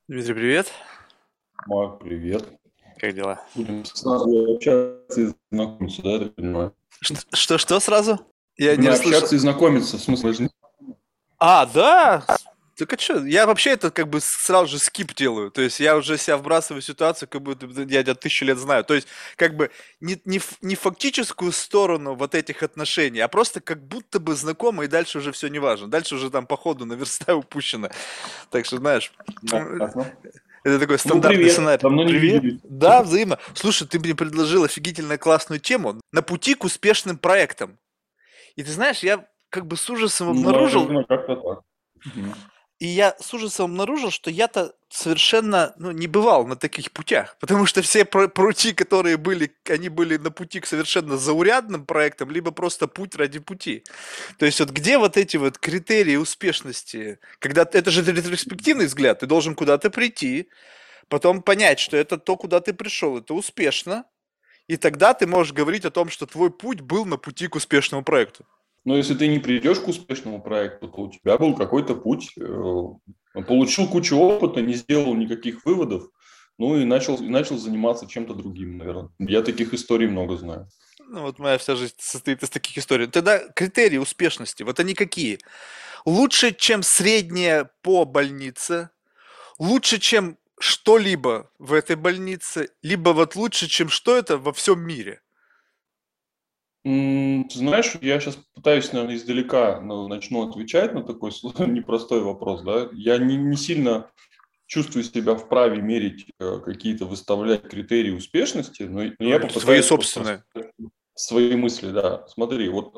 Дмитрий, привет. Марк, привет. Как дела? Будем сразу общаться и знакомиться, да, я так понимаю? Что сразу? Я не Именно расслышал. общаться и знакомиться, в смысле, А, да? Так а что? Я вообще это как бы сразу же скип делаю. То есть я уже себя вбрасываю в ситуацию, как будто бы я тебя 1000 лет знаю. То есть как бы не фактическую сторону вот этих отношений, а просто как будто бы знакомы, и дальше уже все не важно. Дальше уже там по ходу наверстаю упущено. Так что, знаешь, ясно. это такой Ну, стандартный привет, сценарий. давно не Привет. виделись. Да, взаимно. Слушай, ты мне предложил офигительно классную тему на пути к успешным проектам. И ты знаешь, я как бы с ужасом обнаружил, Наверное, как-то так. Мгм. что я-то совершенно, ну, не бывал на таких путях, потому что все пути, которые были, они были на пути к совершенно заурядным проектам, либо просто путь ради пути. То есть вот где вот эти вот критерии успешности, когда это же ретроспективный взгляд, ты должен куда-то прийти, потом понять, что это то, куда ты пришел, это успешно, и тогда ты можешь говорить о том, что твой путь был на пути к успешному проекту. Но если ты не придешь к успешному проекту, то у тебя был какой-то путь, получил кучу опыта, не сделал никаких выводов, ну и начал заниматься чем-то другим, наверное. Я таких историй много знаю. Ну, вот моя вся жизнь состоит из таких историй. Тогда критерии успешности, вот они какие? Лучше, чем среднее по больнице, лучше, чем что-либо в этой больнице, либо вот лучше, чем что это во всем мире. Ты знаешь, я сейчас пытаюсь, наверное, издалека начну отвечать на такой непростой вопрос, да. Я не сильно чувствую себя вправе мерить какие-то, выставлять критерии успешности, но Ну, я или твои попытаюсь просто собственные. рассказать свои мысли, да. Смотри, вот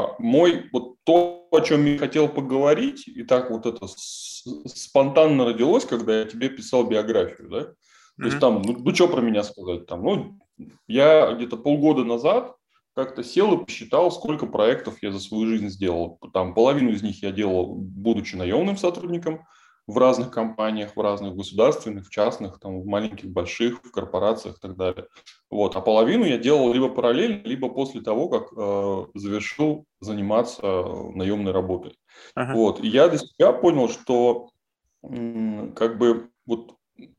вот то, о чем я хотел поговорить, и так вот это спонтанно родилось, когда я тебе писал биографию, да. То есть Мгм. там, ну что про меня сказать там, ну, я где-то полгода назад как-то сел и посчитал, сколько проектов я за свою жизнь сделал. Там половину из них я делал, будучи наемным сотрудником в разных компаниях, в разных государственных, в частных, там, в маленьких, больших, в корпорациях и так далее. Вот. А половину я делал либо параллельно, либо после того, как завершил заниматься наемной работой. Ага. Вот. И я для себя понял, что как бы вот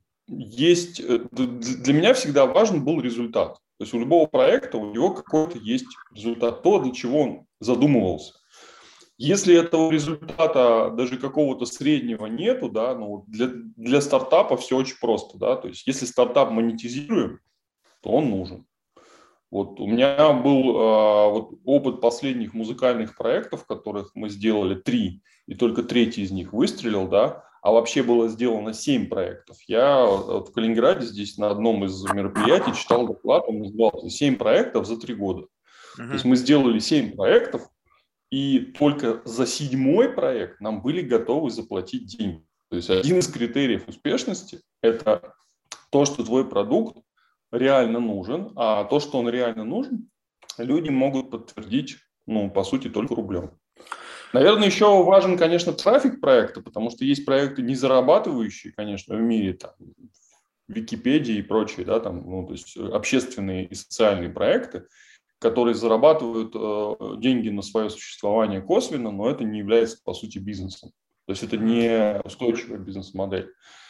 есть, для меня всегда важен был результат. То есть у любого проекта у него какой-то есть результат, то, для чего он задумывался. Если этого результата даже какого-то среднего нету, да, ну, для стартапа все очень просто, да, то есть если стартап монетизируем, то он нужен. Вот у меня был вот опыт последних музыкальных проектов, которых мы сделали 3, и только третий из них выстрелил, да, а вообще было сделано 7 проектов. Я вот в Калининграде здесь на одном из мероприятий читал доклад, он назывался «7 проектов за 3 года». То есть Мгм. мы сделали 7 проектов, и только за 7-й проект нам были готовы заплатить деньги. То есть один из критериев успешности – это то, что твой продукт реально нужен, а то, что он реально нужен, люди могут подтвердить, ну, по сути, только рублем. Наверное, еще важен, конечно, трафик проекта, потому что есть проекты, не зарабатывающие, конечно, в мире, там, Википедии и прочие, да, там, ну, то есть общественные и социальные проекты, которые зарабатывают деньги на свое существование косвенно, но это не является, по сути, бизнесом. То есть это Мгм. не устойчивая бизнес-модель.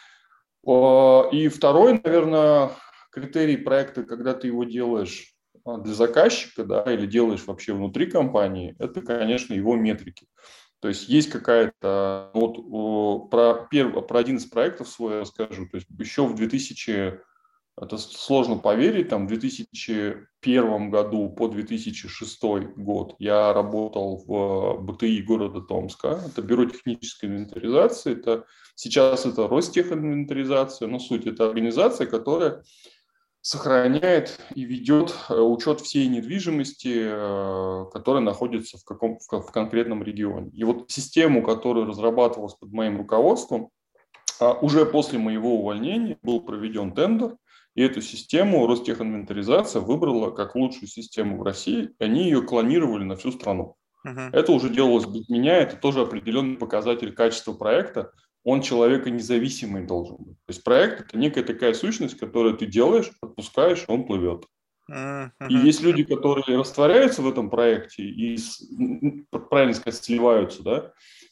И второй, наверное, критерий проекта, когда ты его делаешь для заказчика, да, или делаешь вообще внутри компании, это, конечно, его метрики. То есть есть какая-то, вот про один из проектов свой расскажу, то есть еще в 2000, это сложно поверить, там в 2001 году по 2006 год я работал в БТИ города Томска, это бюро технической инвентаризации, сейчас это Ростехинвентаризация, но суть это организация, которая сохраняет и ведет учет всей недвижимости, которая находится в конкретном регионе. И вот систему, которая разрабатывалась под моим руководством, уже после моего увольнения был проведен тендер, и эту систему Ростехинвентаризация выбрала как лучшую систему в России, и они ее клонировали на всю страну. Мгм. Это уже делалось без меня, это тоже определенный показатель качества проекта, он человека независимый должен быть. То есть проект – это некая такая сущность, которую ты делаешь, отпускаешь, он плывет. И Мгм. есть люди, которые растворяются в этом проекте и, правильно сказать, сливаются, да,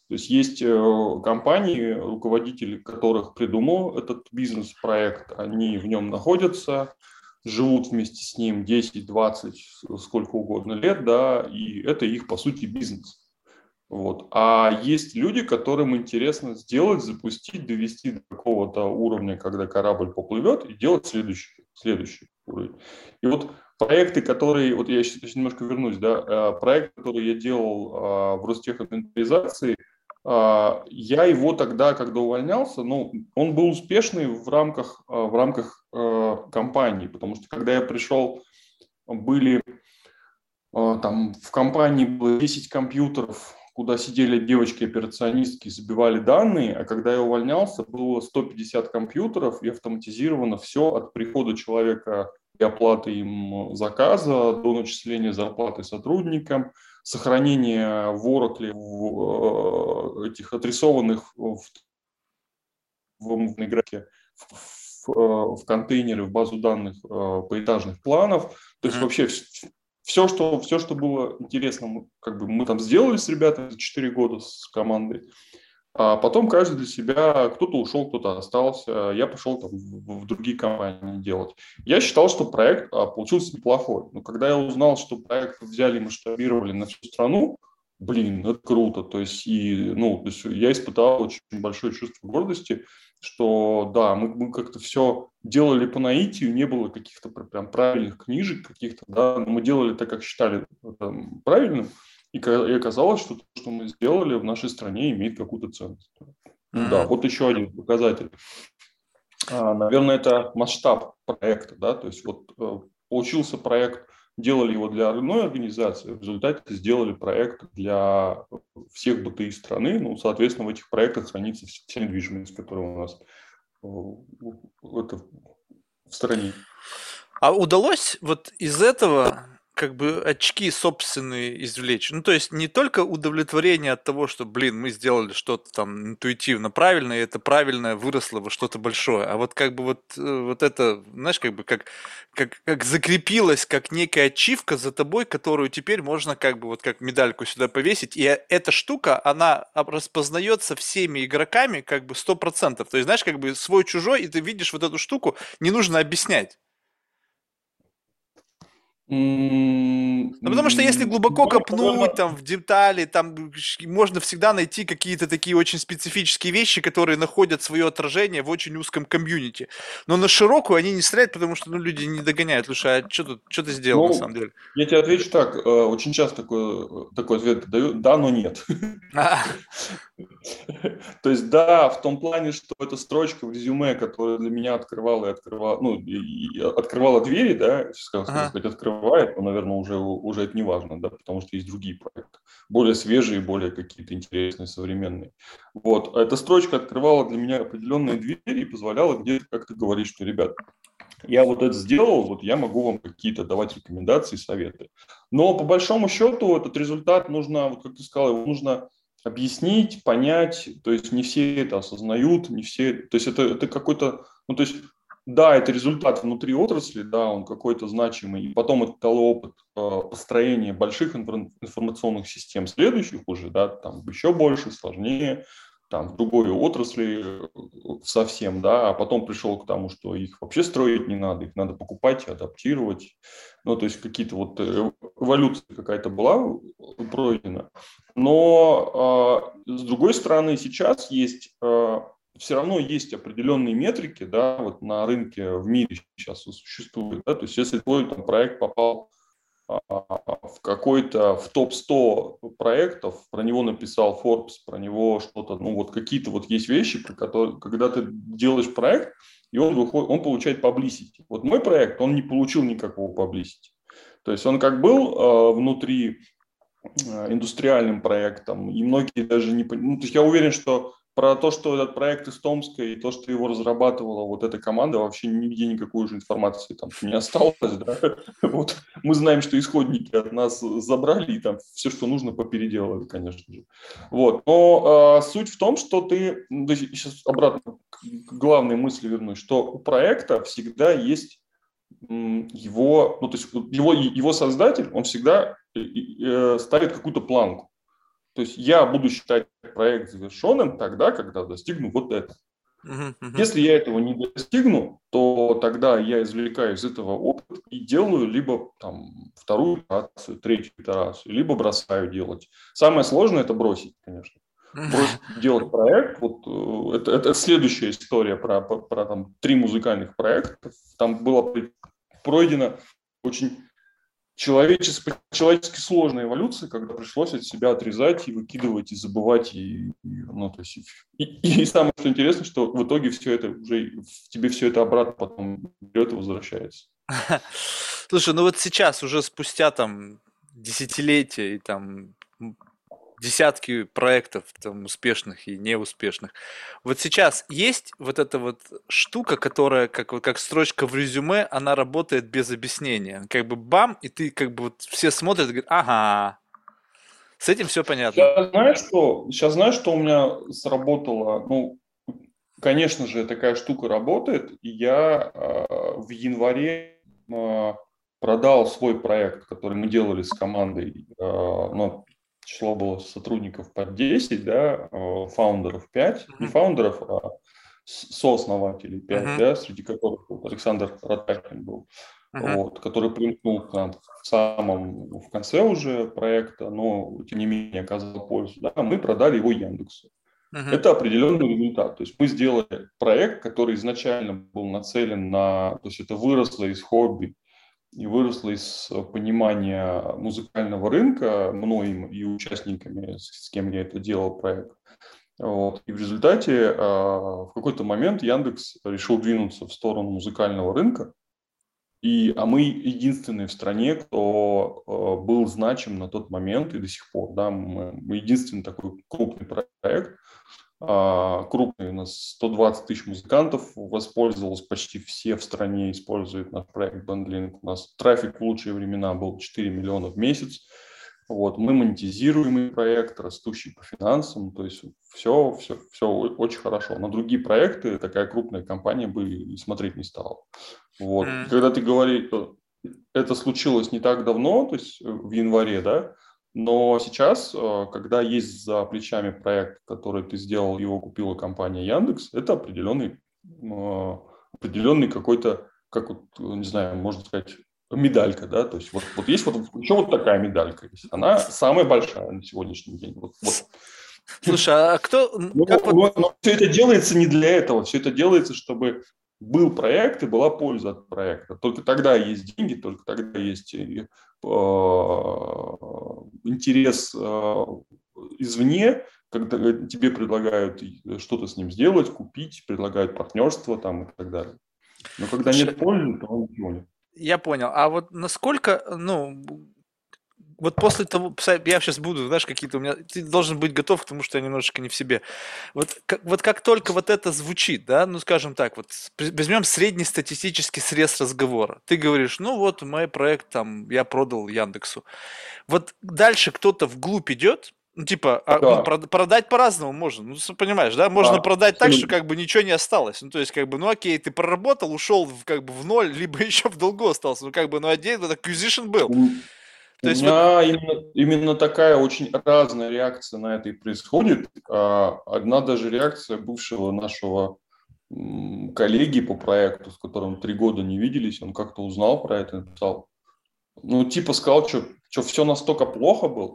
То есть компании, руководители которых придумал этот бизнес-проект, они в нем находятся, живут вместе с ним 10, 20, сколько угодно лет, да, и это их, по сути, бизнес. Вот. А есть люди, которым интересно сделать, запустить, довести до какого-то уровня, когда корабль поплывет, и делать следующий уровень. И вот проекты, которые, вот я сейчас немножко вернусь, да, проект, который я делал в Ростехинвентаризации, я его тогда, когда увольнялся, ну, он был успешный в рамках компании, потому что когда я пришел, были там в компании было 10 компьютеров, куда сидели девочки-операционистки, забивали данные, а когда я увольнялся, было 150 компьютеров, и автоматизировано все от прихода человека и оплаты им заказа до начисления зарплаты сотрудникам, сохранение в Oracle этих отрисованных в игроке в контейнеры, в базу данных поэтажных планов. То есть вообще все, что было интересно, мы там сделали с ребятами за 4 года с командой. А потом каждый для себя, кто-то ушел, кто-то остался. Я пошел там в другие компании делать. Я считал, что проект получился неплохой. Но когда я узнал, что проект взяли и масштабировали на всю страну, блин, это круто. То есть я испытал очень большое чувство гордости, что да, мы как-то все делали по наитию, не было каких-то прям правильных книжек каких-то, да, но мы делали так, как считали правильным, и оказалось, что то, что мы сделали в нашей стране, имеет какую-то ценность. Ну да, вот еще один показатель. Наверное, это масштаб проекта, да, то есть вот получился проект, делали его для одной организации, в результате сделали проект для всех БТИ страны, ну, соответственно, в этих проектах хранится вся недвижимость, которая у нас в стране. А удалось вот из этого как бы очки собственные извлечь? Ну, то есть не только удовлетворение от того, что, блин, мы сделали что-то там интуитивно правильное, и это правильное выросло во что-то большое, а вот как бы вот это, знаешь, как бы как закрепилось, как некая ачивка за тобой, которую теперь можно как бы вот как медальку сюда повесить, и эта штука, она распознается всеми игроками как бы 100%. То есть, знаешь, как бы свой-чужой, и ты видишь вот эту штуку, не нужно объяснять. Ну, потому что если глубоко копнуть, Наверное, там, в детали, там можно всегда найти какие-то такие очень специфические вещи, которые находят свое отражение в очень узком комьюнити. Но на широкую они не стреляют, потому что, ну, люди не догоняют. Слушай, а что ты сделал на самом ну, деле? я тебе отвечу так. Очень часто такой ответ даю. Да, но нет. А, То есть, да, в том плане, что эта строчка в резюме, которая для меня открывала, ну, и открывала двери, да, хотел ага. сказать, открывает, но, наверное, уже это не важно, да, потому что есть другие проекты, более свежие, более какие-то интересные, современные. Вот, а эта строчка открывала для меня определенные двери и позволяла где-то как-то говорить, что, ребят, я вот это сделал, вот я могу вам какие-то давать рекомендации, советы. Но по большому счету этот результат нужно, вот как ты сказал, его нужно объяснить, понять, то есть не все это осознают, не все, то есть это какой-то, ну то есть да, это результат внутри отрасли, да, он какой-то значимый, и потом это дало опыт построения больших информационных систем следующих уже, да, там еще больше, сложнее, там в другой отрасли совсем, да, а потом пришел к тому, что их вообще строить не надо, их надо покупать, адаптировать, ну, то есть какие-то вот эволюция какая-то была пройдена. Но с другой стороны, сейчас есть все равно есть определенные метрики, да, вот на рынке в мире сейчас существуют, да, то есть если твой там проект попал в какой-то в топ-100 проектов, про него написал Forbes, про него что-то, ну вот какие-то вот есть вещи, про которые, когда ты делаешь проект, и он получает publicity. Вот мой проект, он не получил никакого publicity. То есть он как был внутри индустриальным проектом, и многие даже не понимают. Ну, то есть я уверен, что про то, что этот проект из Томска и то, что его разрабатывала вот эта команда, вообще нигде никакой уже информации там не осталось. Да? Вот. Мы знаем, что исходники от нас забрали, и там все, что нужно, попеределали, конечно же. Вот. Но суть в том, что ты, сейчас обратно к главной мысли вернусь, что у проекта всегда есть его создатель, он всегда ставит какую-то планку. То есть я буду считать проект завершенным тогда, когда достигну вот это. Мгм, мгм. Если я этого не достигну, то тогда я извлекаю из этого опыт и делаю либо там вторую итерацию, третью итерацию, либо бросаю делать. Самое сложное – это бросить, конечно. Бросить делать проект, вот это следующая история про там 3 музыкальных проекта. Там было пройдено очень человечески сложная эволюция, когда пришлось от себя отрезать и выкидывать, и забывать. Ну, то есть, и самое что интересно, что в итоге все это уже в тебе все это обратно потом берет и возвращается. Слушай, ну вот сейчас, уже спустя там десятилетия и там десятки проектов там успешных и неуспешных. Вот сейчас есть вот эта вот штука, которая как строчка в резюме, она работает без объяснения. Как бы бам, и ты как бы вот все смотрят и говорят, ага, с этим все понятно. Сейчас знаешь, что у меня сработало? Ну, конечно же, такая штука работает. И я в январе продал свой проект, который мы делали с командой. Ну, число было сотрудников под 10, да, фаундеров 5. Не Мгм. фаундеров, а сооснователей 5, Мгм. да, среди которых вот Александр Ротакин был, Мгм. вот, который примкнул к нам в конце уже проекта, но тем не менее оказал пользу. Да, мы продали его Яндексу. Мгм. Это определенный результат. То есть мы сделали проект, который изначально был нацелен на... То есть это выросло из хобби и выросло из понимания музыкального рынка мной и участниками, с кем я это делал проект. Вот. И в результате в какой-то момент Яндекс решил двинуться в сторону музыкального рынка. А мы единственные в стране, кто был значим на тот момент и до сих пор. Да, мы единственный такой крупный проект. Крупный, у нас 120 тысяч музыкантов воспользовалось, почти все в стране используют наш проект BandLink. У нас трафик в лучшие времена был 4 миллиона в месяц. Вот, мы монетизируемый проект, растущий по финансам, то есть все очень хорошо. На другие проекты такая крупная компания бы и смотреть не стала. Вот. И Мгм. когда ты говоришь, это случилось не так давно, то есть в январе, да, но сейчас, когда есть за плечами проект, который ты сделал, его купила компания Яндекс, это определенный какой-то, как вот, не знаю, можно сказать, медалька, да, то есть вот есть вот еще вот такая медалька есть, она самая большая на сегодняшний день. Вот. Слушай, а кто, как вот, Но все это делается не для этого, все это делается, чтобы был проект и была польза от проекта. Только тогда есть деньги, только тогда есть интерес извне, когда тебе предлагают что-то с ним сделать, купить, предлагают партнерство там и так далее. Но когда слушай, нет пользы, то ничего нет. я понял. А вот насколько, ну, вот после того, я сейчас буду, знаешь, какие-то у меня, ты должен быть готов к тому, что я немножечко не в себе. Вот как только вот это звучит, да, ну, скажем так, вот возьмем среднестатистический срез разговора. Ты говоришь, ну, вот мой проект там, я продал Яндексу. Вот дальше кто-то вглубь идет, ну, типа, ну, Да, продать по-разному можно, ну, понимаешь, да, можно да, продать так, что абсолютно. как бы ничего не осталось, ну, то есть, как бы, ну, окей, ты проработал, ушел как бы в ноль, либо еще в долгу остался, ну, как бы, ну, отдельно, acquisition был. У, То у есть, вот, меня именно такая очень разная реакция на это и происходит. Одна даже реакция бывшего нашего коллеги по проекту, с которым 3 года не виделись, он как-то узнал про это и написал. Ну, типа сказал, что все настолько плохо было.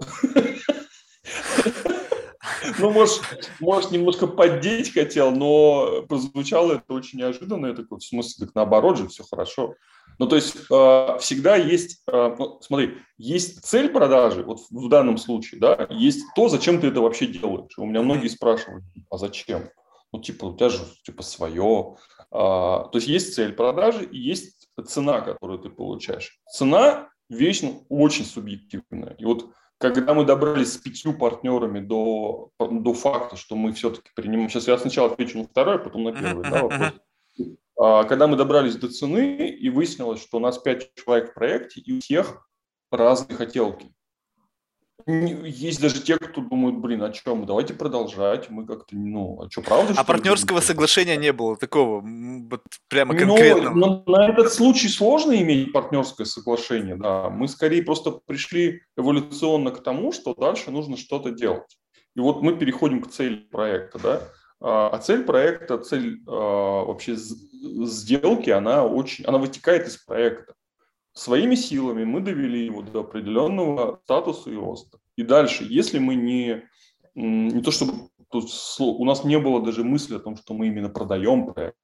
Ну, может, немножко поддеть хотел, но прозвучало это очень неожиданно. Я такой, в смысле, так наоборот же, все хорошо. Ну, то есть всегда есть, ну, смотри, есть цель продажи, вот в данном случае, да, есть то, зачем ты это вообще делаешь. У меня мгм, многие спрашивают, а зачем? Ну, типа, у тебя же, типа, свое. То есть есть цель продажи и есть цена, которую ты получаешь. Цена вещь ну, очень субъективная. И вот когда мы добрались с 5 партнерами до факта, что мы все-таки принимаем... Сейчас я сначала отвечу на второй, а потом на мгм, первый, да, мгм, мгм. вопрос. Когда мы добрались до цены, и выяснилось, что у нас 5 человек в проекте, и у всех разные хотелки. Есть даже те, кто думают, блин, а что, мы давайте продолжать, мы как-то, ну, а что, правда, А что ли, будем партнерского продолжать? соглашения не было такого, вот прямо Ну, конкретного. на этот случай сложно иметь партнерское соглашение, да. Мы скорее просто пришли эволюционно к тому, что дальше нужно что-то делать. И вот мы переходим к цели проекта, да. А цель проекта, цель вообще сделки, она вытекает из проекта. Своими силами мы довели его до определенного статуса и роста. И дальше, если мы не то чтобы у нас не было даже мысли о том, что мы именно продаем проект,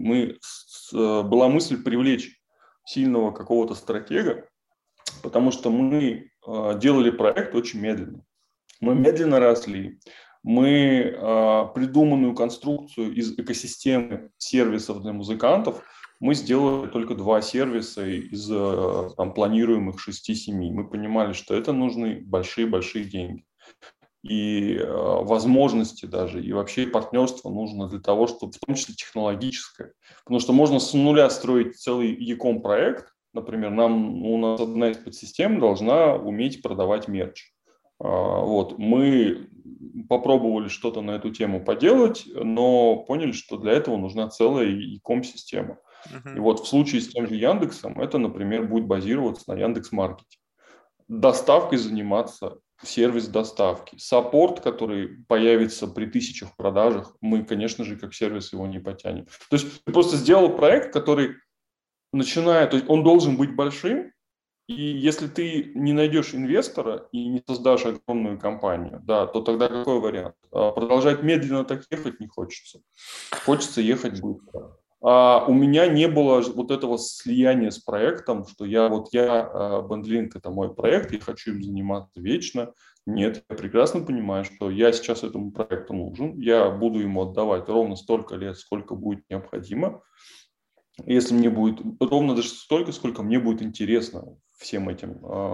была мысль привлечь сильного какого-то стратега, потому что мы делали проект очень медленно. Мы медленно росли, мы придуманную конструкцию из экосистемы сервисов для музыкантов мы сделали только 2 сервиса из там, планируемых 6-7. Мы понимали, что это нужны большие-большие деньги. И возможности даже, и вообще партнерство нужно для того, чтобы, в том числе технологическое. Потому что можно с нуля строить целый e-com проект. Например, у нас одна из подсистем должна уметь продавать мерч. Вот. Мы попробовали что-то на эту тему поделать, но поняли, что для этого нужна целая e-com система. И вот в случае с тем же Яндексом это, например, будет базироваться на Яндекс.Маркете. Доставкой заниматься сервис доставки. Саппорт, который появится при 1000 продажах, мы, конечно же, как сервис его не потянем. То есть ты просто сделал проект, который то есть он должен быть большим, и если ты не найдешь инвестора и не создашь огромную компанию, да, то тогда какой вариант? Продолжать медленно так ехать не хочется. Хочется ехать быстро. У меня не было вот этого слияния с проектом, что BandLink это мой проект, я хочу им заниматься вечно. Нет, я прекрасно понимаю, что я сейчас этому проекту нужен, я буду ему отдавать ровно столько лет, сколько будет необходимо. Если мне будет ровно даже столько, сколько мне будет интересно всем этим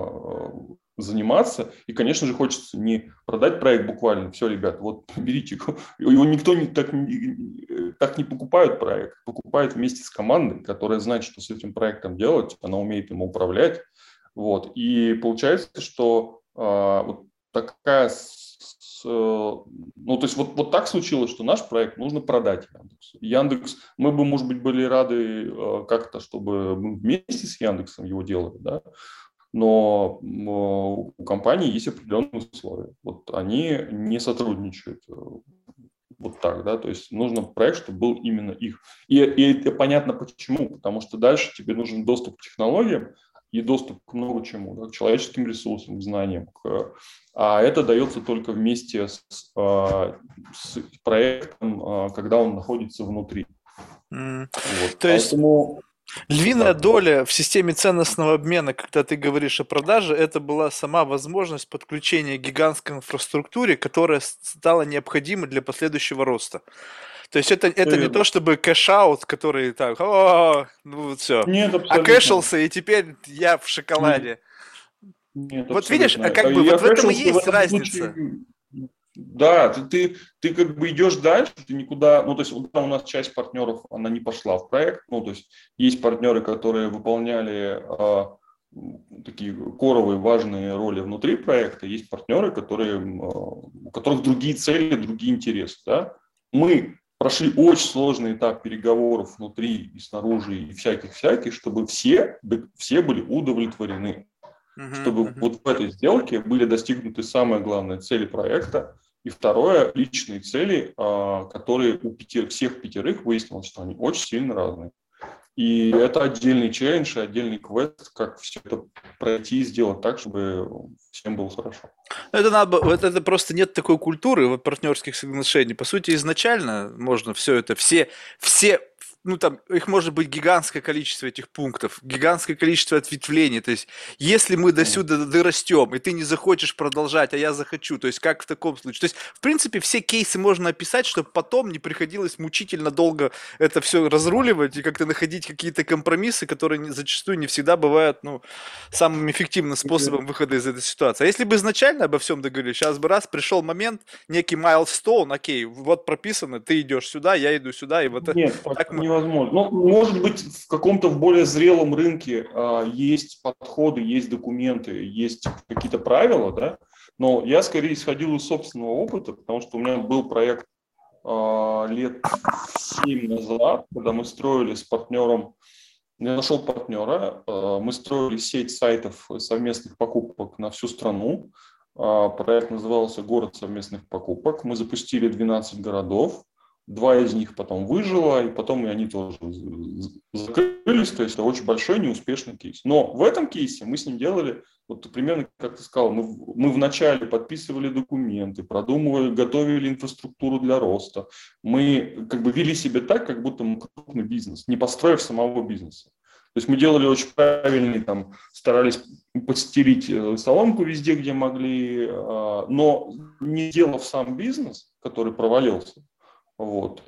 заниматься. И, конечно же, хочется не продать проект буквально. Все, ребят, вот берите. Его никто так не покупает проект. Покупает вместе с командой, которая знает, что с этим проектом делать. Она умеет им управлять. Вот. И получается, что вот такая... то есть вот так случилось, что наш проект нужно продать Яндексу. Яндекс, мы бы, может быть, были рады как-то, чтобы мы вместе с Яндексом его делали, да, но у компании есть определенные условия. Вот они не сотрудничают вот так, да, то есть нужно проект, чтобы был именно их. И это понятно почему, потому что дальше тебе нужен доступ к технологиям и доступ к много чему, да, к человеческим ресурсам, к знаниям. А это дается только вместе с проектом, когда он находится внутри. Вот. То есть львиная доля в системе ценностного обмена, когда ты говоришь о продаже, это была сама возможность подключения к гигантской инфраструктуре, которая стала необходимой для последующего роста. То есть это не то, чтобы кэш-аут, который так, ну вот все, Нет, окэшился, и теперь я в шоколаде. Нет, Вот абсолютно. видишь, как бы вот в этом и есть разница. Да, ты как бы идешь дальше, ты никуда, ну, то есть у нас часть партнеров, она не пошла в проект, ну, то есть партнеры, которые выполняли такие коровые важные роли внутри проекта, есть партнеры, у которых другие цели, другие интересы, да. Мы прошли очень сложный этап переговоров внутри и снаружи и всяких, чтобы все были удовлетворены. Чтобы вот в этой сделке были достигнуты самые главные цели проекта, и второе, личные цели, которые у всех 5 выяснилось, что они очень сильно разные. И это отдельный челлендж, отдельный квест, как все это пройти и сделать так, чтобы всем было хорошо. Это просто нет такой культуры партнерских соглашений. По сути, изначально можно все, ну там их может быть гигантское количество этих пунктов, гигантское количество ответвлений. То есть, если мы до сюда дорастем, и ты не захочешь продолжать, а я захочу, то есть как в таком случае? То есть, в принципе, все кейсы можно описать, чтобы потом не приходилось мучительно долго это все разруливать и как-то находить какие-то компромиссы, которые зачастую не всегда бывают, ну, самым эффективным способом выхода из этой ситуации. А если бы изначально обо всем договорились, сейчас бы раз пришел момент, некий майлстоун, окей, вот прописано, ты идешь сюда, я иду сюда, и вот Нет, так мы... невозможно. Ну, может быть, в каком-то более зрелом рынке есть подходы, есть документы, есть какие-то правила, да, Но я скорее исходил из собственного опыта, потому что у меня был проект лет 7 назад, когда мы строили с партнером, я нашел партнера, мы строили сеть сайтов совместных покупок на всю страну. Проект назывался «Город совместных покупок». Мы запустили 12 городов, 2 из них потом выжило, и потом и они тоже закрылись, то есть это очень большой неуспешный кейс. Но в этом кейсе мы с ним делали, вот примерно, как ты сказал, мы вначале подписывали документы, продумывали, готовили инфраструктуру для роста. Мы как бы вели себя так, как будто мы крупный бизнес, не построив самого бизнеса. То есть мы делали очень правильный, там, старались подстелить соломку везде, где могли, но не делав сам бизнес, который провалился, вот,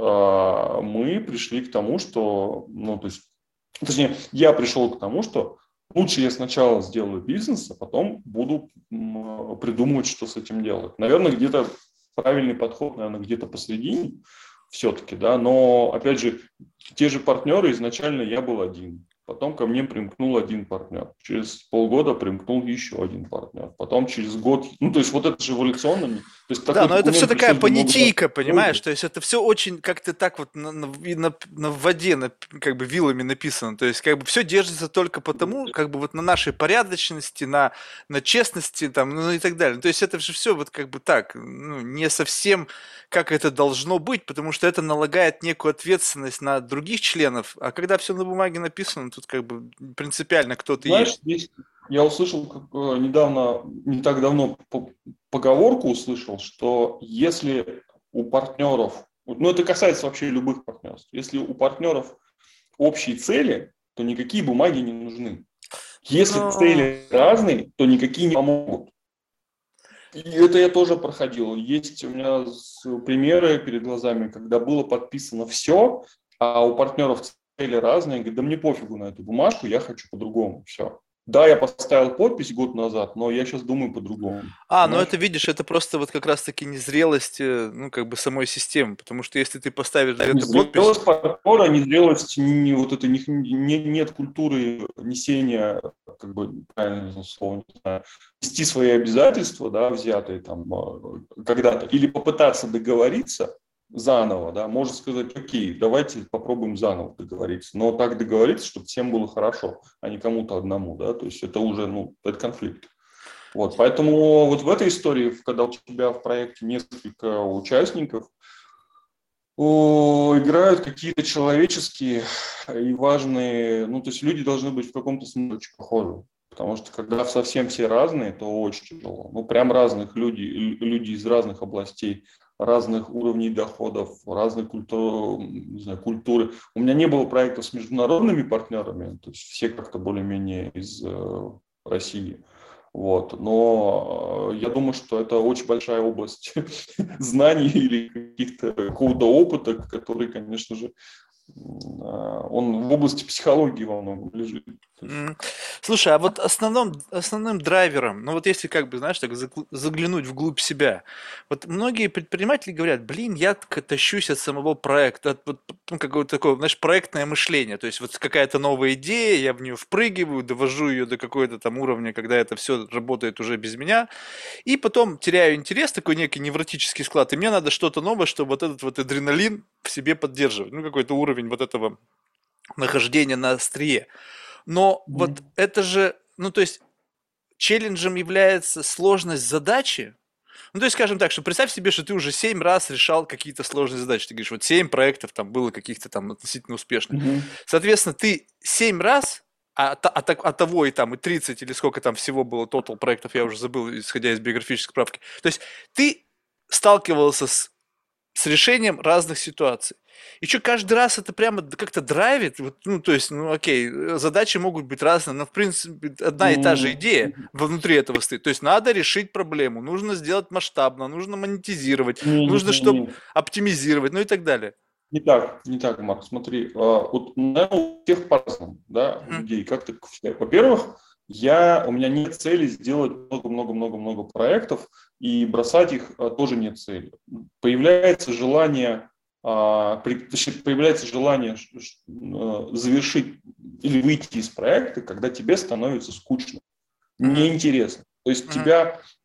мы пришли к тому, что, ну, то есть, точнее, я пришел к тому, что лучше я сначала сделаю бизнес, а потом буду придумывать, что с этим делать. Наверное, где-то правильный подход, наверное, где-то посередине все-таки, да, но, опять же, те же партнеры, изначально я был один. Потом ко мне примкнул один партнер. Через полгода примкнул еще один партнер. Потом через год... Ну, то есть вот это же эволюционно. То есть Да, такой но это все документ такая пришлось бы много раз понятийка, понимаешь? строить. То есть это все очень как-то так вот на воде, как бы вилами написано. То есть как бы все держится только потому, как бы вот на нашей порядочности, на честности, там, ну и так далее. То есть это же все вот как бы так, ну, не совсем как это должно быть, потому что это налагает некую ответственность на других членов. А когда все на бумаге написано, тут как бы принципиально кто ты Знаешь, есть. здесь я услышал недавно, не так давно поговорку услышал, что если у партнеров, ну это касается вообще любых партнерств, если у партнеров общие цели, то никакие бумаги не нужны. Если Но цели разные, то никакие не помогут. И это я тоже проходил. Есть у меня примеры перед глазами, когда было подписано все, а у партнеров цели разные. Говорят, да мне пофигу на эту бумажку, я хочу по-другому. Все. Да, я поставил подпись год назад, но я сейчас думаю по-другому. ну Понимаешь? это видишь, это просто вот как раз-таки незрелость, ну, как бы самой системы, потому что если ты поставишь где-то подпись, Незрелость партнера, незрелость, не, вот это, нет культуры несения, как бы, правильно слово, не знаю, нести свои обязательства, да, взятые там когда-то, или попытаться договориться заново, да, можно сказать, окей, давайте попробуем заново договориться, но так договориться, чтобы всем было хорошо, а не кому-то одному, да, то есть это уже, ну, это конфликт. Вот, поэтому вот в этой истории, когда у тебя в проекте несколько участников, играют какие-то человеческие и важные, ну, то есть люди должны быть в каком-то смысле очень похожи. Потому что когда совсем все разные, то очень тяжело. Ну, прям разных люди из разных областей, разных уровней доходов, разной культуры, не знаю, культуры. У меня не было проектов с международными партнерами, то есть все как-то более-менее из России. Вот. Но я думаю, что это очень большая область знаний или какого-то опыта, который, конечно же, он в области психологии во многом лежит. Слушай, а вот основным драйвером, ну вот если как бы, знаешь, так заглянуть вглубь себя, вот многие предприниматели говорят, блин, я тащусь от самого проекта, от вот, ну, какого-то такого, знаешь, проектное мышление, то есть вот какая-то новая идея, я в нее впрыгиваю, довожу ее до какой-то там уровня, когда это все работает уже без меня, и потом теряю интерес, такой некий невротический склад, и мне надо что-то новое, чтобы вот этот вот адреналин в себе поддерживать, ну какой-то уровень вот этого нахождения на острие. Но вот Мгм. это же, ну то есть челленджем является сложность задачи. Ну, то есть, скажем так, что представь себе, что ты уже 7 раз решал какие-то сложные задачи. Ты говоришь, вот 7 проектов там было каких-то там относительно успешных. Мгм. Соответственно, ты 7 раз, а того и там, и 30 или сколько там всего было тотал проектов, я уже забыл, исходя из биографической справки. То есть ты сталкивался с решением разных ситуаций. И что каждый раз это прямо как-то драйвит, вот, ну, то есть, ну, окей, задачи могут быть разные, но, в принципе, одна и та же идея внутри этого стоит. То есть надо решить проблему, нужно сделать масштабно, нужно монетизировать, нужно, чтобы Не-не-не. оптимизировать, ну и так далее. Не так, Марк, смотри, вот, наверное, у всех по-разному, да, у Мгм. людей, как ты, во-первых, у меня нет цели сделать много-много-много-много проектов, и бросать их тоже нет цели. Появляется желание, точнее, появляется желание завершить или выйти из проекта, когда тебе становится скучно, Мгм. неинтересно. То есть Мгм.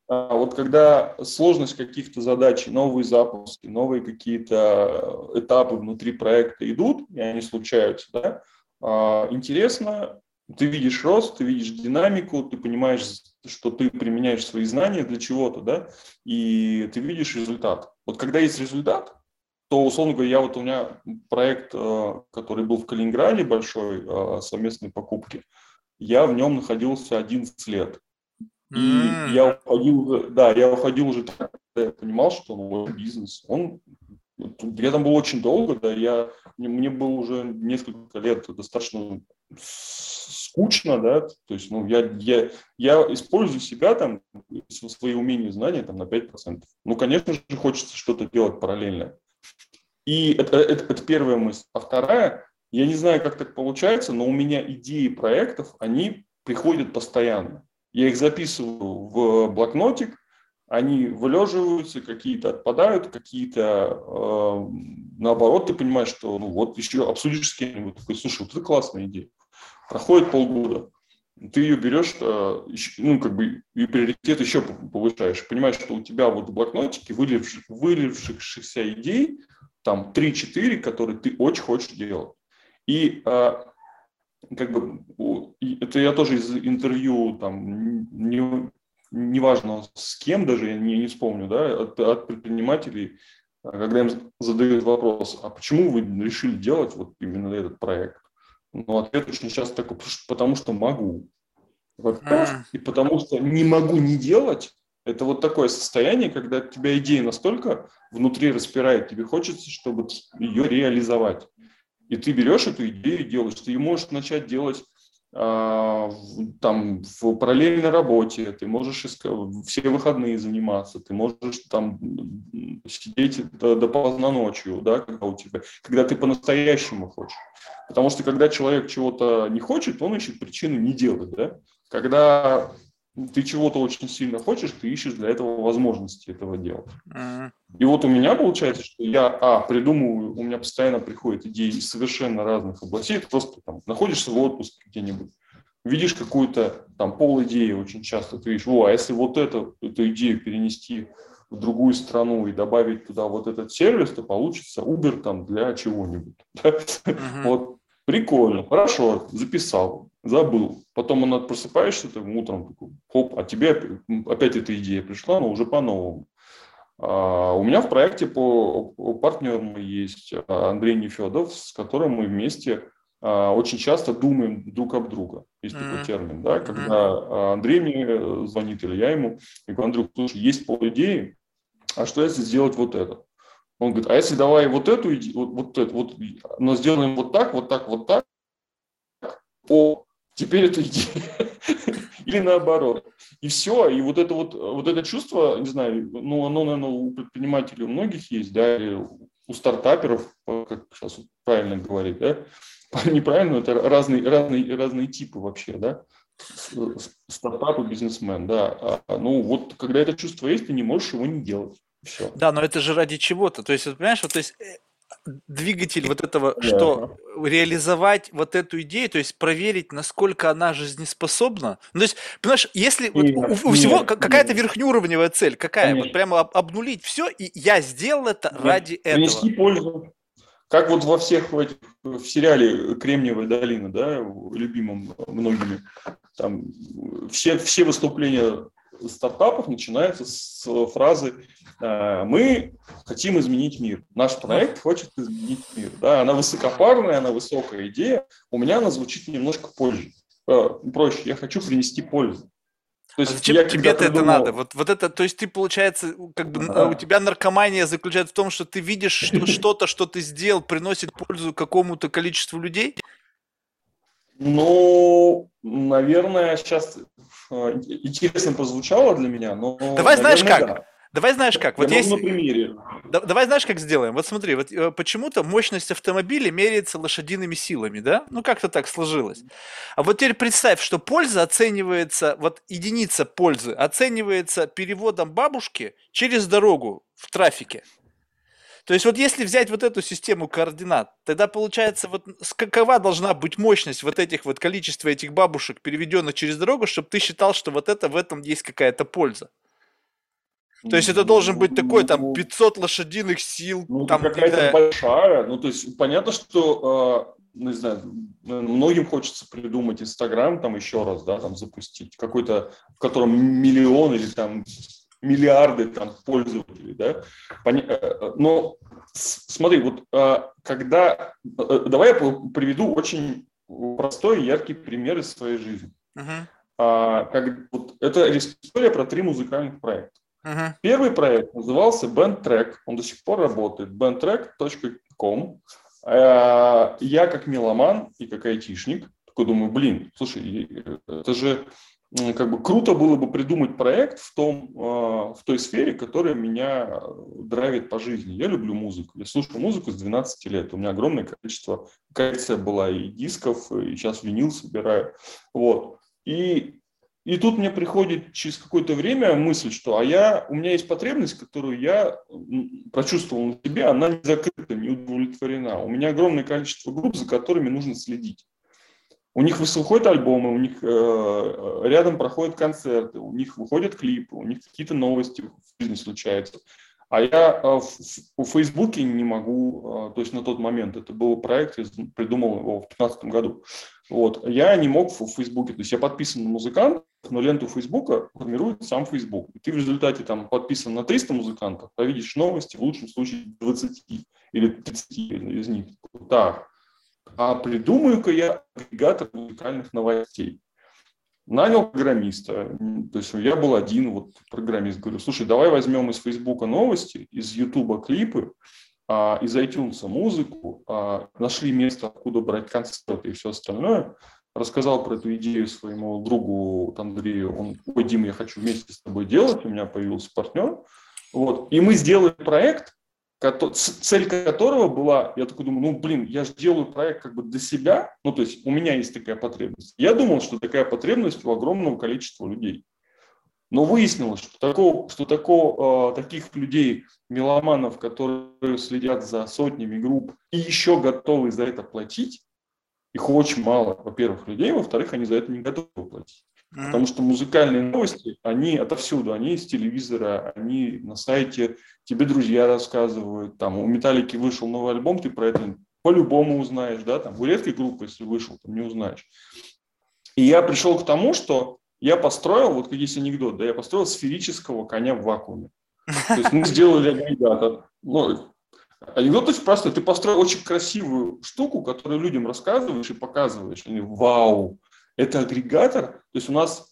Вот когда сложность каких-то задач, новые запуски, новые какие-то этапы внутри проекта идут, и они случаются, да, интересно, ты видишь рост, ты видишь динамику, ты понимаешь, что ты применяешь свои знания для чего-то, да, и ты видишь результат. Вот когда есть результат, то, условно говоря, у меня проект, который был в Калининграде, большой, совместной покупки, я в нем находился 11 лет. И М, я уходил уже так, когда я понимал, что бизнес, я там был очень долго, да, мне было уже несколько лет достаточно скучно, да, то есть, я использую себя там, свои умения и знания там на 5%. Ну, конечно же, хочется что-то делать параллельно. И это первая мысль. А вторая, я не знаю, как так получается, но у меня идеи проектов, они приходят постоянно. Я их записываю в блокнотик, они вылеживаются, какие-то отпадают, какие-то, наоборот, ты понимаешь, что ну вот еще обсудишь с кем-нибудь, такой, слушай, вот это классная идея. Проходит полгода, ты ее берешь, ну, как бы, и приоритет еще повышаешь. Понимаешь, что у тебя вот в блокнотике вылившихся идей, там 3-4, которые ты очень хочешь делать. И как бы это я тоже из интервью там неважно с кем даже, я не вспомню, да, от предпринимателей, когда им задают вопрос, а почему вы решили делать вот именно этот проект? Ну, ответ очень часто такой, потому что могу. Во-первых, м. и потому что не могу не делать, это вот такое состояние, когда у тебя идея настолько внутри распирает, тебе хочется, чтобы ее реализовать. И ты берешь эту идею и делаешь. Ты ее можешь начать делать там в параллельной работе, ты можешь все выходные заниматься, ты можешь там сидеть допоздна ночью, да, когда ты по-настоящему хочешь. Потому что когда человек чего-то не хочет, он ищет причину не делать, да. Когда ты чего-то очень сильно хочешь, ты ищешь для этого возможности этого делать. Мгм. И вот у меня получается, что я придумываю, у меня постоянно приходят идеи из совершенно разных областей. Ты просто там находишься в отпуске где-нибудь, видишь какую-то там полидею очень часто, ты видишь, а если вот эту идею перенести в другую страну и добавить туда вот этот сервис, то получится Uber там для чего-нибудь. Мгм. Вот прикольно, хорошо, записал, забыл. Потом просыпаешься ты утром, такой, хоп, а тебе опять эта идея пришла, но уже по-новому. У меня в проекте по партнеру есть Андрей Нефедов, с которым мы вместе очень часто думаем друг об друга. Есть такой Мгм. термин, да, Мгм. когда Андрей мне звонит или я ему, и говорю, Андрюх, слушай, есть полидеи, а что если сделать вот это? Он говорит, а если давай вот эту идею, но сделаем вот так, вот так, вот так, теперь это идея. Или наоборот. И все. И вот это чувство, не знаю, ну, оно, наверное, у предпринимателей у многих есть, да, или у стартаперов, как сейчас правильно говорить, да, неправильно, это разные типы вообще, да, стартап и бизнесмен, да. Ну, вот когда это чувство есть, ты не можешь его не делать. Все. Да, но это же ради чего-то. То есть, вот, понимаешь, вот, то есть двигатель вот этого, что Понятно. реализовать вот эту идею, то есть проверить, насколько она жизнеспособна. Ну, то есть, понимаешь, если вот Нет, у всего нет, какая-то нет, верхнеуровневая цель, какая? Вот конечно. прямо обнулить все, и я сделал это Нет. ради этого. Принести пользу. Как вот во всех в сериале «Кремниевая долина», да, любимом многими, там все выступления стартапов начинаются с фразы «Мы хотим изменить мир». Наш Ну, проект хочет изменить мир. Да, она высокопарная, она высокая идея. У меня она звучит немножко проще. Я хочу принести пользу. То а есть зачем я когда тебе-то это надо? придумал... Вот это, то есть ты, получается, как бы у Ага. тебя наркомания заключается в том, что ты видишь что-то, что ты сделал, приносит пользу какому-то количеству людей? Ну, наверное, сейчас интересно прозвучало для меня, но, Давай знаешь наверное, как? да. Давай знаешь как? Я Вот могу есть на примере. давай знаешь, как сделаем? Вот смотри, вот почему-то мощность автомобиля меряется лошадиными силами, да? Ну, как-то так сложилось. А вот теперь представь, что польза оценивается, вот единица пользы оценивается переводом бабушки через дорогу в трафике. То есть вот если взять вот эту систему координат, тогда получается, вот какова должна быть мощность вот этих вот количества этих бабушек, переведенных через дорогу, чтобы ты считал, что вот это в этом есть какая-то польза. То есть это должен быть такой, там, Ну, 500 лошадиных сил, ну, это там, какая-то когда... большая. Ну, то есть понятно, что, не знаю, многим хочется придумать Инстаграм там еще раз, да, там запустить какой-то, в котором миллион или там миллиарды там пользователей, да. Но смотри, вот когда... Давай я приведу очень простой и яркий пример из своей жизни. Мгм. Вот, это история про 3 музыкальных проекта. Мгм. Первый проект назывался BandTrack, он до сих пор работает, bandtrack.com. Я как меломан и как айтишник такой думаю, блин, слушай, это же как бы круто было бы придумать проект в той сфере, которая меня драйвит по жизни. Я люблю музыку, я слушаю музыку с 12 лет, у меня огромное коллекция была и дисков, и сейчас винил собираю. Вот. И тут мне приходит через какое-то время мысль, что у меня есть потребность, которую я прочувствовал на себе, она не закрыта, не удовлетворена. У меня огромное количество групп, за которыми нужно следить. У них выходят альбомы, у них рядом проходят концерты, у них выходят клипы, у них какие-то новости в жизни случаются. А я в Фейсбуке не могу, то есть на тот момент, это был проект, я придумал его в 2015 году. Вот, я не мог в Фейсбуке, то есть я подписан на музыкантов, но ленту Фейсбука формирует сам Фейсбук. И ты в результате там подписан на 300 музыкантов, а видишь новости, в лучшем случае 20 или 30 из них. Так, а придумаю-ка я агрегатор музыкальных новостей. Нанял программиста, то есть я был один вот программист, говорю, слушай, давай возьмем из Фейсбука новости, из Ютуба клипы, из iTunes музыку, нашли место, откуда брать концерты и все остальное, рассказал про эту идею своему другу Андрею, он, ой, Дима, я хочу вместе с тобой делать, у меня появился партнер, вот, и мы сделали проект, цель которого была, я такой думаю, ну, блин, я же делаю проект как бы для себя, ну, то есть у меня есть такая потребность. Я думал, что такая потребность у огромного количества людей. Но выяснилось, что таких людей, меломанов, которые следят за сотнями групп и еще готовы за это платить, их очень мало, во-первых, людей, во-вторых, они за это не готовы платить. Потому что музыкальные новости, они отовсюду, они из телевизора, они на сайте, тебе друзья рассказывают, там у Металлики вышел новый альбом, ты про это по-любому узнаешь, да, там у редкой группы, если вышел, там не узнаешь. И я пришел к тому, что я построил, вот как есть анекдот, да, я построил сферического коня в вакууме. То есть мы сделали агрегатор. Ну, анекдот очень простой. Ты построил очень красивую штуку, которую людям рассказываешь и показываешь. Они, вау, это агрегатор. То есть у нас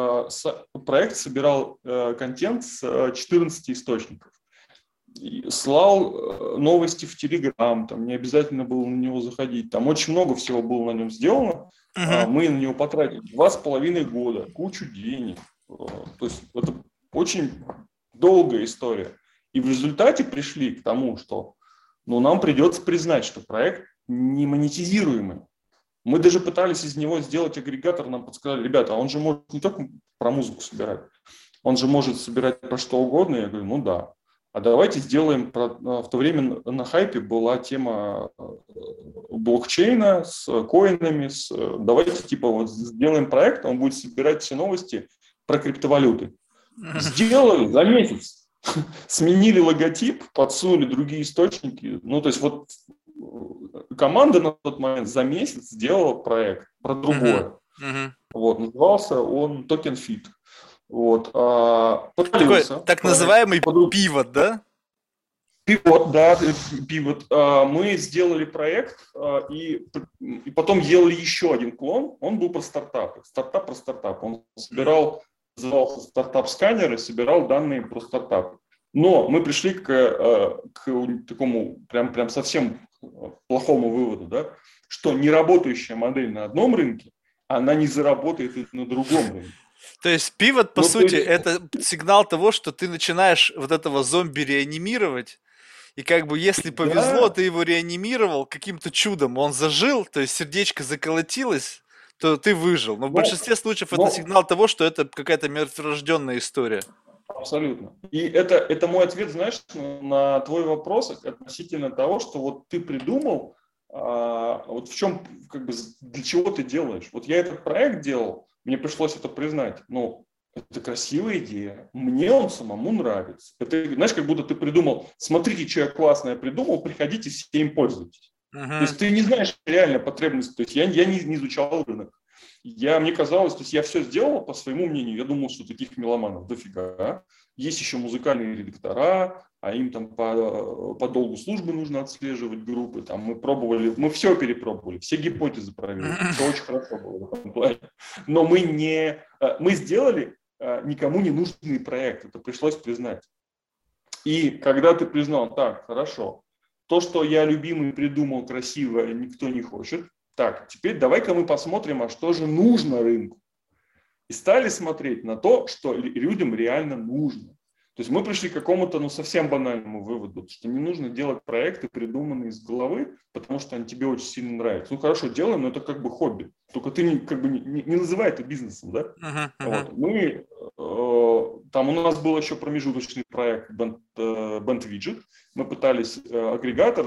проект собирал контент с 14 источников. И слал новости в Телеграм, там не обязательно было на него заходить. Там очень много всего было на нем сделано. Мы на него потратили 2,5 года, кучу денег. То есть это очень долгая история. И в результате пришли к тому, что нам придется признать, что проект не монетизируемый. Мы даже пытались из него сделать агрегатор, нам подсказали, ребята, он же может не только про музыку собирать, он же может собирать про что угодно. Я говорю, ну да. А давайте сделаем, в то время на хайпе была тема блокчейна с коинами, давайте типа вот сделаем проект, он будет собирать все новости про криптовалюты. Сделали за месяц. Сменили логотип, подсунули другие источники. Ну, то есть вот команда на тот момент за месяц сделала проект про другое. Вот, назывался он Token Fit. Вот, такой так называемый пивот, да? Пивот, да, пивот. Мы сделали проект и потом делали еще один клон. Он был про стартапы. Стартап про стартап. Он назывался стартап-сканер и собирал данные про стартапы. Но мы пришли к такому прям совсем плохому выводу, да, что неработающая модель на одном рынке, она не заработает и на другом рынке. То есть пивот, по сути, это сигнал того, что ты начинаешь вот этого зомби реанимировать, и как бы если повезло, ты его реанимировал каким-то чудом, он зажил, то есть сердечко заколотилось, то ты выжил. Но в большинстве случаев это сигнал того, что это какая-то мертворожденная история. Абсолютно. И это мой ответ, знаешь, на твой вопрос относительно того, что вот ты придумал, вот в чем, как бы, для чего ты делаешь. Вот я этот проект делал, мне пришлось это признать. Ну, это красивая идея, мне он самому нравится. Это, знаешь, как будто ты придумал, смотрите, что я классное придумал, приходите, все им пользуйтесь. То Мгм. есть ты не знаешь реально потребности. То есть я не изучал рынок. Мне казалось, то есть я все сделал по своему мнению. Я думал, что таких меломанов дофига. Есть еще музыкальные редактора, а им там по долгу службы нужно отслеживать группы. Там мы пробовали, мы все перепробовали, все гипотезы проверили. Все очень хорошо было в этом плане. Но мы сделали никому не нужный проект. Это пришлось признать. И когда ты признал, так, хорошо, то, что я любимый придумал красиво, никто не хочет. Так, теперь давай-ка мы посмотрим, а что же нужно рынку. И стали смотреть на то, что людям реально нужно. То есть мы пришли к какому-то совсем банальному выводу, что не нужно делать проекты, придуманные из головы, потому что они тебе очень сильно нравятся. Хорошо, делаем, но это как бы хобби. Только ты не называй это бизнесом, да? Мгм. Мгм. Вот. Там у нас был еще промежуточный проект BandWidget. Мы пытались агрегатор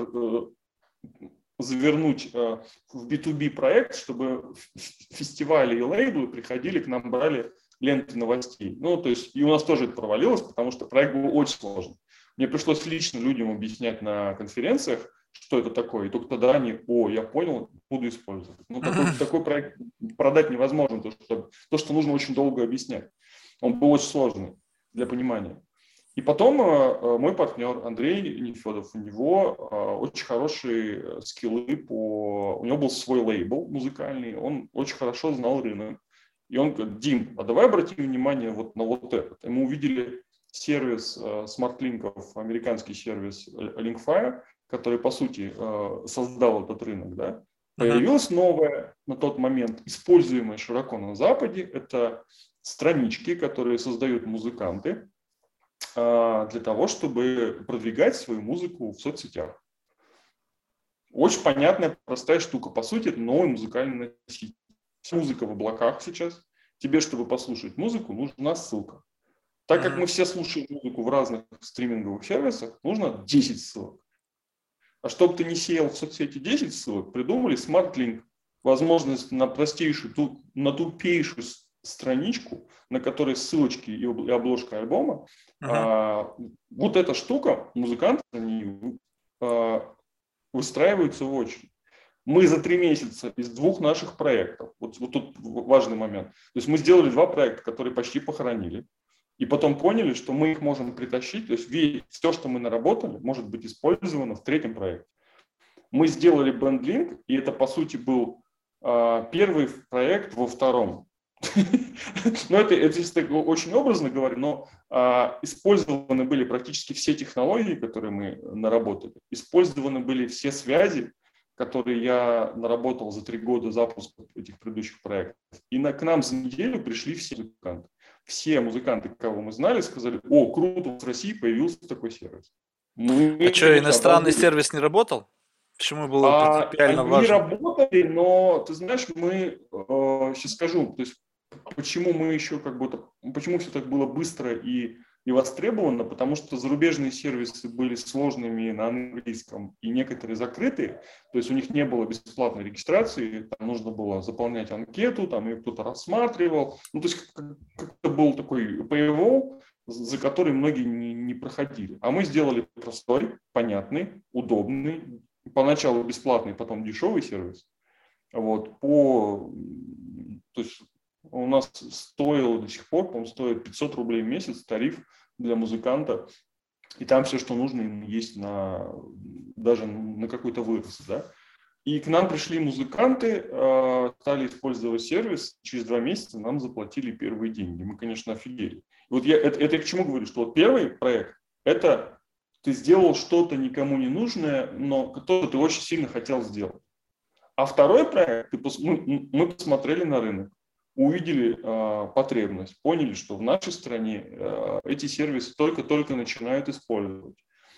завернуть в B2B проект, чтобы фестивали и лейблы приходили к нам, брали ленты новостей. То есть и у нас тоже это провалилось, потому что проект был очень сложный. Мне пришлось лично людям объяснять на конференциях, что это такое, и только тогда они, я понял, буду использовать. Такой проект продать невозможно, то, что нужно очень долго объяснять. Он был очень сложный для понимания. И потом мой партнер Андрей Нефедов, у него очень хорошие скиллы у него был свой лейбл музыкальный, он очень хорошо знал рынок. И он говорит, Дим, а давай обратим внимание вот на вот это. И мы увидели сервис SmartLink'ов, американский сервис Linkfire, который, по сути, создал этот рынок, да. Мгм. Появилась новая на тот момент, используемая широко на Западе, это странички, которые создают музыканты для того, чтобы продвигать свою музыку в соцсетях. Очень понятная, простая штука. По сути, это новый музыкальный носитель. Музыка в облаках сейчас. Тебе, чтобы послушать музыку, нужна ссылка. Так как Мгм. мы все слушаем музыку в разных стриминговых сервисах, нужно 10 ссылок. А чтобы ты не сеял в соцсети 10 ссылок, придумали SmartLink. Возможность на на тупейшую страничку, на которой ссылочки и обложка альбома. Мгм. Вот эта штука, музыканты выстраиваются в очередь. Мы за 3 месяца из 2 наших проектов, вот тут важный момент, то есть мы сделали 2 проекта, которые почти похоронили, и потом поняли, что мы их можем притащить, то есть все, что мы наработали, может быть использовано в 3-м проекте. Мы сделали BandLink, и это, по сути, был первый проект во 2-м. Это если очень образно говорю, но использованы были практически все технологии, которые мы наработали, использованы были все связи, которые я наработал за 3 года запуска этих предыдущих проектов. И к нам за неделю пришли все музыканты. Все музыканты, кого мы знали, сказали, круто, в России появился такой сервис. А Мы, что, конечно, иностранный обалдели. сервис не работал? Почему было принципиально Они важно? работали, но, ты знаешь, сейчас скажу, то есть почему почему все так было быстро и востребовано, потому что зарубежные сервисы были сложными на английском и некоторые закрытые, то есть у них не было бесплатной регистрации, там нужно было заполнять анкету, там ее кто-то рассматривал, то есть как-то был такой paywall, за который многие не проходили. А мы сделали простой, понятный, удобный, поначалу бесплатный, потом дешевый сервис. То есть у нас стоил до сих пор, по-моему, стоит 500 рублей в месяц тариф для музыканта. И там все, что нужно, им есть даже на какой-то вырос. Да? И к нам пришли музыканты, стали использовать сервис. Через 2 месяца нам заплатили первые деньги. Мы, конечно, офигели. Это я к чему говорю, что первый проект – это ты сделал что-то никому не нужное, но которое ты очень сильно хотел сделать. А второй проект, мы посмотрели на рынок, увидели потребность, поняли, что в нашей стране эти сервисы только-только начинают использовать.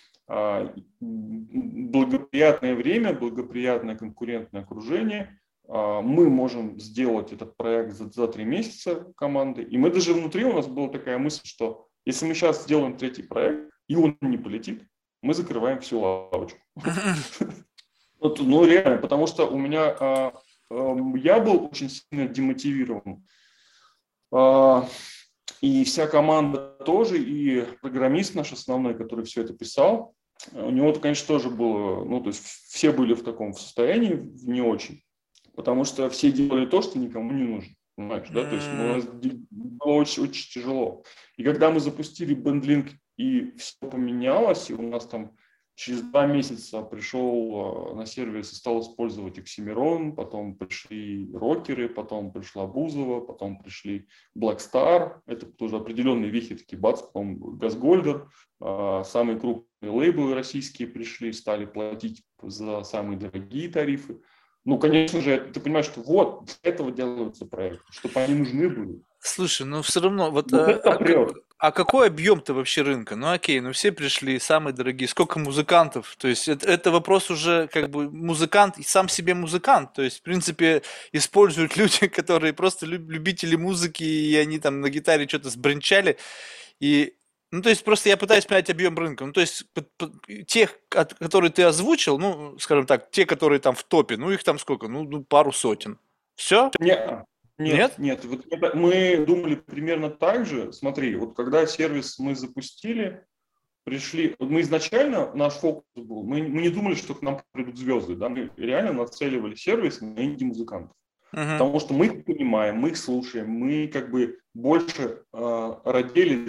Благоприятное время, благоприятное конкурентное окружение. Мы можем сделать этот проект за 3 месяца команды. И мы даже внутри у нас была такая мысль, что если мы сейчас сделаем 3-й проект, и он не полетит, мы закрываем всю лавочку. Реально, потому что я был очень сильно демотивирован И вся команда тоже, и программист наш основной, который все это писал, у него, конечно, тоже было, ну, то есть все были в таком состоянии не очень, потому что все делали то, что никому не нужно, понимаешь, да, то есть у нас было очень, очень тяжело. И когда мы запустили BandLink, и все поменялось, и у нас там через 2 месяца пришел на сервис и стал использовать Оксимирон, потом пришли рокеры, потом пришла Бузова, потом пришли Blackstar, это тоже определенные вехи, такие бац, потом Газгольдер, самые крупные лейблы российские пришли, стали платить за самые дорогие тарифы. Ну, конечно же, ты понимаешь, что вот для этого делаются проекты, чтобы они нужны были. Слушай, ну все равно, вот Вот это прет. а какой объем-то вообще рынка? Ну окей, ну все пришли, самые дорогие. Сколько музыкантов? То есть это вопрос уже как бы музыкант и сам себе музыкант. То есть, в принципе, используют люди, которые просто любители музыки, и они там на гитаре что-то сбринчали. И, ну, то есть просто я пытаюсь понять объем рынка. Ну, то есть тех, которые ты озвучил, ну, скажем так, те, которые там в топе, ну, их там сколько? Ну, пару сотен. Все? Нет, нет, Нет? нет. Вот мы думали примерно так же. Смотри, вот когда сервис мы запустили, пришли, вот мы изначально, наш фокус был, мы не думали, что к нам придут звезды, да, мы реально нацеливали сервис на инди-музыкантов. Угу. Потому что мы их понимаем, мы их слушаем, мы как бы больше родили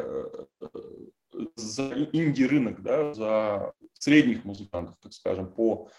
за инди-рынок, да, за средних музыкантов, так скажем,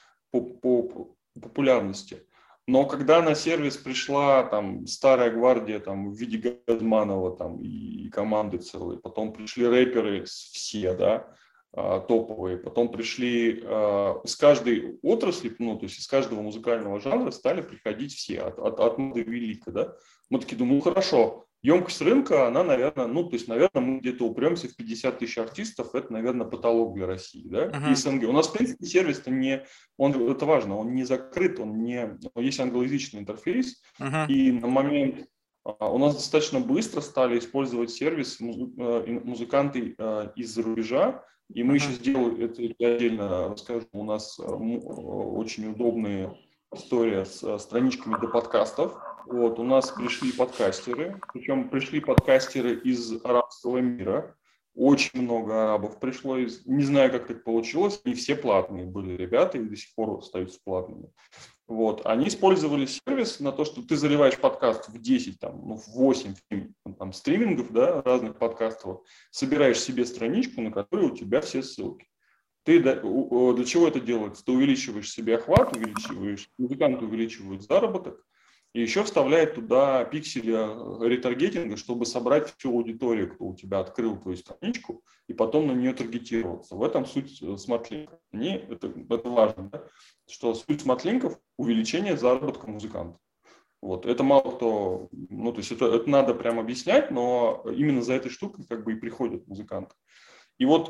по популярности. Но когда на сервис пришла там старая гвардия там, в виде Газманова там, и команды целые, потом пришли рэперы все, да, топовые, потом пришли из каждой отрасли, ну, то есть из каждого музыкального жанра стали приходить все, от моды велика, да. Мы такие думаем, ну, хорошо, емкость рынка, она, наверное, ну, то есть, наверное, мы где-то упремся в 50 тысяч артистов, это, наверное, потолок для России, да, и Угу. СНГ. У нас, в принципе, сервис-то не, это важно, он не закрыт, есть англоязычный интерфейс, Угу. и на момент у нас достаточно быстро стали использовать сервис музыканты из-за рубежа, и мы еще Угу. сделали, это я отдельно расскажу, у нас очень удобная история с страничками для подкастов. Вот, у нас пришли подкастеры, причем пришли подкастеры из арабского мира. Очень много арабов пришло, не знаю, как так получилось, не все платные были ребята и до сих пор остаются платными. Вот. Они использовали сервис на то, что ты заливаешь подкаст в 10, там, ну, в 8 там, стримингов, да, разных подкастов, собираешь себе страничку, на которой у тебя все ссылки. Ты для чего это делается? Ты увеличиваешь себе охват, музыканты увеличивают заработок, и еще вставляет туда пиксели ретаргетинга, чтобы собрать всю аудиторию, кто у тебя открыл твою страничку, и потом на нее таргетироваться. В этом суть смартлинков. Это важно, да? Что суть смартлинков – увеличение заработка музыканта. Вот. Это мало кто, ну, то есть это надо прям объяснять, но именно за этой штукой как бы и приходят музыканты. И вот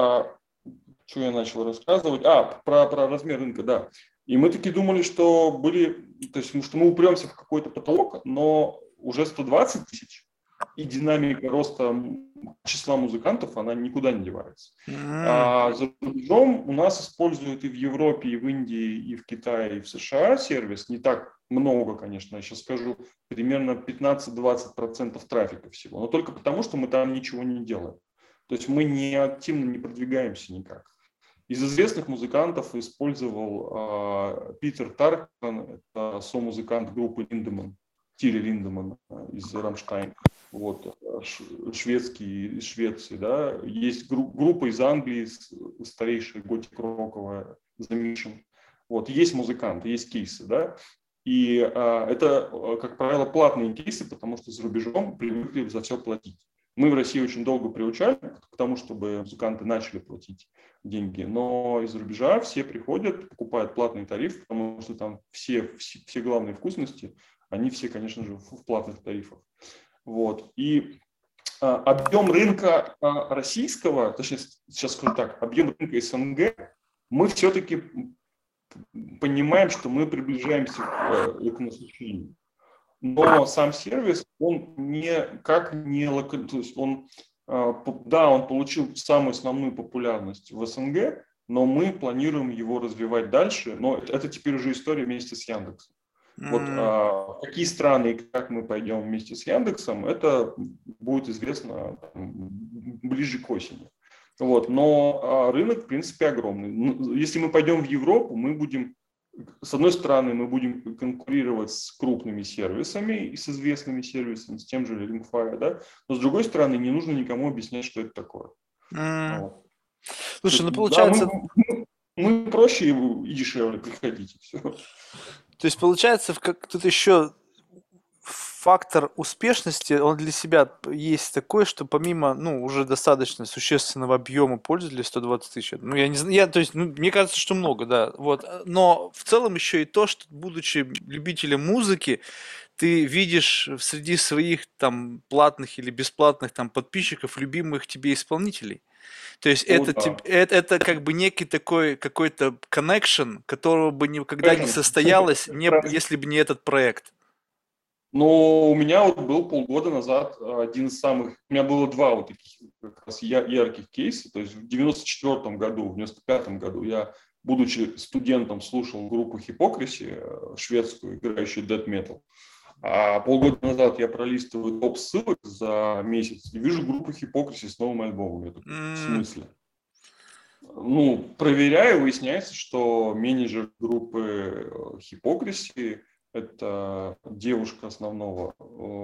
что я начал рассказывать? Про размер рынка, да. И мы таки думали, что то есть, что мы упремся в какой-то потолок, но уже 120 тысяч и динамика роста числа музыкантов, она никуда не девается. А за рубежом у нас используют и в Европе, и в Индии, и в Китае, и в США сервис. Не так много, конечно, я сейчас скажу, примерно 15-20% трафика всего. Но только потому, что мы там ничего не делаем. То есть мы не активно не продвигаемся никак. Из известных музыкантов использовал Питер Таркман, это со-музыкант группы Линдеман, Тилли Линдеман из Рамштайн, вот, шведский, из Швеции, да. Есть группа из Англии, старейшая готик-роковая, The Mission. Вот, есть музыканты, есть кейсы, да. И это, как правило, платные кейсы, потому что за рубежом привыкли за все платить. Мы в России очень долго приучали к тому, чтобы музыканты начали платить деньги, но из-за рубежа все приходят, покупают платный тариф, потому что там все главные вкусности, они все, конечно же, в платных тарифах. Вот. И объем рынка российского, точнее, сейчас скажу так, объем рынка СНГ, мы все-таки понимаем, что мы приближаемся к насыщению. Но сам сервис, он никак не локализуется, то есть он, да, он получил самую основную популярность в СНГ, но мы планируем его развивать дальше, но это теперь уже история вместе с Яндексом. Вот М, в какие страны и как мы пойдем вместе с Яндексом, это будет известно ближе к осени. Вот. Но рынок, в принципе, огромный. Если мы пойдем в Европу, мы будем, с одной стороны, мы будем конкурировать с крупными сервисами и с известными сервисами, с тем же Linkfire, да? Но с другой стороны, не нужно никому объяснять, что это такое. м. Вот. То Слушай, есть, ну да, получается, мы проще и дешевле приходите. Все. то есть получается, как тут еще фактор успешности, он для себя есть такой, что помимо, ну, уже достаточно существенного объема пользователей, 120 тысяч, ну, я не знаю, то есть, ну, мне кажется, что много, да, вот, но в целом еще и то, что, будучи любителем музыки, ты видишь среди своих там платных или бесплатных там подписчиков любимых тебе исполнителей. То есть О, это, да. это как бы некий такой какой-то connection, которого бы никогда не Пэшн. состоялось, если бы не этот проект. Но у меня вот был полгода назад один из самых... У меня было два вот таких как раз ярких кейса. То есть в 94 году, в 95 году я, будучи студентом, слушал группу Hypocrisy, шведскую, играющую death metal. А полгода назад я пролистываю топ ссылок за месяц и вижу группу Hypocrisy с новым альбомом. Я такой, в М, смысле? Ну, проверяю, выясняется, что менеджер группы Hypocrisy — это девушка основного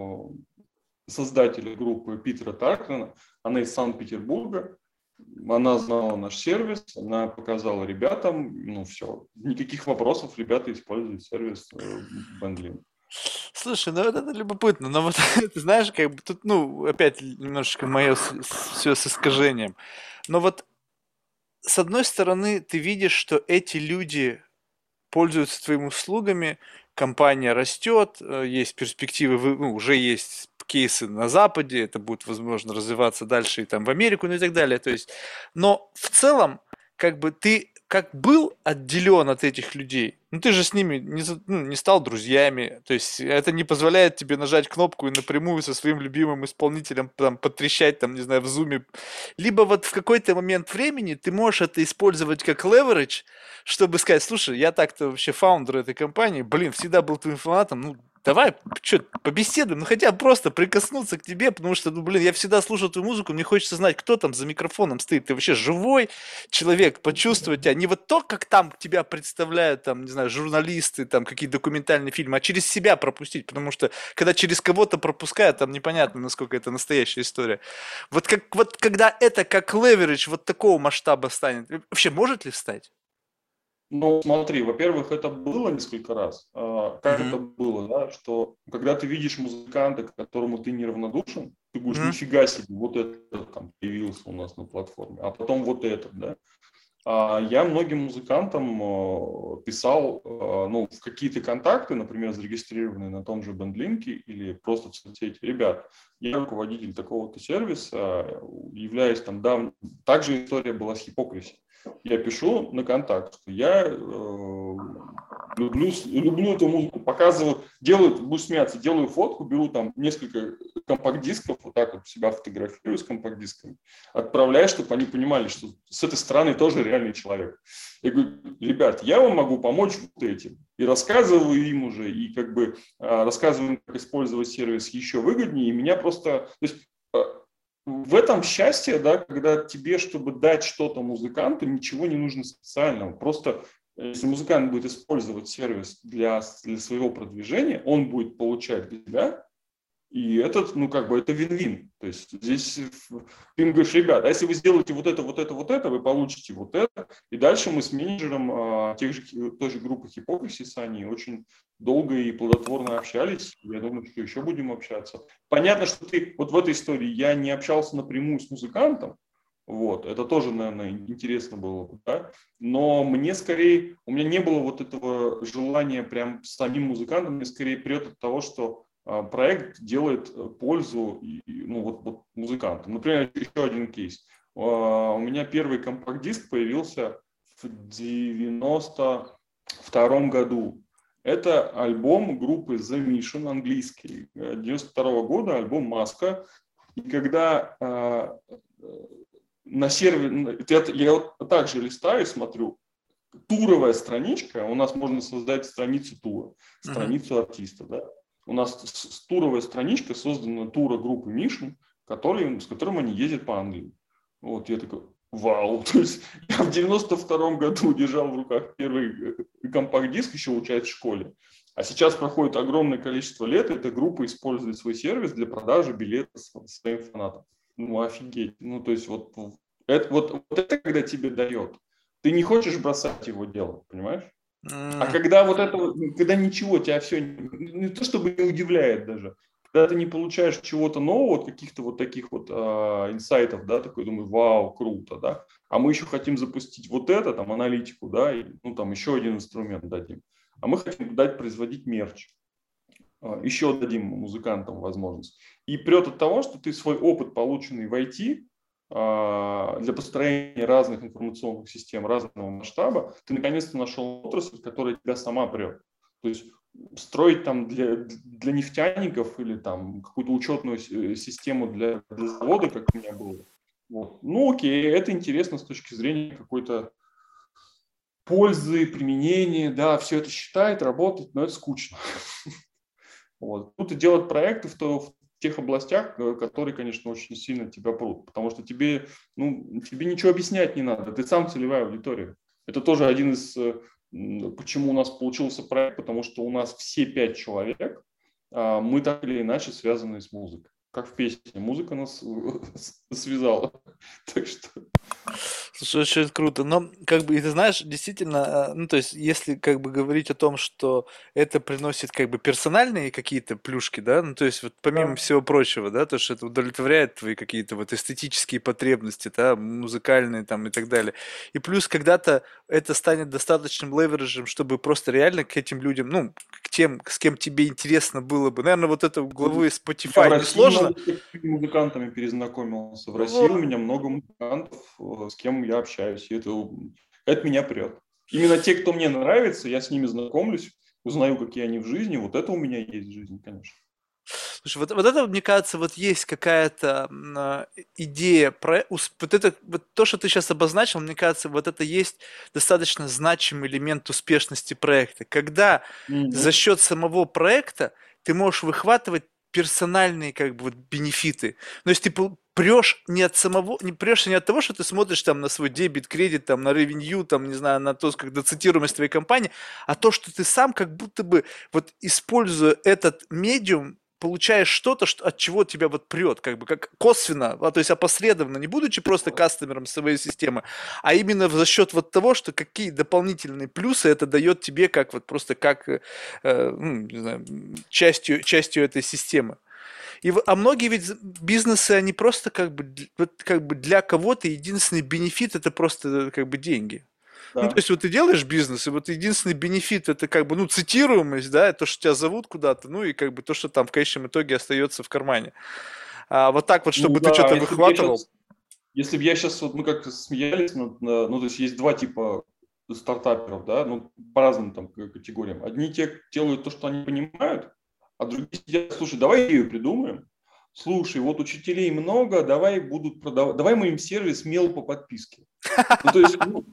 создателя группы Питера Таркмана. Она из Санкт-Петербурга. Она знала наш сервис, она показала ребятам, ну все, никаких вопросов, ребята используют сервис Bandlink. Слушай, ну вот это любопытно, но вот ты знаешь, как бы тут, ну, опять немножечко мое все с искажением. Но вот с одной стороны, ты видишь, что эти люди пользуются твоими услугами, компания растет, есть перспективы, ну, уже есть кейсы на Западе, это будет, возможно, развиваться дальше и там в Америку, ну и так далее. То есть, но в целом, как бы ты как был отделен от этих людей, ну ты же с ними не, ну, не стал друзьями, то есть это не позволяет тебе нажать кнопку и напрямую со своим любимым исполнителем там потрещать, там, не знаю, в зуме. Либо вот в какой-то момент времени ты можешь это использовать как leverage, чтобы сказать, слушай, я так-то вообще фаундер этой компании, блин, всегда был твоим фанатом, ну, давай, что, побеседуем, ну, хотя бы просто прикоснуться к тебе, потому что, ну, блин, я всегда слушаю твою музыку, мне хочется знать, кто там за микрофоном стоит, ты вообще живой человек, почувствовать тебя, не вот то, как там тебя представляют, там, не знаю, журналисты, там, какие-то документальные фильмы, а через себя пропустить, потому что, когда через кого-то пропускают, там непонятно, насколько это настоящая история. Вот когда это как leverage вот такого масштаба станет, вообще может ли стать? Ну, смотри, во-первых, это было несколько раз. Как это Мгм. было, да, что когда ты видишь музыканта, к которому ты неравнодушен, ты говоришь, Мгм. нифига себе, вот этот там появился у нас на платформе, а потом вот этот, да. Я многим музыкантам писал, ну, в какие-то контакты, например, зарегистрированные на том же BandLink или просто в соцсети. Ребят, я руководитель такого-то сервиса, являюсь там давним. Также история была с Hypocrisy. Я пишу на контакт, что я люблю эту музыку, показываю, делаю, будешь смеяться, делаю фотку, беру там несколько компакт-дисков, вот так вот себя фотографирую с компакт-дисками, отправляю, чтобы они понимали, что с этой стороны тоже реальный человек. Я говорю, ребят, я вам могу помочь вот этим. И рассказываю им уже, и как бы рассказываю им, как использовать сервис еще выгоднее. И меня просто... То есть, в этом счастье, да, когда тебе, чтобы дать что-то музыканту, ничего не нужно специального. Просто если музыкант будет использовать сервис для своего продвижения, он будет получать для себя, и этот, ну, как бы, это вин-вин. То есть здесь ты им говоришь, ребят, а если вы сделаете вот это, вот это, вот это, вы получите вот это. И дальше мы с менеджером той же группы Hypocrisy с Аней очень долго и плодотворно общались. Я думаю, что еще будем общаться. Понятно, что ты вот в этой истории я не общался напрямую с музыкантом, вот, это тоже, наверное, интересно было бы, да? Но мне скорее, у меня не было вот этого желания прям с самим музыкантом, мне скорее прет от того, что проект делает пользу ну, вот музыкантам. Например, еще один кейс. У меня первый компакт-диск появился в 92 году. Это альбом группы The Mission, английский, 92 года, альбом «Маска». И когда на сервере, я вот также листаю, смотрю, туровая страничка, у нас можно создать страницу тура, Мгм. страницу артиста, да. У нас туровая страничка создана тура группы Mission, с которым они ездят по Англии. Вот я такой, вау, то есть я в 92-м году держал в руках первый компакт-диск, еще учась в школе. А сейчас проходит огромное количество лет, и эта группа использует свой сервис для продажи билетов своим фанатам. Ну, офигеть. Ну, то есть вот это когда тебе дает. Ты не хочешь бросать его дело, понимаешь? А М, когда вот это, когда ничего, тебя все не то чтобы не удивляет даже, когда ты не получаешь чего-то нового, вот каких-то вот таких вот инсайтов, да, такой думаю, вау, круто, да, а мы еще хотим запустить вот это, там, аналитику, да, и, ну, там, еще один инструмент дадим, а мы хотим дать производить мерч, еще дадим музыкантам возможность. И прет от того, что ты свой опыт, полученный в IT, для построения разных информационных систем разного масштаба, ты наконец-то нашел отрасль, которая тебя сама прет. То есть строить там для нефтяников или там какую-то учетную систему для завода, как у меня было. Вот. Ну окей, это интересно с точки зрения какой-то пользы, применения, да, все это считает, работает, но это скучно. Вот. Тут и делать проекты в тех областях, которые, конечно, очень сильно тебя прут, потому что тебе ничего объяснять не надо, ты сам целевая аудитория. Это тоже один из, почему у нас получился проект, потому что у нас все 5 человек, мы так или иначе связаны с музыкой. Как в песне, музыка нас связала. Так что... Слушай, очень круто. Но, как бы, и ты знаешь, действительно, ну, то есть, если, как бы, говорить о том, что это приносит, как бы, персональные какие-то плюшки, да, ну, то есть, вот, помимо Да. всего прочего, да, то, что это удовлетворяет твои какие-то вот эстетические потребности, да, музыкальные там и так далее. И плюс, когда-то это станет достаточным левериджем, чтобы просто реально к этим людям, ну, к тем, с кем тебе интересно было бы. Наверное, вот это главы Я в Spotify России несложно. много с такими музыкантами перезнакомился. В России у Вот. меня много музыкантов, с кем я общаюсь. И это меня прет. Именно те, кто мне нравится, я с ними знакомлюсь, узнаю, какие они в жизни. Вот это у меня есть в жизни, конечно. Слушай, вот это, мне кажется, вот есть какая-то идея про вот это вот то, что ты сейчас обозначил, мне кажется, вот это есть достаточно значимый элемент успешности проекта, когда за Мгм. счет самого проекта ты можешь выхватывать персональные как бы вот бенефиты. То есть ты прешь не от самого, не прешься не от того, что ты смотришь там на свой дебет, кредит, там на ревенью, там не знаю, на то, когда цитируемость твоей компании, а то, что ты сам как будто бы вот используя этот медиум, получаешь что-то, от чего тебя вот прет, как бы как косвенно, то есть опосредованно, не будучи просто кастомером своей системы, а именно за счет вот того, что какие дополнительные плюсы это дает тебе, как вот просто как ну, не знаю, частью этой системы. А многие ведь бизнесы, они просто как бы, вот как бы для кого-то единственный бенефит это просто как бы деньги. Ну, то Да. есть вот ты делаешь бизнес, и вот единственный бенефит это как бы, ну, цитируемость, да, то, что тебя зовут куда-то, ну, и как бы то, что там в конечном итоге остается в кармане. А вот так вот, Ну чтобы ты да, что-то выхватывал. если бы я сейчас, вот, мы как смеялись, ну, то есть есть два типа стартаперов, да, ну, по разным там категориям. Одни те делают то, что они понимают, а другие сидят, слушай, давай идею придумаем. Слушай, вот учителей много, давай будут продавать, давай мы им сервис мел по подписке. Ну, то есть,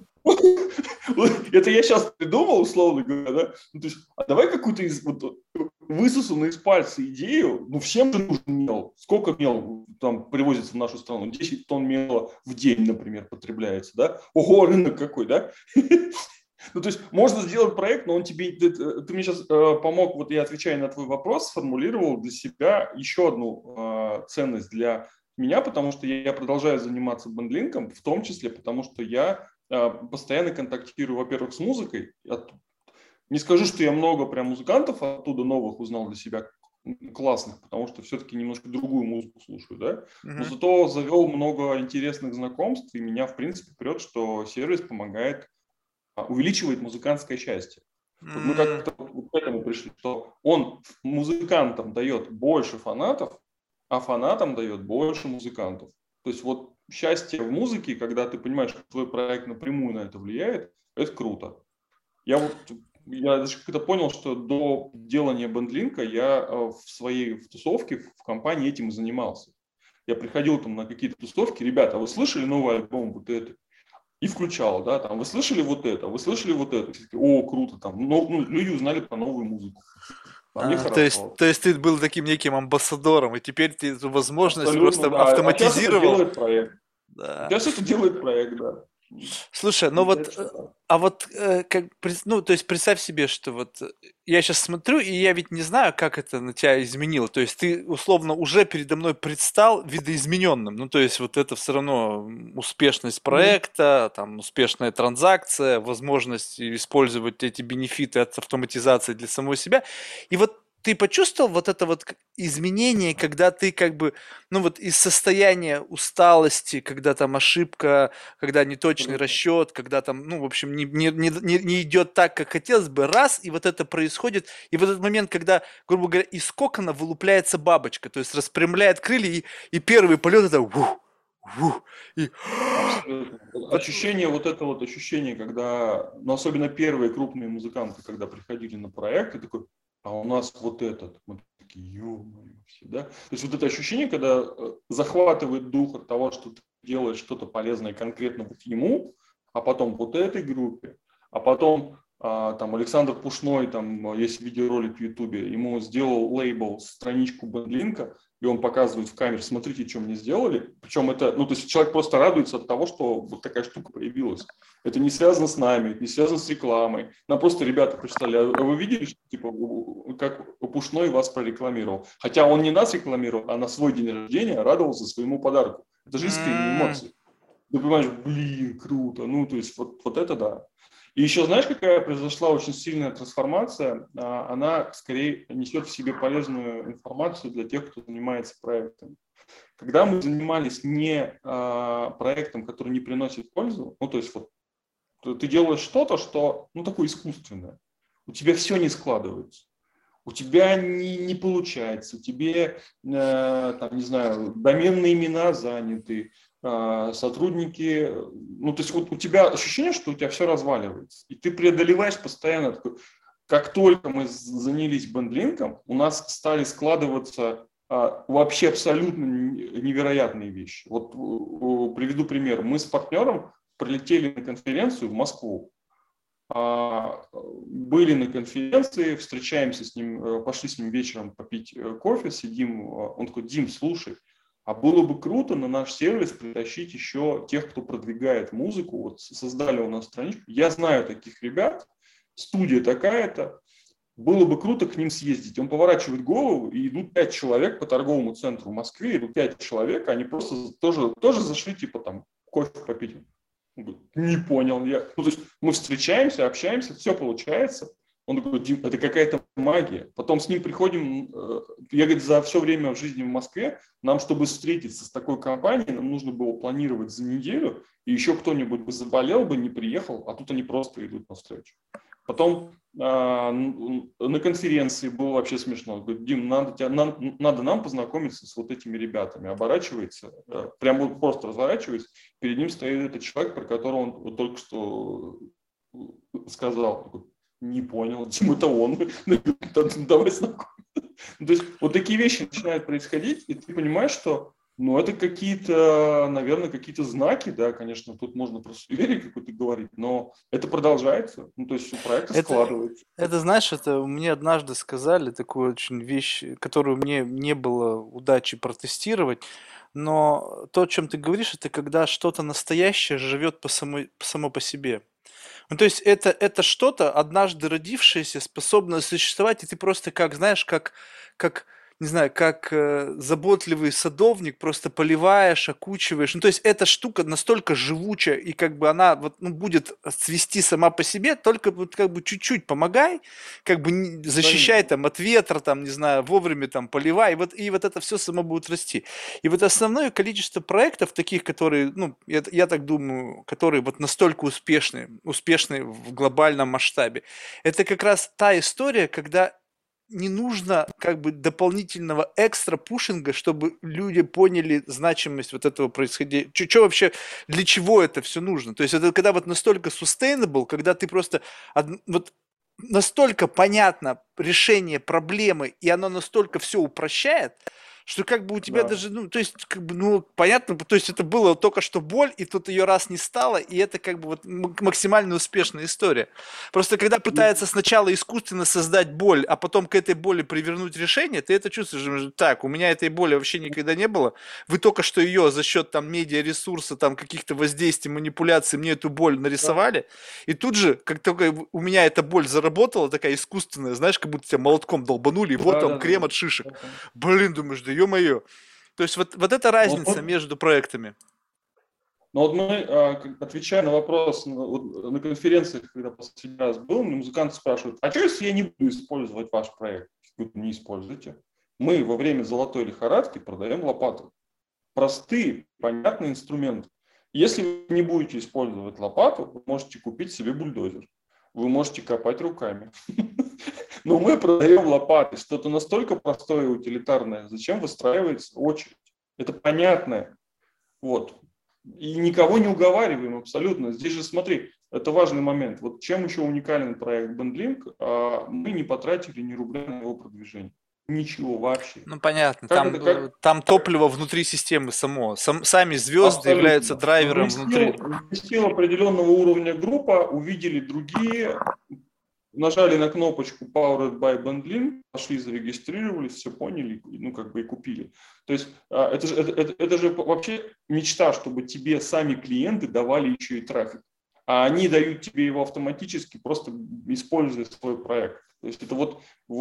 это я сейчас придумал, условно говоря, да? Ну, то есть, а давай какую-то высосанную из пальца идею, ну, всем же нужен мел. Сколько мел там привозится в нашу страну? 10 тонн мела в день, например, потребляется, да? Ого, рынок какой, да? Ну, то есть можно сделать проект, но он тебе... Ты мне сейчас помог, вот я отвечаю на твой вопрос, сформулировал для себя еще одну ценность для меня, потому что я продолжаю заниматься бендлинком, в том числе потому, что я постоянно контактирую, во-первых, с музыкой. Не скажу, что я много прям музыкантов оттуда новых узнал для себя классных, потому что все-таки немножко другую музыку слушаю, да. Но Мгм. зато завел много интересных знакомств, и меня, в принципе, прет, что сервис помогает, увеличивает музыкантское счастье. Вот мы М, как-то вот к этому пришли, что он музыкантам дает больше фанатов, а фанатам дает больше музыкантов. То есть вот счастье в музыке, когда ты понимаешь, что твой проект напрямую на это влияет, это круто. Я даже как-то понял, что до делания бендлинка я в своей тусовке, в компании этим и занимался. Я приходил там на какие-то тусовки, ребята, а вы слышали новый альбом вот это? и включал, да, там, вы слышали вот это, вы слышали вот это, все такие, о, круто, там, ну, люди узнали про новую музыку, а мне То есть, хорошо. то есть ты был таким неким амбассадором, и теперь ты эту возможность Абсолютно, просто да. А сейчас это автоматизировал. делает проект. Да. Сейчас это делает проект, да. Слушай, ну вот, Получается, что так. ну, то есть представь себе, что вот я сейчас смотрю, и я ведь не знаю, как это на тебя изменило. То есть ты условно уже передо мной предстал видоизмененным. Ну, то есть вот это все равно успешность Мгм. проекта, там, успешная транзакция, возможность использовать эти бенефиты от автоматизации для самого себя. И вот ты почувствовал вот это вот изменение, когда ты как бы, ну вот из состояния усталости, когда там ошибка, когда неточный Абсолютно. расчет, когда там, ну, в общем, не идет так, как хотелось бы, раз, и вот это происходит, и в этот момент, когда, грубо говоря, из кокона вылупляется бабочка, то есть распрямляет крылья, и первый полет это и Абсолютно. вот, Ощущение, вот это вот ощущение, когда, ну, особенно первые крупные музыканты, когда приходили на проект, и такой, а у нас вот этот. Мы такие, ё-моё, все, да? То есть вот это ощущение, когда захватывает дух от того, что ты делаешь что-то полезное конкретно вот ему, а потом вот этой группе, а потом там Александр Пушной, там есть видеоролик в Ютубе, ему сделал лейбл, страничку бендлинка, и он показывает в камере, смотрите, что мне сделали. Причем это, ну, то есть человек просто радуется от того, что вот такая штука появилась. Это не связано с нами, это не связано с рекламой. Нам просто ребята прочитали, а вы видели, что, типа, как Пушной вас прорекламировал? Хотя он не нас рекламировал, а на свой день рождения радовался своему подарку. Это же искренние эмоции. Ты понимаешь, блин, круто. Ну, то есть вот это да. И еще знаешь, какая произошла очень сильная трансформация? Она скорее несет в себе полезную информацию для тех, кто занимается проектом. Когда мы занимались не проектом, который не приносит пользу, ну то есть вот ты делаешь что-то, что ну такое искусственное, у тебя все не складывается. У тебя не получается, тебе, там, не знаю, доменные имена заняты, сотрудники, ну, то есть вот у тебя ощущение, что у тебя все разваливается, и ты преодолеваешь постоянно такой, как только мы занялись бендлинком, у нас стали складываться вообще абсолютно невероятные вещи. Вот приведу пример. Мы с партнером прилетели на конференцию в Москву, были на конференции, встречаемся с ним, пошли с ним вечером попить кофе, сидим, он такой, Дим, слушай, а было бы круто на наш сервис притащить еще тех, кто продвигает музыку, вот создали у нас страничку, я знаю таких ребят, студия такая-то, было бы круто к ним съездить. Он поворачивает голову, и идут 5 человек по торговому центру в Москве, идут 5 человек, они просто тоже зашли, типа там, кофе попить. Он говорит, не понял я. Ну, то есть мы встречаемся, общаемся, все получается. Он такой, Дим, это какая-то магия. Потом с ним приходим, я, говорит, за все время в жизни в Москве, нам, чтобы встретиться с такой компанией, нам нужно было планировать за неделю, и еще кто-нибудь бы заболел бы, не приехал, а тут они просто идут навстречу. Потом на конференции было вообще смешно. Говорит, Дим, надо нам познакомиться с вот этими ребятами. Оборачивается, прям вот просто разворачивается, перед ним стоит этот человек, про которого он вот только что сказал. Такой, не понял, Дим, это он. Давай знакомиться. То есть вот такие вещи начинают происходить, и ты понимаешь, что ну, это какие-то, наверное, какие-то знаки, да, конечно, тут можно про суеверие какое-то говорить, но это продолжается, ну, то есть у проекта это, складывается. это, знаешь, это мне однажды сказали такую очень вещь, которую мне не было удачи протестировать, но то, о чем ты говоришь, это когда что-то настоящее живет само по себе. Ну, то есть это что-то, однажды родившееся, способное существовать, и ты просто как, знаешь, как не знаю, как заботливый садовник, просто поливаешь, окучиваешь. Ну, то есть эта штука настолько живучая, и как бы она вот, ну, будет цвести сама по себе, только вот как бы чуть-чуть помогай, как бы защищай Абсолютно. там от ветра, там, не знаю, вовремя там поливай, и вот это все само будет расти. И вот основное количество проектов, таких, которые, ну, я так думаю, которые вот настолько успешны в глобальном масштабе, это как раз та история, когда не нужно как бы дополнительного экстра пушинга, чтобы люди поняли значимость вот этого происходящего. Что вообще, для чего это все нужно? То есть это когда вот настолько sustainable, когда ты просто вот настолько понятно решение проблемы, и оно настолько все упрощает, что как бы у тебя Да. даже, ну, то есть, как бы, ну, понятно, то есть это было только что боль, и тут ее раз не стало, и это как бы вот максимально успешная история. Просто когда пытается сначала искусственно создать боль, а потом к этой боли привернуть решение, ты это чувствуешь, думаешь, так, у меня этой боли вообще никогда не было, вы только что ее за счет там медиа-ресурса, там каких-то воздействий, манипуляций мне эту боль Да. нарисовали, и тут же, как только у меня эта боль заработала, такая искусственная, знаешь, как будто тебя молотком долбанули, и вот Да, вам да, да, крем да. от шишек. Да. Блин, думаешь, да ё-моё. То есть вот эта Ну, вот разница мы, между проектами. ну, вот мы, отвечая на вопрос вот на конференциях, когда последний раз был, мне музыканты спрашивают, а что, если я не буду использовать ваш проект? Я говорю, не используйте. Мы во время золотой лихорадки продаем лопаты. Простые, понятные инструменты. Если вы не будете использовать лопату, вы можете купить себе бульдозер. Вы можете копать руками. Но мы продаем лопаты. Что-то настолько простое и утилитарное. Зачем выстраивается очередь? Это понятное. Вот. И никого не уговариваем абсолютно. Здесь же, смотри, это важный момент. Вот чем еще уникален проект BandLink, мы не потратили ни рубля на его продвижение. Ничего вообще. Ну, понятно, Как там, это, как, там топливо внутри системы само. Сами звезды являются Абсолютно. драйвером внутри. Вместил определенного уровня группа, увидели другие, нажали на кнопочку Powered by Bandlink, пошли, зарегистрировались, все поняли, ну, как бы и купили. То есть это же вообще мечта, чтобы тебе сами клиенты давали еще и трафик. А они дают тебе его автоматически, просто используя свой проект. То есть это вот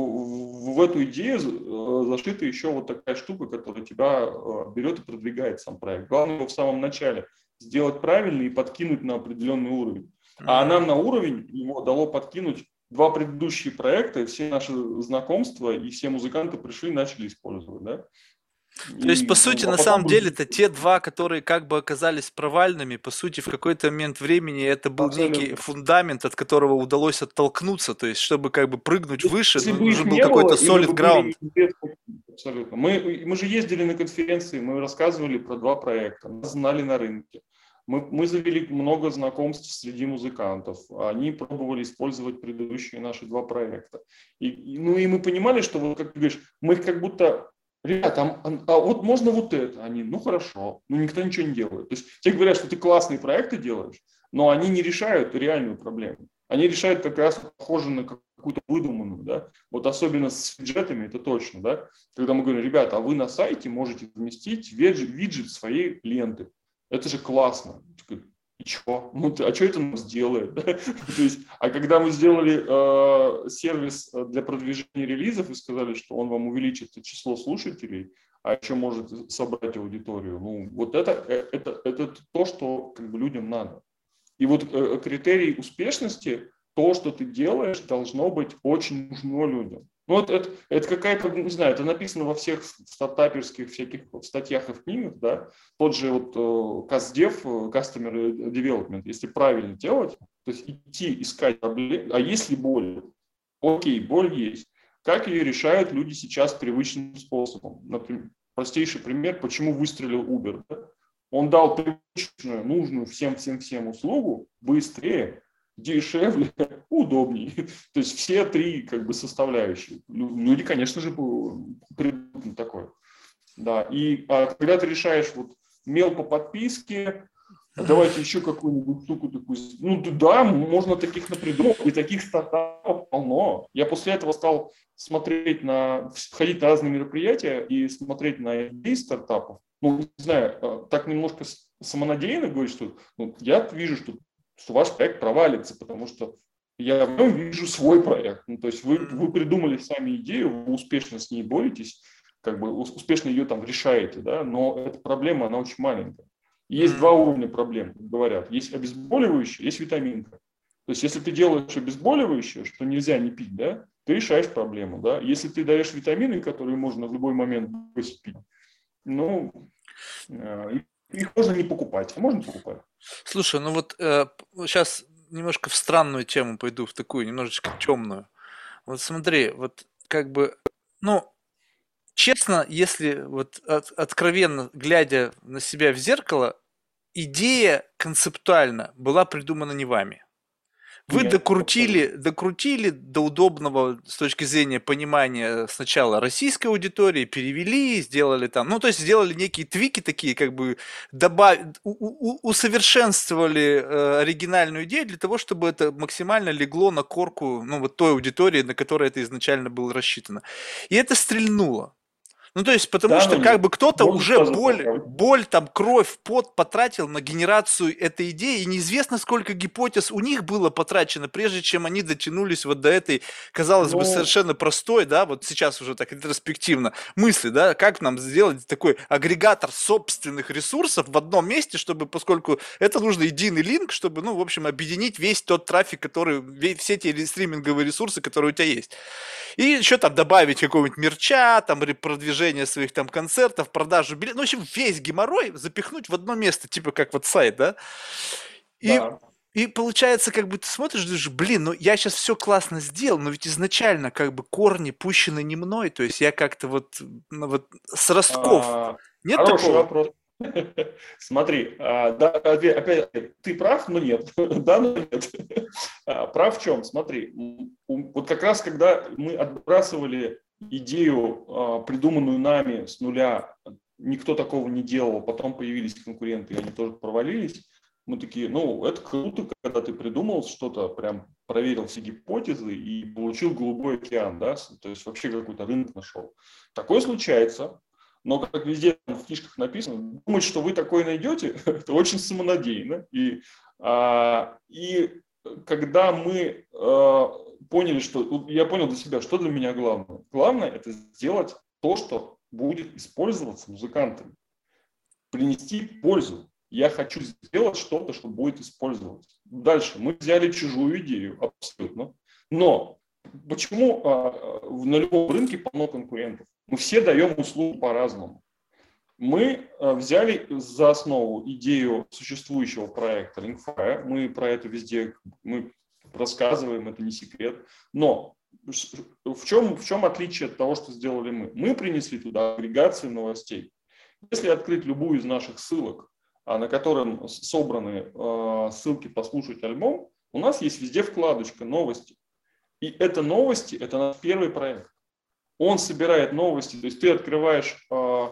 в эту идею зашита еще вот такая штука, которая тебя берет и продвигает сам проект. Главное его в самом начале сделать правильно и подкинуть на определенный уровень. А нам на уровень его дало подкинуть два предыдущие проекта, и все наши знакомства, и все музыканты пришли и начали использовать, да. То есть, по И, сути, ну, а на потом самом деле, другие. это те два, которые как бы оказались провальными. По сути, в какой-то момент времени это был некий Абсолютно. фундамент, от которого удалось оттолкнуться. То есть, чтобы как бы прыгнуть выше, Если бы их нужен был не было, какой-то и мы solid бы ground. были неизвестны, абсолютно. Мы же ездили на конференции, мы рассказывали про два проекта, нас знали на рынке. Мы завели много знакомств среди музыкантов. Они пробовали использовать предыдущие наши два проекта. Ну и мы понимали, что, вот, как ты говоришь, мы их как будто... Ребята, а вот можно вот это? Они, ну хорошо, ну никто ничего не делает. То есть тебе говорят, что ты классные проекты делаешь, но они не решают реальную проблему. Они решают как раз похоже на какую-то выдуманную, да. Вот особенно с виджетами, это точно, да. Когда мы говорим, ребята, а вы на сайте можете вместить виджет своей ленты. Это же классно. И что? Ну, а что это нам сделает? Да? То есть, а когда мы сделали сервис для продвижения релизов и сказали, что он вам увеличит число слушателей, а еще может собрать аудиторию, ну, вот это то, что как бы людям надо. И вот критерий успешности, то, что ты делаешь, должно быть очень нужно людям. Ну, вот это какая-то, не знаю, это написано во всех стартаперских всяких статьях и в книгах, да. Тот же вот CastDev, Customer Development, если правильно делать, то есть идти искать проблемы, а если боль? Окей, боль есть. Как ее решают люди сейчас привычным способом? Например, простейший пример, почему выстрелил Uber. Да? Он дал привычную, нужную всем услугу быстрее, дешевле, удобнее. То есть все три как бы составляющие. Люди, конечно же, придут на такое. Да. И когда ты решаешь вот мел по подписке, давайте еще какую-нибудь штуку такую. Ну да, можно таких напридумать, и таких стартапов полно. Я после этого стал смотреть ходить на разные мероприятия и смотреть на идеи стартапов. Ну, не знаю, так немножко самонадеянно говорить, что ну, я вижу, что ваш проект провалится, потому что я в нем вижу свой проект. Ну, то есть вы придумали сами идею, вы успешно с ней боретесь, как бы успешно ее там решаете, да, но эта проблема, она очень маленькая. Есть два уровня проблем, говорят. Есть обезболивающее, есть витаминка. То есть если ты делаешь обезболивающее, что нельзя не пить, да, ты решаешь проблему, да. Если ты даешь витамины, которые можно в любой момент бросить пить, ну, их можно не покупать, а можно покупать. Слушай, ну вот сейчас немножко в странную тему пойду, в такую немножечко темную. Вот смотри, вот как бы, ну, честно, если вот откровенно глядя на себя в зеркало, идея концептуально была придумана не вами. Вы Нет, абсолютно. докрутили до удобного с точки зрения понимания сначала российской аудитории, перевели, сделали там, ну, то есть сделали некие твики такие, как бы усовершенствовали оригинальную идею для того, чтобы это максимально легло на корку, ну, вот той аудитории, на которой это изначально было рассчитано. И это стрельнуло. Ну, то есть, потому Да, что но как нет. бы кто-то Можно уже сразу поправить. боль, там, кровь, пот потратил на генерацию этой идеи, и неизвестно, сколько гипотез у них было потрачено, прежде чем они дотянулись вот до этой, казалось бы, Ну, совершенно простой, да, вот сейчас уже так ретроспективно, мысли, да, как нам сделать такой агрегатор собственных ресурсов в одном месте, чтобы, поскольку это нужно единый линк, чтобы, ну, в общем, объединить весь тот трафик, который, все те стриминговые ресурсы, которые у тебя есть. И еще там добавить какого-нибудь мерча, там продвижение своих там концертов, продажу билетов. Ну, в общем, весь геморрой запихнуть в одно место, типа как вот сайт, да? И, да. и получается, как бы ты смотришь, думаешь, блин, ну я сейчас все классно сделал, но ведь изначально как бы корни пущены не мной, то есть я как-то вот, ну, вот с ростков. А, Нет Хороший такого? вопрос. Смотри, да, опять, ты прав, но нет. Да, но нет. Прав в чем? Смотри, вот как раз когда мы отбрасывали идею, придуманную нами с нуля, никто такого не делал, потом появились конкуренты, и они тоже провалились, мы такие, ну, это круто, когда ты придумал что-то, прям проверил все гипотезы и получил голубой океан, да, то есть вообще какой-то рынок нашел. Такое случается. Но, как везде в книжках написано, думать, что вы такое найдете, это очень самонадеянно. И когда мы поняли, что... Я понял для себя, что для меня главное. Главное – это сделать то, что будет использоваться музыкантами. Принести пользу. Я хочу сделать что-то, что будет использоваться. Дальше. Мы взяли чужую идею, абсолютно. Но почему на любом рынке полно конкурентов? Мы все даем услугу по-разному. Мы взяли за основу идею существующего проекта Linkfire. Мы про это везде мы рассказываем, это не секрет. Но в чем отличие от того, что сделали мы? Мы принесли туда агрегацию новостей. Если открыть любую из наших ссылок, на котором собраны ссылки послушать альбом, у нас есть везде вкладочка «Новости». И это новости, это наш первый проект. Он собирает новости, то есть ты открываешь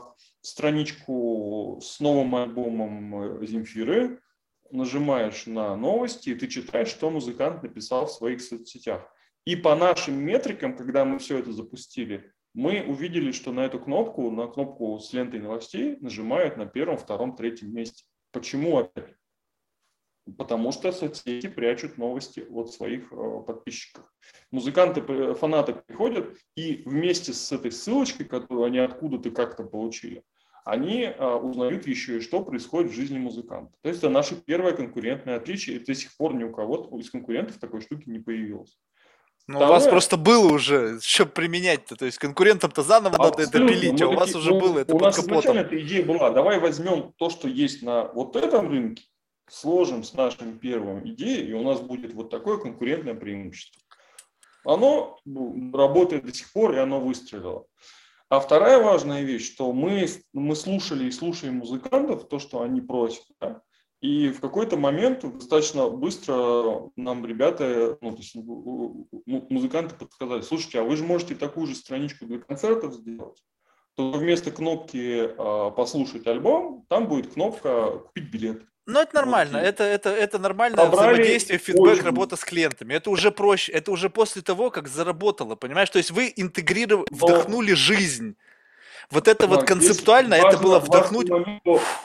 страничку с новым альбомом Земфиры, нажимаешь на новости, и ты читаешь, что музыкант написал в своих соцсетях. И по нашим метрикам, когда мы все это запустили, мы увидели, что на кнопку с лентой новостей нажимают на первом, втором, третьем месте. Почему опять? Потому что соцсети прячут новости от своих подписчиков. Музыканты, фанаты приходят и вместе с этой ссылочкой, которую они откуда-то как-то получили, они узнают еще и что происходит в жизни музыканта. То есть это наше первое конкурентное отличие, и до сих пор ни у кого из конкурентов такой штуки не появилось. Ну, у вас Второе, просто было уже, что применять-то, то есть конкурентам-то заново надо это абсолютно, пилить, а у вас уже было это у под нас изначально капотом. эта идея была, давай возьмем то, что есть на вот этом рынке, сложим с нашим первым идеей, и у нас будет вот такое конкурентное преимущество. Оно работает до сих пор, и оно выстрелило. А вторая важная вещь, что мы слушали и слушаем музыкантов, то, что они просят, да? И в какой-то момент достаточно быстро нам ребята, ну, то есть музыканты подсказали, слушайте, а вы же можете такую же страничку для концертов сделать, то вместо кнопки «послушать альбом» там будет кнопка «купить билет». Ну, это Мы нормально. такие, Это нормальное собрали взаимодействие, фидбэк, очень, работа с клиентами. Это уже проще. Это уже после того, как заработало, понимаешь? То есть вы интегрировали, но вдохнули жизнь. Вот это вот здесь концептуально, это было важный вдохнуть. момент,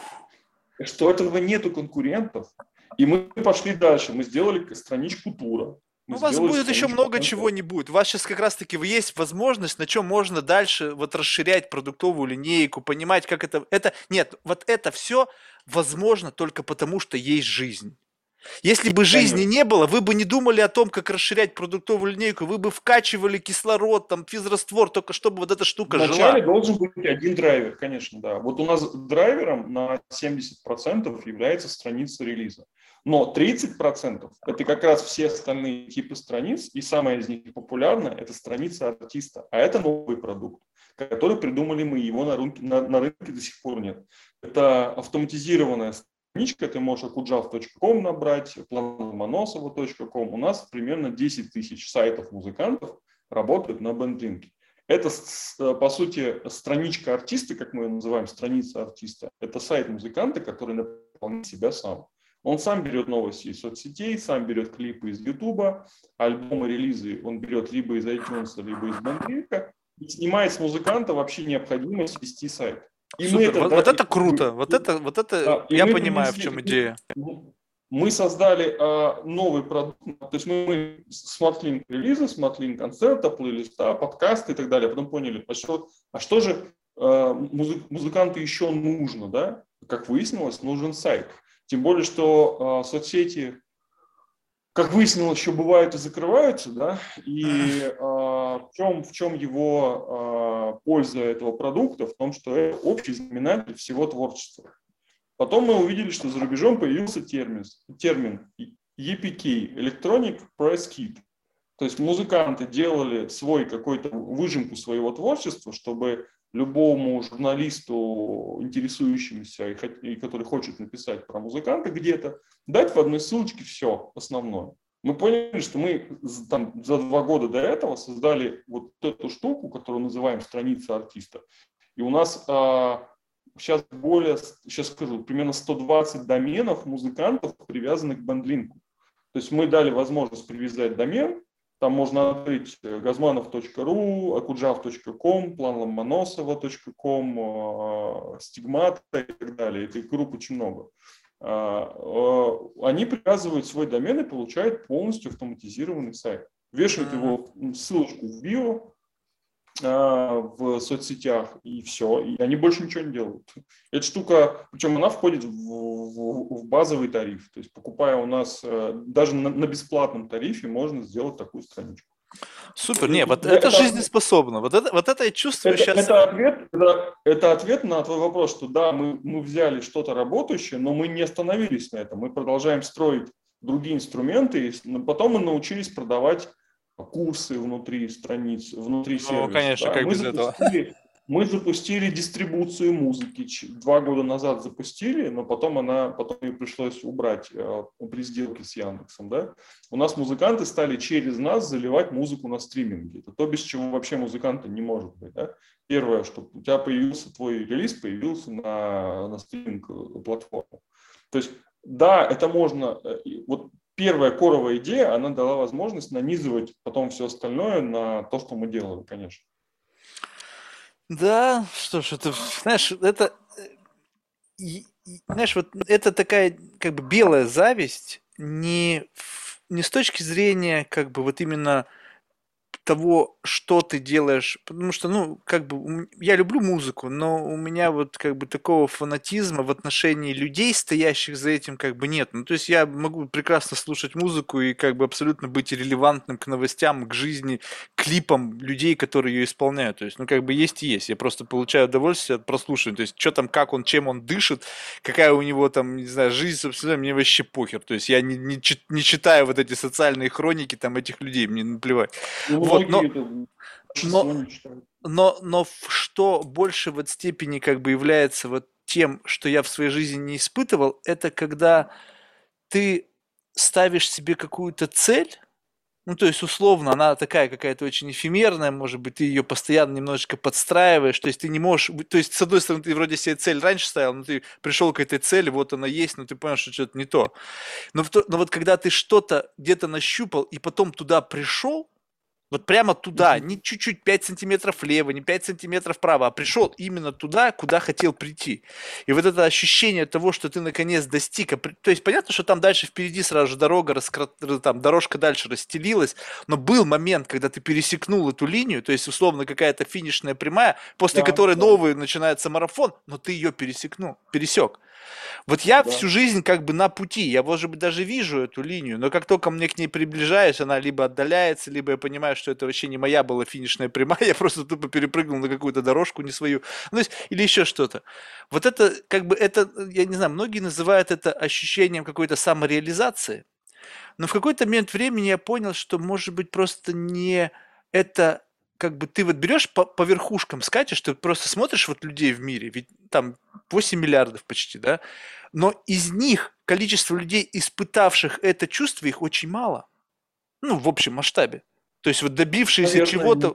что этого нету конкурентов. И мы пошли дальше. Мы сделали страничку тура. Мы У вас сделали будет еще страничку много чего концерта. не будет. У вас сейчас как раз-таки есть возможность, на чем можно дальше вот расширять продуктовую линейку, понимать, как это... Нет, вот это все возможно только потому, что есть жизнь. Если бы жизни Конечно. не было, вы бы не думали о том, как расширять продуктовую линейку, вы бы вкачивали кислород, там, физраствор, только чтобы вот эта штука Вначале жила. должен быть один драйвер, конечно, да. Вот у нас драйвером на 70% является страница релиза. Но 30% это как раз все остальные типы страниц, и самая из них популярная – это страница артиста. А это новый продукт, который придумали мы, его на рынке до сих пор нет. Это автоматизированная страничка, ты можешь akujav.com набрать, planlomonosov.com. У нас примерно 10 тысяч сайтов музыкантов работают на BandLink. Это, по сути, страничка артиста, как мы ее называем, страница артиста. Это сайт музыканта, который наполняет себя сам. Он сам берет новости из соцсетей, сам берет клипы из Ютуба, альбомы, релизы он берет либо из iTunes, либо из BandLink, и снимает с музыканта вообще необходимость вести сайт. И мы Супер, это, вот да, это круто, вот это да, и я мы это понимаю, в внесли. чем идея. Мы создали новый продукт, то есть мы SmartLink релиза, SmartLink концерта, плейлиста, подкасты и так далее. Потом поняли, что же музыканту еще нужно, да? Как выяснилось, нужен сайт. Тем более, что соцсети, как выяснилось, еще бывают и закрываются, да? И в чем его польза этого продукта? В том, что это общий знаменатель всего творчества. Потом мы увидели, что за рубежом появился термин EPK – Electronic Press Kit. То есть музыканты делали какую-то выжимку своего творчества, чтобы любому журналисту, интересующемуся и который хочет написать про музыканта где-то, дать в одной ссылочке все основное. Мы поняли, что мы там, за 2 года до этого создали вот эту штуку, которую называем страница артиста. И у нас сейчас скажу, примерно 120 доменов музыкантов привязаны к BandLink. То есть мы дали возможность привязать домен, там можно открыть gazmanov.ru, akujav.com, planlomonosov.com, Stigmata и так далее. Этих групп очень много. Они привязывают свой домен и получают полностью автоматизированный сайт. Вешают его ссылочку в био, в соцсетях, и все. И они больше ничего не делают. Эта штука, причем она входит в базовый тариф. То есть, покупая у нас, даже на бесплатном тарифе, можно сделать такую страничку. Супер, не, вот это жизнеспособно. Вот это я чувствую сейчас. Это ответ на твой вопрос, что да, мы взяли что-то работающее, но мы не остановились на этом. Мы продолжаем строить другие инструменты, но потом мы научились продавать курсы внутри страниц, внутри сервиса. Ну, конечно, да? Как без этого. Мы запустили дистрибуцию музыки. 2 года назад запустили, но потом ее пришлось убрать при сделке с Яндексом. Да? У нас музыканты стали через нас заливать музыку на стриминге. Это то, без чего вообще музыканта не может быть. Да? Первое, что у тебя твой релиз появился на стриминг-платформу. То есть, да, это можно. Вот первая коровая идея, она дала возможность нанизывать потом все остальное на то, что мы делаем, конечно. Да, что ж, это, знаешь, знаешь, вот это такая как бы белая зависть не с точки зрения как бы вот именно того, что ты делаешь, потому что, ну, как бы, я люблю музыку, но у меня вот как бы такого фанатизма в отношении людей, стоящих за этим, как бы нет. Ну, то есть я могу прекрасно слушать музыку и как бы абсолютно быть релевантным к новостям, к жизни, клипам людей, которые ее исполняют. То есть, ну, как бы есть и есть. Я просто получаю удовольствие от прослушивания. То есть, что там, как он, чем он дышит, какая у него там, не знаю, жизнь, собственно, мне вообще похер. То есть, я не читаю вот эти социальные хроники там этих людей, мне наплевать. Вот, но что больше вот степени как бы является вот тем, что я в своей жизни не испытывал, это когда ты ставишь себе какую-то цель, ну, то есть, условно, она такая какая-то очень эфемерная, может быть, ты ее постоянно немножечко подстраиваешь, то есть ты не можешь, то есть, с одной стороны, ты вроде себе цель раньше ставил, но ты пришел к этой цели, вот она есть, но ты понял, что что-то не то. Но вот когда ты что-то где-то нащупал и потом туда пришел, вот прямо туда, не чуть-чуть 5 сантиметров влево, не 5 сантиметров вправо, а пришел именно туда, куда хотел прийти. И вот это ощущение того, что ты наконец достиг, то есть понятно, что там дальше впереди сразу же там дорожка дальше расстелилась, но был момент, когда ты пересекнул эту линию, то есть условно какая-то финишная прямая, после которой новый начинается марафон, но ты ее пересек. Вот я всю жизнь как бы на пути, я, может быть, даже вижу эту линию, но как только мне к ней приближаюсь, она либо отдаляется, либо я понимаю, что это вообще не моя была финишная прямая, я просто тупо перепрыгнул на какую-то дорожку не свою, ну, то есть, или еще что-то. Вот это, как бы, это, я не знаю, многие называют это ощущением какой-то самореализации, но в какой-то момент времени я понял, что, может быть, просто не это как бы ты вот берешь по верхушкам скачешь, ты просто смотришь вот людей в мире, ведь там 8 миллиардов почти, да, но из них количество людей, испытавших это чувство, их очень мало. Ну, в общем масштабе. То есть вот добившиеся Наверное, чего-то,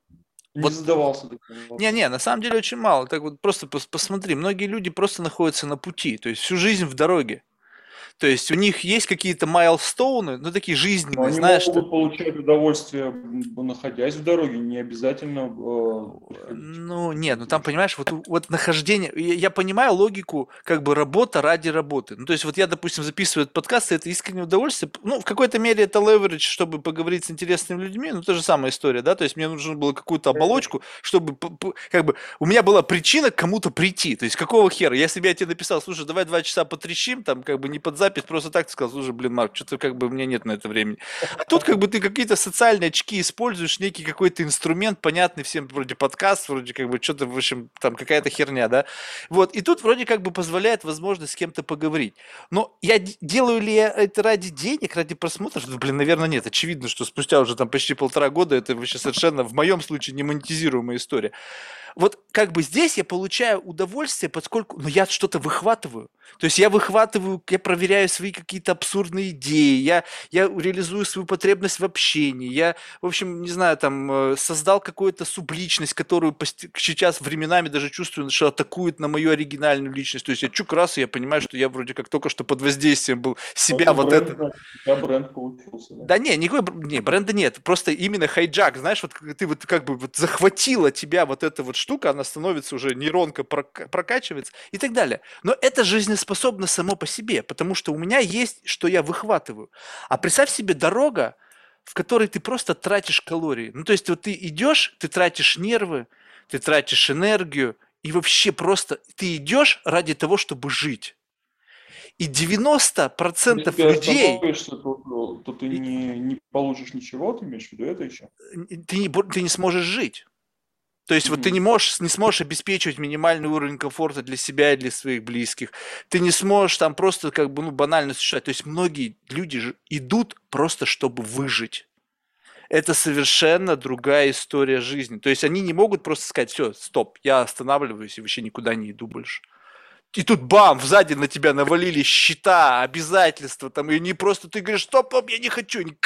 не вот, задавался таким не-не, вопросом. на самом деле очень мало. Так вот просто посмотри, многие люди просто находятся на пути, то есть всю жизнь в дороге. То есть у них есть какие-то майлстоуны, ну такие Но жизненные, они знаешь, что могут получать удовольствие, находясь в дороге, не обязательно приходить ну, к нет, ну этому там, завершению. понимаешь, вот нахождение, я понимаю логику, как бы работа ради работы. Ну, то есть вот я, допустим, записываю этот подкаст, и это искреннее удовольствие. Ну, в какой-то мере это leverage, чтобы поговорить с интересными людьми, ну, та же самая история, да, то есть мне нужно было какую-то Конечно. оболочку, чтобы, как бы, у меня была причина к кому-то прийти. То есть какого хера? Если бы я тебе написал, слушай, давай 2 часа потрещим, там, как бы не под запись, просто так ты сказал, слушай, блин, Марк, что-то как бы у меня нет на это времени. А тут как бы ты какие-то социальные очки используешь, некий какой-то инструмент, понятный всем, вроде подкаст, вроде как бы что-то, в общем, там какая-то херня, да. Вот, и тут вроде как бы позволяет возможность с кем-то поговорить. Но я делаю ли я это ради денег, ради просмотров? Ну, блин, наверное, нет. Очевидно, что спустя уже там почти 1,5 года это вообще совершенно в моем случае не монетизируемая история. Вот как бы здесь я получаю удовольствие, поскольку, ну, я что-то выхватываю. То есть я выхватываю, я проверяю свои какие-то абсурдные идеи, я реализую свою потребность в общении, я, в общем, не знаю, там, создал какую-то субличность, которую сейчас временами даже чувствую, что атакует на мою оригинальную личность. То есть я чук раз, и я понимаю, что я вроде как только что под воздействием был себя Это вот бренд, это. значит, у тебя бренд получился, да? Да не, никакой не, бренда нет. Просто именно хайджак, знаешь, вот ты вот как бы вот захватила тебя вот эта вот штука, она становится уже нейронка прокачивается и так далее. Но это жизнеспособно само по себе, потому что у меня есть, что я выхватываю. А представь себе дорога, в которой ты просто тратишь калории. Ну, то есть вот ты идешь, ты тратишь нервы, ты тратишь энергию, и вообще просто ты идешь ради того, чтобы жить. И Если 90% ты людей, остановишься, то ты не получишь ничего, ты имеешь в виду это еще? ты не сможешь жить. То есть вот ты Мгм. не сможешь обеспечивать минимальный уровень комфорта для себя и для своих близких. Ты не сможешь там просто как бы, ну, банально существовать. То есть многие люди же идут просто, чтобы выжить. Это совершенно другая история жизни. То есть они не могут просто сказать, все, стоп, я останавливаюсь и вообще никуда не иду больше. И тут бам, сзади на тебя навалили счета, обязательства, там, и не просто ты говоришь, стоп, стоп, я не хочу, они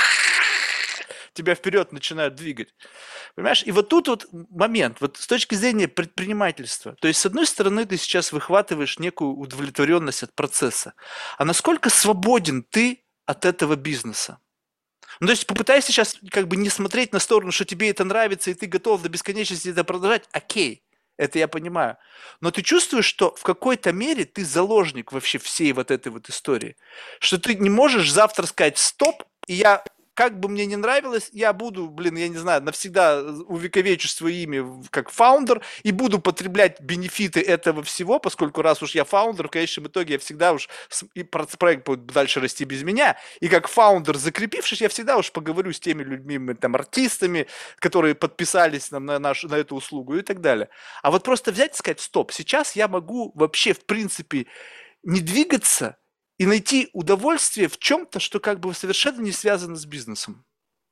тебя вперед начинают двигать. Понимаешь? И вот тут вот момент, вот с точки зрения предпринимательства. То есть, с одной стороны, ты сейчас выхватываешь некую удовлетворенность от процесса. А насколько свободен ты от этого бизнеса? Ну, то есть попытайся сейчас как бы не смотреть на сторону, что тебе это нравится, и ты готов до бесконечности это продолжать. Окей, это я понимаю. Но ты чувствуешь, что в какой-то мере ты заложник вообще всей вот этой вот истории. Что ты не можешь завтра сказать «стоп», и я как бы мне не нравилось, я буду, блин, я не знаю, навсегда увековечу свое имя как фаундер и буду потреблять бенефиты этого всего, поскольку раз уж я фаундер, в конечном итоге я всегда уж и проект будет дальше расти без меня, и как фаундер, закрепившись, я всегда уж поговорю с теми людьми, там, артистами, которые подписались на эту услугу и так далее. А вот просто взять и сказать, стоп, сейчас я могу вообще, в принципе, не двигаться и найти удовольствие в чем-то, что как бы совершенно не связано с бизнесом.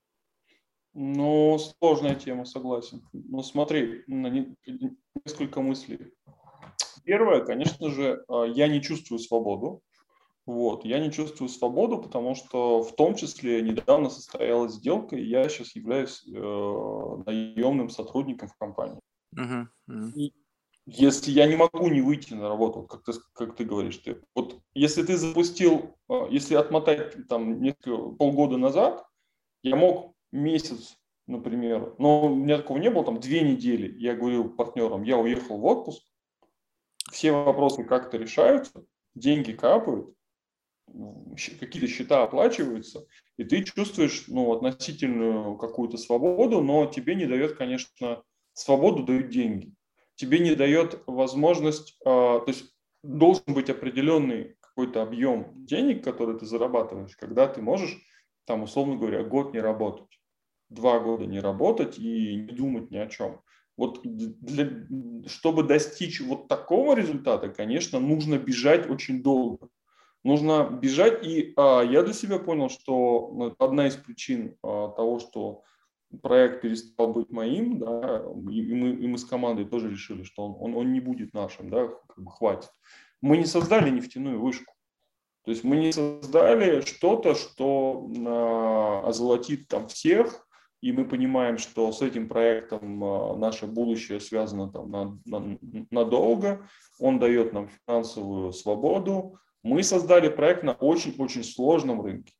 Ну, сложная тема, согласен. Ну, смотри, несколько мыслей. Первое, конечно же, я не чувствую свободу. Вот, я не чувствую свободу, потому что в том числе недавно состоялась сделка, и я сейчас являюсь наемным сотрудником в компании. Мгм, мгм. И если я не могу не выйти на работу, как ты говоришь, вот если ты запустил, если отмотать там полгода назад, я мог месяц, например, но у меня такого не было, там 2 недели, я говорил партнерам, я уехал в отпуск, все вопросы как-то решаются, деньги капают, какие-то счета оплачиваются, и ты чувствуешь, ну, относительную какую-то свободу, но тебе не дает, конечно, свободу дают деньги. Тебе не дает возможность, то есть должен быть определенный какой-то объем денег, который ты зарабатываешь, когда ты можешь, там, условно говоря, год не работать, 2 года не работать и не думать ни о чем. Вот чтобы достичь вот такого результата, конечно, нужно бежать очень долго. Нужно бежать, и я для себя понял, что, ну, одна из причин того, что проект перестал быть моим, да, и мы с командой тоже решили, что он не будет нашим, да, как бы хватит. Мы не создали нефтяную вышку. То есть мы не создали что-то, что озолотит там всех, и мы понимаем, что с этим проектом наше будущее связано там надолго, он дает нам финансовую свободу. Мы создали проект на очень-очень сложном рынке.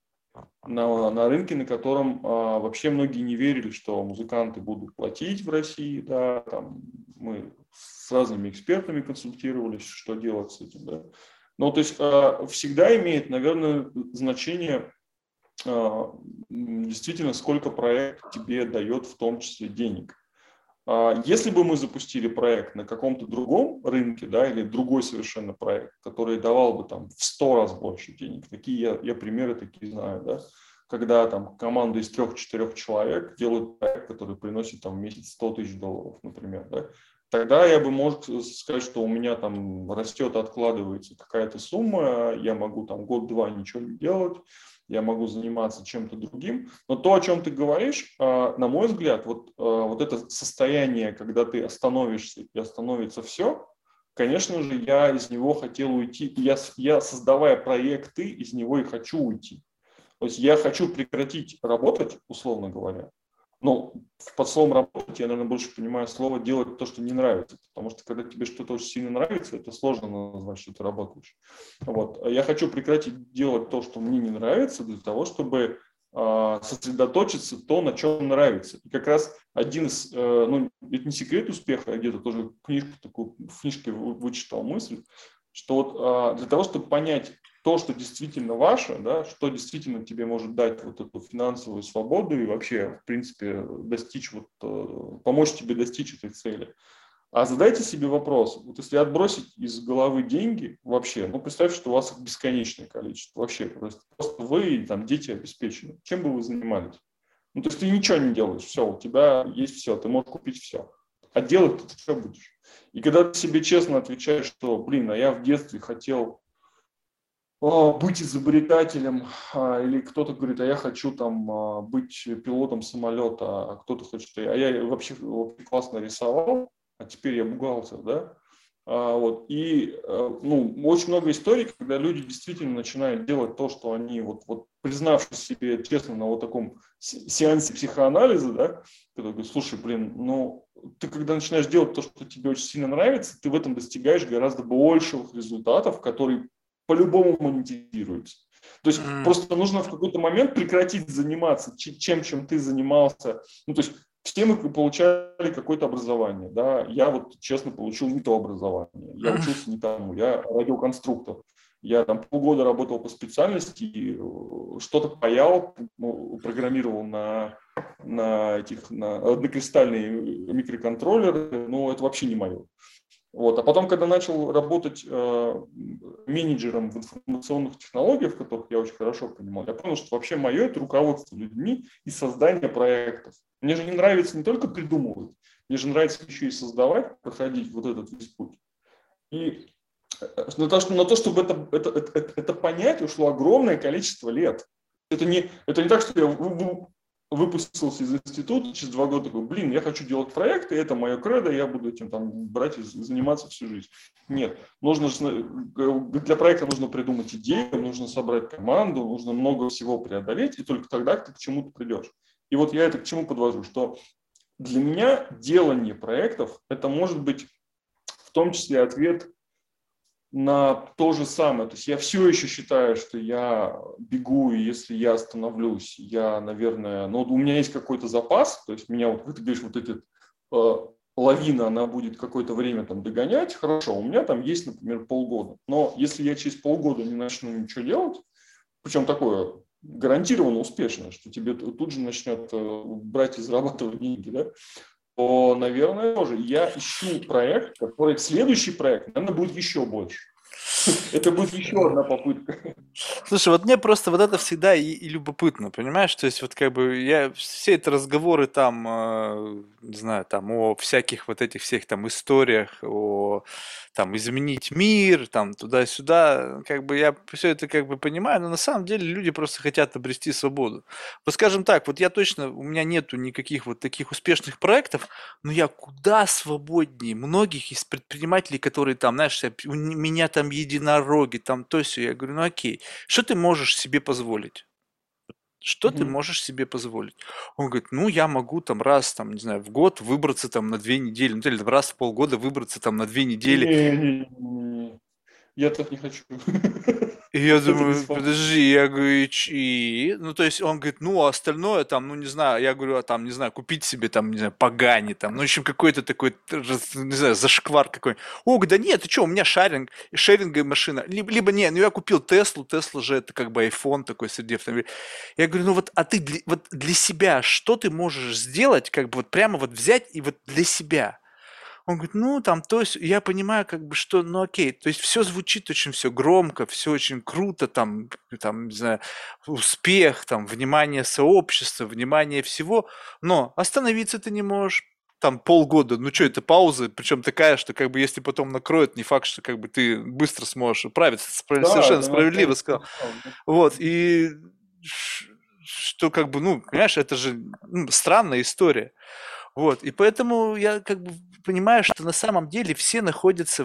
На рынке, на котором вообще многие не верили, что музыканты будут платить в России. Да, там мы с разными экспертами консультировались, что делать с этим. Да. Ну, то есть всегда имеет, наверное, значение действительно, сколько проект тебе дает в том числе денег. Если бы мы запустили проект на каком-то другом рынке, да, или другой совершенно проект, который давал бы там в 100 раз больше денег, такие я примеры такие знаю, да, когда там команда из 3-4 человек делает проект, который приносит там в месяц $100 000, например, да, тогда я бы мог сказать, что у меня там растет, откладывается какая-то сумма, я могу там год-два ничего не делать, я могу заниматься чем-то другим. Но то, о чем ты говоришь, на мой взгляд, вот это состояние, когда ты остановишься и остановится все, конечно же, я из него хотел уйти. Я создавая проекты, из него и хочу уйти. То есть я хочу прекратить работать, условно говоря. Но под словом «работать» я, наверное, больше понимаю слово «делать то, что не нравится». Потому что когда тебе что-то очень сильно нравится, это сложно назвать, что ты работаешь. Вот. Я хочу прекратить делать то, что мне не нравится, для того, чтобы сосредоточиться то, на чем нравится. И как раз один из, ну, это не секрет успеха, я где-то тоже в книжке вычитал мысль, что вот для того, чтобы понять то, что действительно ваше, да, что действительно тебе может дать вот эту финансовую свободу и вообще, в принципе, достичь помочь тебе достичь этой цели. А задайте себе вопрос, вот если отбросить из головы деньги вообще, ну представь, что у вас их бесконечное количество, вообще просто вы и там дети обеспечены. Чем бы вы занимались? Ну то есть ты ничего не делаешь, все, у тебя есть все, ты можешь купить все. А делать ты что будешь? И когда ты себе честно отвечаешь, что, блин, а я в детстве хотел быть изобретателем, или кто-то говорит, а я хочу там быть пилотом самолета, а кто-то хочет, а я вообще классно рисовал, а теперь я бухгалтер, да? Вот. И ну, очень много историй, когда люди действительно начинают делать то, что они, признавшись себе честно на вот таком сеансе психоанализа, да, когда говорят, слушай, блин, ну, ты когда начинаешь делать то, что тебе очень сильно нравится, ты в этом достигаешь гораздо больших результатов, которые по-любому монетизируются. То есть просто нужно в какой-то момент прекратить заниматься чем ты занимался. Ну, то есть все мы получали какое-то образование. Да? Я вот честно получил не то образование. Я учился не тому. Я радиоконструктор. Я там полгода работал по специальности, что-то паял, программировал на однокристальные микроконтроллеры, но это вообще не мое. Вот. А потом, когда начал работать менеджером в информационных технологиях, в которых я очень хорошо понимал, я понял, что вообще мое – это руководство людьми и создание проектов. Мне же не нравится не только придумывать, мне же нравится еще и создавать, проходить вот этот весь путь. И на то, чтобы это понять, ушло огромное количество лет. Это не так, что я выпустился из института, через 2 года такой, блин, я хочу делать проекты, это мое кредо, я буду этим там брать и заниматься всю жизнь. Нет, для проекта нужно придумать идею, нужно собрать команду, нужно много всего преодолеть, и только тогда ты к чему-то придешь. И вот я это к чему подвожу, что для меня делание проектов, это может быть в том числе ответ на то же самое. То есть я все еще считаю, что я бегу, и если я остановлюсь, я, наверное, у меня есть какой-то запас, то есть меня, вот ты говоришь, вот эта лавина, она будет какое-то время там догонять, хорошо, у меня там есть, например, полгода. Но если я через полгода не начну ничего делать, причем такое гарантированно успешное, что тебе тут же начнет брать и зарабатывать деньги, да, то, наверное, тоже я ищу проект, который следующий проект, наверное, будет еще больше. Это будет еще одна попытка. Слушай, вот мне просто вот это всегда и любопытно, понимаешь? То есть вот как бы я все эти разговоры там, не знаю, там о всяких вот этих всех там историях, о там изменить мир, там туда-сюда, как бы я все это как бы понимаю, но на самом деле люди просто хотят обрести свободу. Вот скажем так, вот я точно, у меня нету никаких вот таких успешных проектов, но я куда свободнее многих из предпринимателей, которые там, знаешь, у меня там единороги, там то все. Я говорю, ну окей, что ты можешь себе позволить? Что ты Мгм. можешь себе позволить? Он говорит, ну, я могу там раз, там, не знаю, в год выбраться там на 2 недели, ну, или раз в полгода выбраться там на 2 недели. Не, я так не хочу. И я Это не думаю, свобода. подожди, я говорю, и? Ну, то есть он говорит, ну, а остальное там, ну, не знаю, я говорю, а там, не знаю, купить себе там, не знаю, Пагани там, ну, в общем, какой-то такой, не знаю, зашквар какой-нибудь. О, да нет, ты что, у меня шеринговая машина. Либо не, ну, я купил Теслу, Тесла же это как бы iPhone такой среди автомобилей. Я говорю, ну, вот, а ты вот для себя, что ты можешь сделать, как бы вот прямо вот взять и вот для себя? Он говорит, ну, там, то есть, я понимаю, как бы, что, ну, окей, то есть все звучит очень все громко, все очень круто, там, не знаю, успех, там, внимание сообщества, внимание всего, но остановиться ты не можешь, там, полгода, ну, что, это пауза, причем такая, что, как бы, если потом накроет, не факт, что, как бы, ты быстро сможешь управиться, Да, совершенно это надо справедливо ставить сказал. потенциал, да. Вот, и что, как бы, ну, понимаешь, это же странная история. Вот, и поэтому я как бы понимаю, что на самом деле все находятся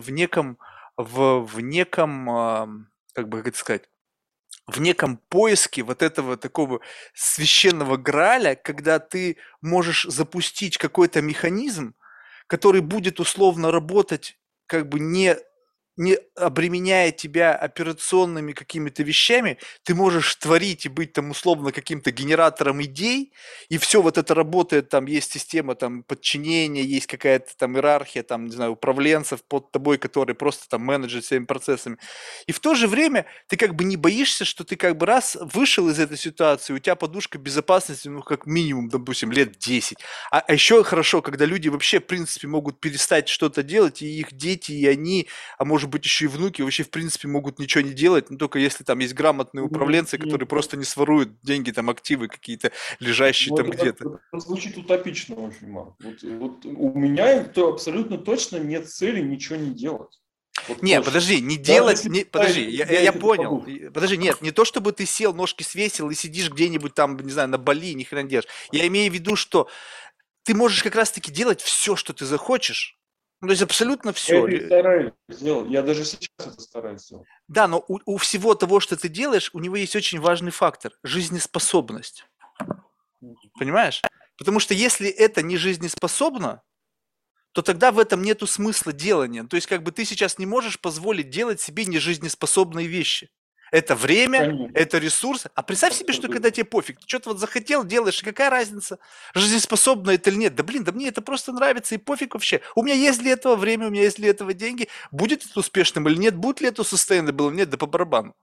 в неком, как бы как это сказать, в неком поиске вот этого такого священного граля, когда ты можешь запустить какой-то механизм, который будет условно работать как бы не обременяя тебя операционными какими-то вещами, ты можешь творить и быть там условно каким-то генератором идей, и все вот это работает, там есть система там подчинения, есть какая-то там иерархия, там, не знаю, управленцев под тобой, которые просто там менеджерят всеми процессами. И в то же время ты как бы не боишься, что ты как бы раз вышел из этой ситуации, у тебя подушка безопасности, ну, как минимум, допустим, лет 10. А еще хорошо, когда люди вообще, в принципе, могут перестать что-то делать, и их дети, и они, а может быть еще и внуки вообще в принципе могут ничего не делать, но только если там есть грамотные управленцы, которые просто не своруют деньги, там активы какие-то лежащие Ну, там где-то. это звучит утопично очень, Марк. Вот у меня то абсолютно точно нет цели ничего не делать. Вот Не, точно. подожди, не Даже делать, если не, подожди, представить, я, что у я, тебя я есть эта понял. подушка. Подожди, нет, не то чтобы ты сел, ножки свесил и сидишь где-нибудь там, не знаю, на Бали, ни хрена не делаешь. Я имею в виду, что ты можешь как раз-таки делать все, что ты захочешь. Ну, то есть абсолютно Я все. это и стараюсь сделать. Я даже сейчас это стараюсь сделать. Да, но у всего того, что ты делаешь, у него есть очень важный фактор – жизнеспособность. Понимаешь? Потому что если это не жизнеспособно, то тогда в этом нету смысла делания. То есть как бы ты сейчас не можешь позволить делать себе нежизнеспособные вещи. Это время, Конечно, это ресурсы. А представь себе, что когда абсолютно. тебе пофиг, ты что-то вот захотел, делаешь, и какая разница, жизнеспособно это или нет. Да блин, да мне это просто нравится и пофиг вообще. У меня есть для этого время, у меня есть для этого деньги. Будет это успешным или нет, будет ли это sustainable или нет, да по барабану.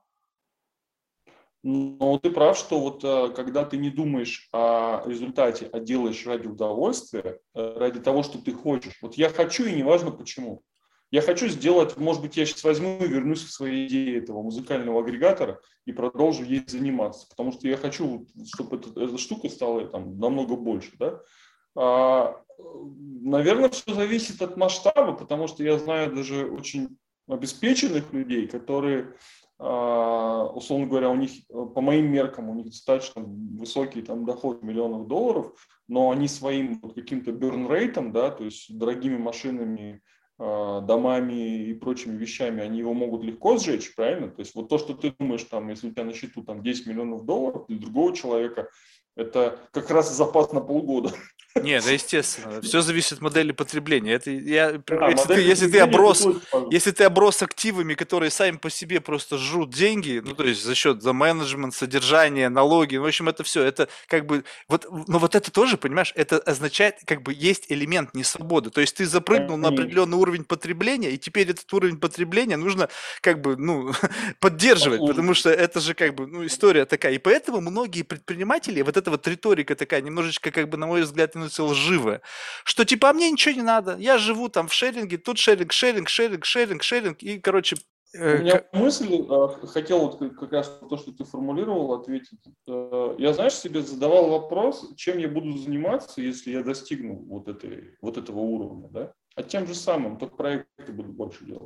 Но ты прав, что вот когда ты не думаешь о результате, а делаешь ради удовольствия, ради того, что ты хочешь. Вот я хочу, и неважно почему. Я хочу сделать, может быть, я сейчас возьму и вернусь к своей идее этого музыкального агрегатора и продолжу ей заниматься, потому что я хочу, чтобы эта штука стала там намного больше. Да? Наверное, все зависит от масштаба, потому что я знаю даже очень обеспеченных людей, которые, условно говоря, у них, по моим меркам, у них достаточно высокий там доход в миллионах долларов, но они своим вот каким-то burn-рейтом, да, то есть дорогими машинами, домами и прочими вещами, они его могут легко сжечь, правильно? То есть вот то, что ты думаешь, там, если у тебя на счету там 10 миллионов долларов, для другого человека это как раз запас на полгода. Не, да, естественно. Все зависит от модели потребления. Это Да, если ты, модель если ты потребления это оброс, точно важно. если ты оброс активами, которые сами по себе просто жрут деньги, ну то есть за менеджмент, содержание, налоги, ну, в общем, это все, это как бы вот, но вот это тоже, понимаешь, это означает, как бы есть элемент несвободы. То есть ты запрыгнул на Конечно, определенный уровень потребления, и теперь этот уровень потребления нужно как бы, ну, поддерживать, потому обслуживать. что это же как бы, ну, история такая. И поэтому многие предприниматели, вот эта вот риторика такая, немножечко, как бы, на мой взгляд, становится лживая, что типа, а мне ничего не надо, я живу там в шеринге, тут шеринг, шеринг, шеринг, шеринг, шеринг, и, короче, У Э, меня ка- мысль, хотел вот как раз то, что ты формулировал, ответить. Я, знаешь, себе задавал вопрос, чем я буду заниматься, если я достигну вот этого уровня, да? А тем же самым, только проекты буду больше делать.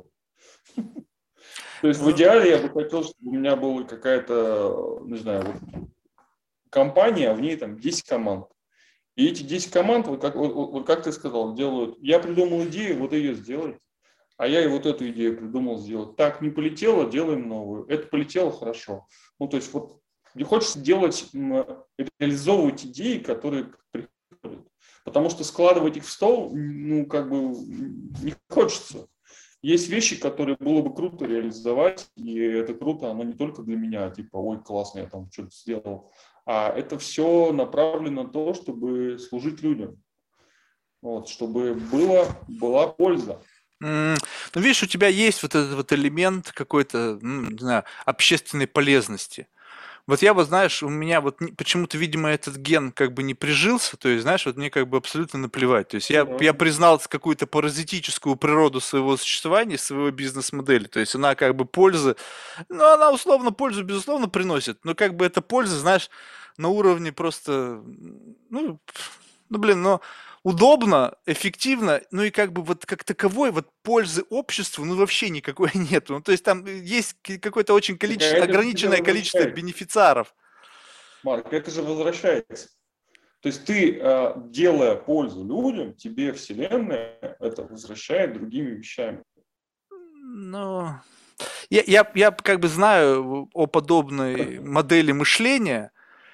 То есть в ну, идеале я бы хотел, чтобы у меня была какая-то, не знаю, вот компания, а в ней там 10 команд. И эти 10 команд, вот как ты сказал, делают, я придумал идею, вот ее сделай. А я и вот эту идею придумал сделать. Так, не полетело, делаем новую. Это полетело, хорошо. Ну, то есть вот не хочется делать, реализовывать идеи, которые приходят. Потому что складывать их в стол, ну, как бы не хочется. Есть вещи, которые было бы круто реализовать, и это круто, оно не только для меня, типа, ой, классно, я там что-то сделал, а это все направлено на то, чтобы служить людям, вот, чтобы была польза. ну, видишь, у тебя есть вот этот вот элемент какой-то, не знаю, общественной полезности. Вот я вот, знаешь, у меня вот почему-то, видимо, этот ген как бы не прижился, то есть, знаешь, вот мне как бы абсолютно наплевать. То есть я Да. признал какую-то паразитическую природу своего существования, своего бизнес-модели. То есть она как бы пользы, ну, она условно пользу, безусловно, приносит, но как бы эта польза, знаешь, на уровне просто, ну, блин, но удобно, эффективно, ну и как бы вот как таковой вот пользы обществу, ну вообще никакой нету. Ну, то есть там есть какое-то очень Так а это же тебя ограниченное количество возвращает, бенефициаров. Марк, это же возвращается. То есть ты, делая пользу людям, тебе Вселенная это возвращает другими вещами. Ну, я как бы знаю о подобной модели мышления.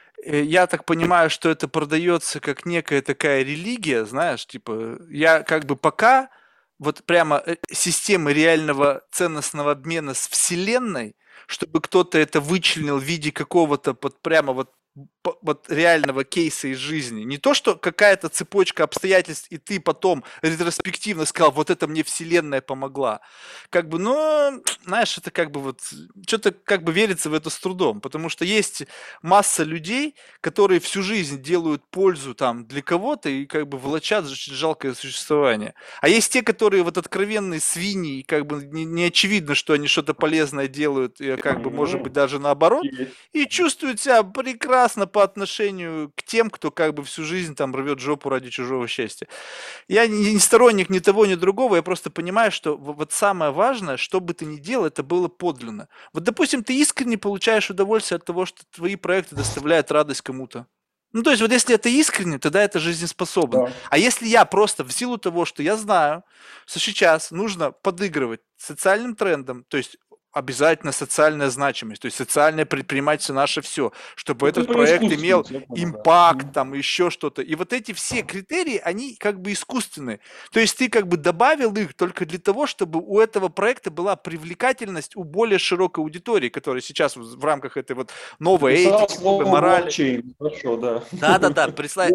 Я так понимаю, что это продается как некая такая религия, знаешь, типа, я как бы пока вот прямо системы реального ценностного обмена с Вселенной, чтобы кто-то это вычленил в виде какого-то вот прямо вот вот реального кейса из жизни. Не то, что какая-то цепочка обстоятельств, и ты потом ретроспективно сказал, вот это мне Вселенная помогла. Как бы, ну, знаешь, это как бы вот, что-то как бы верится в это с трудом, потому что есть масса людей, которые всю жизнь делают пользу там для кого-то и как бы влачат жалкое существование. А есть те, которые вот откровенные свиньи, и как бы не очевидно, что они что-то полезное делают, и как бы может быть даже наоборот, Есть. и чувствуют себя прекрасно по отношению к тем, кто как бы всю жизнь там рвет жопу ради чужого счастья. Я не сторонник ни того, ни другого, я просто понимаю, что вот самое важное, что бы ты ни делал, это было подлинно. Вот, допустим, ты искренне получаешь удовольствие от того, что твои проекты доставляют радость кому-то. Ну, то есть, вот если это искренне, тогда это жизнеспособно. Да. А если я просто в силу того, что я знаю, что сейчас нужно подыгрывать социальным трендам, то есть обязательно социальная значимость, то есть социальное предпринимательство наше все, чтобы Ну, ты этот про проект искусственность, имел я понял, да. импакт, Мгм. там еще что-то. И вот эти все критерии, они как бы искусственные. То есть ты как бы добавил их только для того, чтобы у этого проекта была привлекательность у более широкой аудитории, которая сейчас в рамках этой вот новой Написал этики, новой слово морали. блокчейн. Хорошо, да. Да-да-да,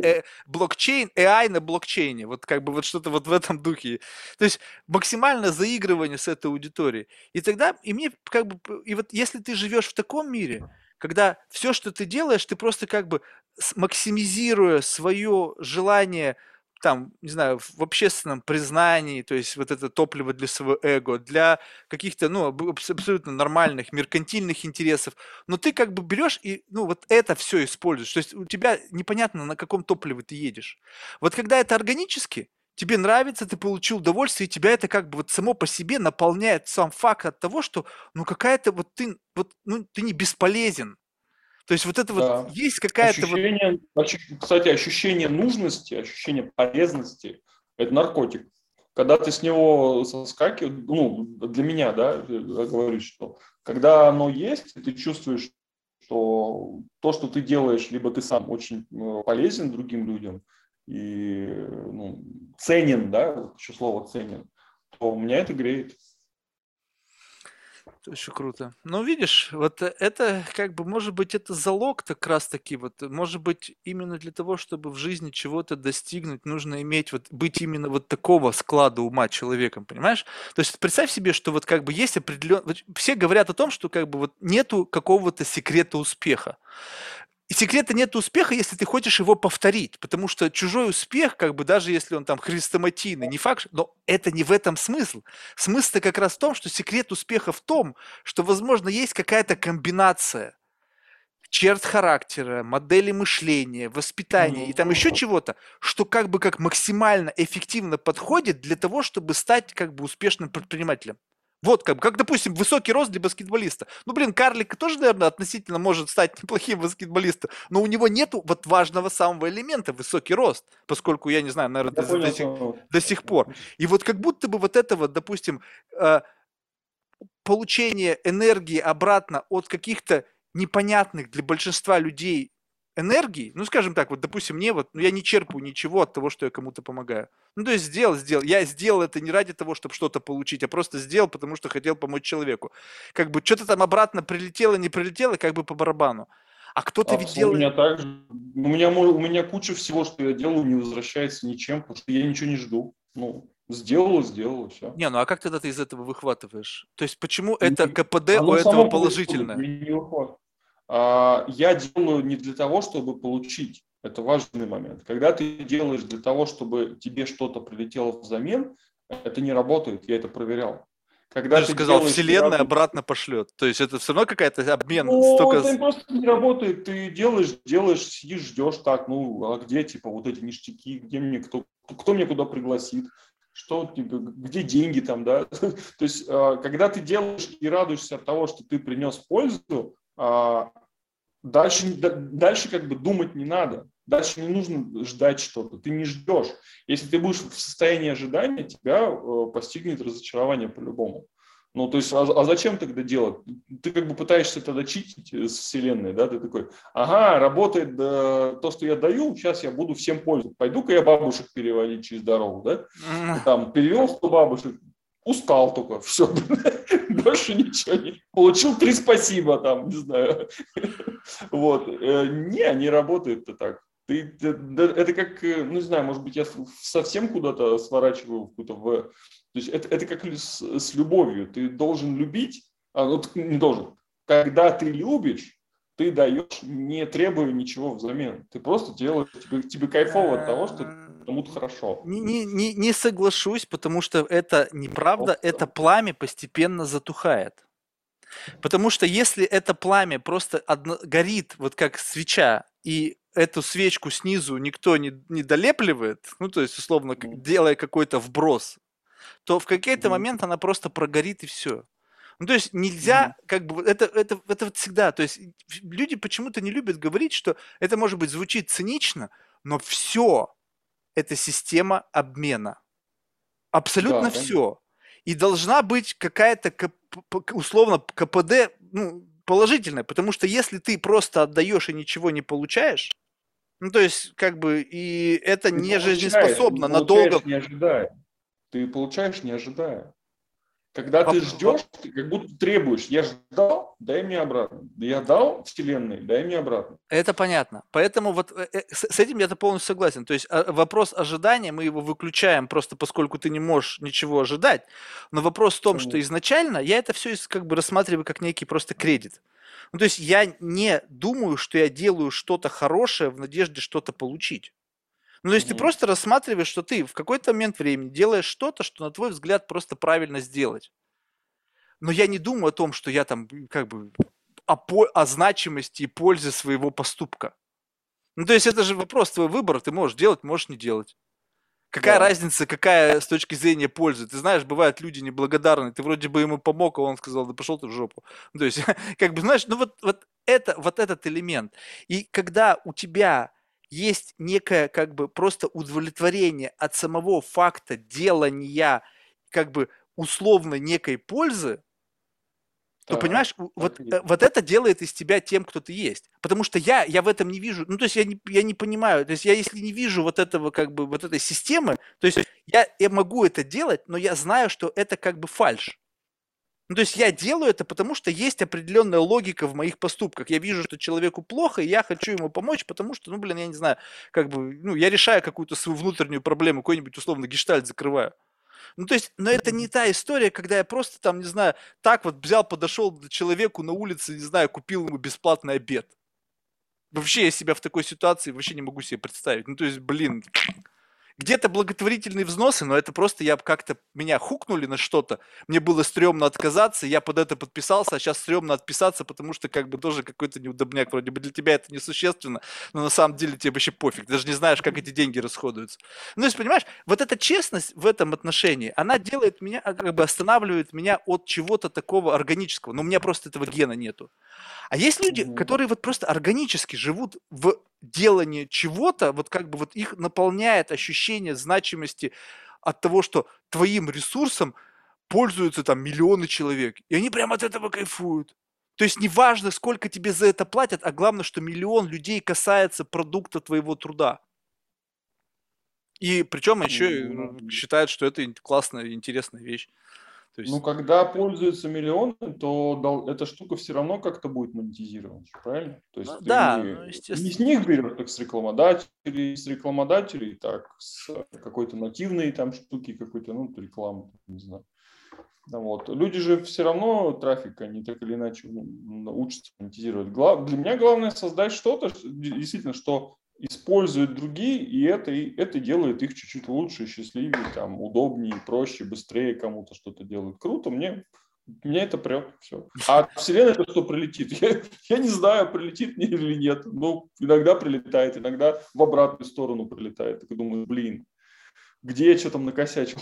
блокчейн, AI на блокчейне, вот как бы вот что-то вот в этом духе. То есть максимальное заигрывание с этой аудиторией. И тогда, и мне как бы, и вот если ты живешь в таком мире, когда все, что ты делаешь, ты просто как бы максимизируя свое желание там, не знаю, в общественном признании, то есть вот это топливо для своего эго, для каких-то, ну, абсолютно нормальных меркантильных интересов, но ты как бы берешь и, ну, вот это все используешь. То есть у тебя непонятно, на каком топливе ты едешь. Вот когда это органически, тебе нравится, ты получил удовольствие, и тебя это как бы вот само по себе наполняет сам факт от того, что, ну, какая-то вот, ну, ты не бесполезен. То есть вот это вот Да. есть какая-то вот. Кстати, ощущение нужности, ощущение полезности – это наркотик. Когда ты с него соскакиваешь, ну, для меня, да, я говорю, что когда оно есть, и ты чувствуешь, что то, что ты делаешь, либо ты сам очень полезен другим людям и, ну, ценен, да, вот еще слово ценен, то меня это греет. Это очень круто. Ну, видишь, вот это как бы, может быть, это залог как раз-таки, вот, может быть, именно для того, чтобы в жизни чего-то достигнуть, нужно иметь, вот, быть именно вот такого склада ума человеком, понимаешь? То есть представь себе, что вот как бы есть определенный. Все говорят о том, что как бы вот нету какого-то секрета успеха. И секрета нет успеха, если ты хочешь его повторить, потому что чужой успех, как бы даже если он там хрестоматийный, не факт, но это не в этом смысл. Смысл-то как раз в том, что секрет успеха в том, что, возможно, есть какая-то комбинация черт характера, модели мышления, воспитания и там еще Мгм. чего-то, что как бы как максимально эффективно подходит для того, чтобы стать как бы успешным предпринимателем. Вот как, допустим, высокий рост для баскетболиста. Ну, блин, карлик тоже, наверное, относительно может стать неплохим баскетболистом, но у него нету вот важного самого элемента – высокий рост, поскольку, я не знаю, наверное, Я до понял, сих, что... до сих пор. И вот как будто бы вот это вот, допустим, э, получение энергии обратно от каких-то непонятных для большинства людей энергий, ну, скажем так, вот, допустим, мне вот, ну, я не черпаю ничего от того, что я кому-то помогаю. Ну, то есть сделал. Я сделал это не ради того, чтобы что-то получить, а просто сделал, потому что хотел помочь человеку. Как бы что-то там обратно прилетело, не прилетело, как бы по барабану. А кто-то ведь У делает... меня так же. У меня куча всего, что я делаю, не возвращается ничем, потому что я ничего не жду. Ну, сделала, все. Не, ну а как тогда ты из этого выхватываешь? То есть почему это КПД у Оно этого само происходит, положительное? я не выхватываю. Я делаю не для того, чтобы получить. Это важный момент. Когда ты делаешь для того, чтобы тебе что-то прилетело взамен, это не работает, я это проверял. Ты Когда же ты сказал, делаешь и вселенная радуешься, обратно пошлет. То есть это все равно какая-то обмен ну, столько... это просто не работает. Ты делаешь, сидишь, ждешь так, ну, а где, типа, вот эти ништяки, где мне кто мне куда пригласит, что, типа, где деньги там, да? То есть, когда ты делаешь и радуешься от того, что ты принес пользу, дальше как бы думать не надо. Дальше не нужно ждать что-то. Ты не ждешь. Если ты будешь в состоянии ожидания, тебя постигнет разочарование по-любому. Ну, то есть, зачем тогда делать? Ты как бы пытаешься тогда читить с вселенной, да? Ты такой, ага, работает то, что я даю, сейчас я буду всем пользоваться. Пойду-ка я бабушек переводить через дорогу, да? Там перевел 100 бабушек, устал только, все, больше ничего не. Получил 3 спасибо, там, не знаю. Вот. Не работает-то так. Это как, ну не знаю, может быть, я совсем куда-то сворачиваю в какую-то в... То есть это как с любовью. Ты должен любить, ну, ты не должен. Когда ты любишь, ты даешь, не требуя ничего взамен. Ты просто делаешь, тебе кайфово от того, что кому-то хорошо. Не соглашусь, потому что это неправда, это пламя постепенно затухает. Потому что если это пламя просто горит, вот как свеча, и эту свечку снизу никто не долепливает, ну, то есть, условно, делая какой-то вброс, то в какой-то Мгм. момент она просто прогорит и все. Ну, то есть Мгм. нельзя, как бы, это вот всегда, то есть люди почему-то не любят говорить, что это, может быть, звучит цинично, но все это система обмена. Да, Абсолютно конечно. все. И должна быть какая-то, условно, КПД, ну, положительная, потому что если ты просто отдаешь и ничего не получаешь, ну, то есть, как бы, и это не Ты не жизнеспособно надолго. получаешь, не ожидая. Ты получаешь, не ожидая. Когда ты Воп- ждешь, ты как будто требуешь. Я ждал, дай мне обратно. Я дал вселенной, дай мне обратно. Это понятно. Поэтому вот с этим я-то полностью согласен. То есть вопрос ожидания, мы его выключаем просто поскольку ты не можешь ничего ожидать. Но вопрос в том, что Конечно. изначально я это все как бы рассматриваю как некий просто кредит. Ну, то есть я не думаю, что я делаю что-то хорошее в надежде что-то получить. Ну, то есть ты Мгм. просто рассматриваешь, что ты в какой-то момент времени делаешь что-то, что на твой взгляд просто правильно сделать. Но я не думаю о том, что я там как бы о значимости и пользе своего поступка. Ну, то есть это же вопрос, твой выбор, ты можешь делать, можешь не делать. Какая Да. разница, какая с точки зрения пользы? Ты знаешь, бывают люди неблагодарные, ты вроде бы ему помог, а он сказал, да пошел ты в жопу. Ну, то есть, как бы, знаешь, ну вот этот элемент. И когда у тебя есть некое, как бы, просто удовлетворение от самого факта делания, как бы, условно некой пользы, то Так. понимаешь, Так и есть. вот это делает из тебя тем, кто ты есть. Потому что я в этом не вижу, ну, то есть я не понимаю, то есть я если не вижу вот этого, как бы, вот этой системы, то есть я могу это делать, но я знаю, что это как бы фальшь. Ну, то есть я делаю это, потому что есть определенная логика в моих поступках. Я вижу, что человеку плохо, и я хочу ему помочь, потому что, ну, блин, я не знаю, как бы, ну, я решаю какую-то свою внутреннюю проблему, какой-нибудь условно гештальт закрываю. Ну, то есть, но это не та история, когда я просто там, не знаю, так вот взял, подошел к человеку на улице, не знаю, купил ему бесплатный обед. вообще я себя в такой ситуации вообще не могу себе представить. Ну, то есть, блин, где-то благотворительные взносы, но это просто я как-то меня хукнули на что-то, мне было стрёмно отказаться, я под это подписался, а сейчас стрёмно отписаться, потому что как бы тоже какой-то неудобняк, вроде бы для тебя это несущественно, но на самом деле тебе вообще пофиг, ты даже не знаешь, как эти деньги расходуются. Ну, то есть, понимаешь, вот эта честность в этом отношении, она делает меня, как бы останавливает меня от чего-то такого органического, но у меня просто этого гена нету. А есть люди, Мгм. которые вот просто органически живут в делании чего-то, вот как бы вот их наполняет ощущение значимости от того, что твоим ресурсом пользуются там миллионы человек. И они прям от этого кайфуют. То есть неважно, сколько тебе за это платят, а главное, что миллион людей касается продукта твоего труда. И причем еще Ну, считают, что это классная, интересная вещь. То Ну, есть, когда пользуются миллионы, то эта штука все равно как-то будет монетизирована, правильно? То ну есть да, ты ну не с естественно. них берешь, так с рекламодателей, так с какой-то нативной там штуки, какой-то, ну, рекламы, не знаю. Да, вот. Люди же все равно трафик, они так или иначе учатся монетизировать. Для меня главное создать что-то, действительно, что используют другие, и это делает их чуть-чуть лучше, счастливее, там, удобнее, проще, быстрее кому-то что-то делают. Круто, меня это прет, все. А от Вселенной это что прилетит? Я не знаю, прилетит мне или нет. Ну, иногда прилетает, иногда в обратную сторону прилетает. Так думаю, блин, где я что там накосячил?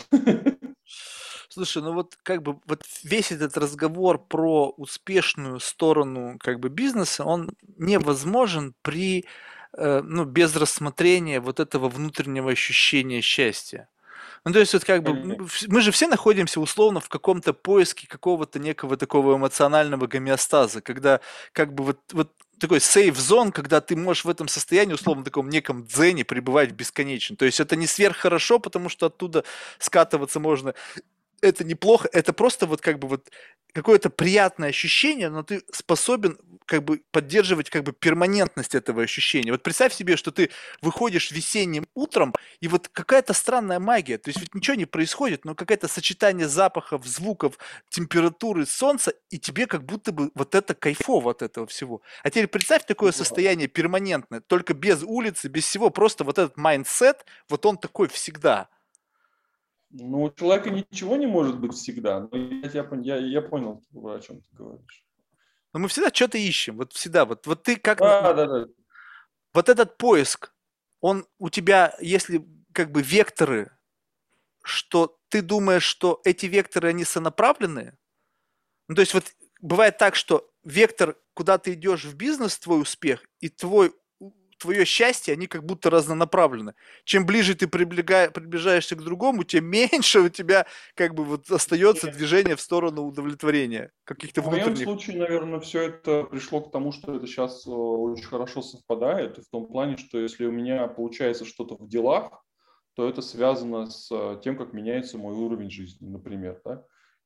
Слушай, ну вот как бы вот весь этот разговор про успешную сторону как бы бизнеса, он невозможен при, ну, без рассмотрения вот этого внутреннего ощущения счастья. Ну, то есть вот как бы мы же все находимся условно в каком-то поиске какого-то некого такого эмоционального гомеостаза, когда как бы вот такой safe zone, когда ты можешь в этом состоянии, условно, таком неком дзене пребывать бесконечно. То есть это не сверххорошо, потому что оттуда скатываться можно, это неплохо, это просто вот как бы вот какое-то приятное ощущение, но ты способен как бы поддерживать как бы перманентность этого ощущения. Вот представь себе, что ты выходишь весенним утром, и вот какая-то странная магия, то есть ведь ничего не происходит, но какое-то сочетание запахов, звуков, температуры, солнца, и тебе как будто бы вот это кайфово от этого всего. А теперь представь такое состояние перманентное, только без улицы, без всего, просто вот этот майндсет, вот он такой всегда. Ну, у человека ничего не может быть всегда. Но я понял, о чем ты говоришь. Но мы всегда что-то ищем, вот всегда. Вот ты как, Да, да, да. вот этот поиск, он у тебя, если как бы векторы, что ты думаешь, что эти векторы, они сонаправленные? Ну, то есть вот бывает так, что вектор, куда ты идешь в бизнес, твой успех, и твое счастье, они как будто разнонаправлены. Чем ближе ты приближаешься к другому, тем меньше у тебя как бы вот остается движение в сторону удовлетворения каких-то В моем внутренних. случае, наверное, все это пришло к тому, что это сейчас очень хорошо совпадает. И в том плане, что если у меня получается что-то в делах, то это связано с тем, как меняется мой уровень жизни, например. Да?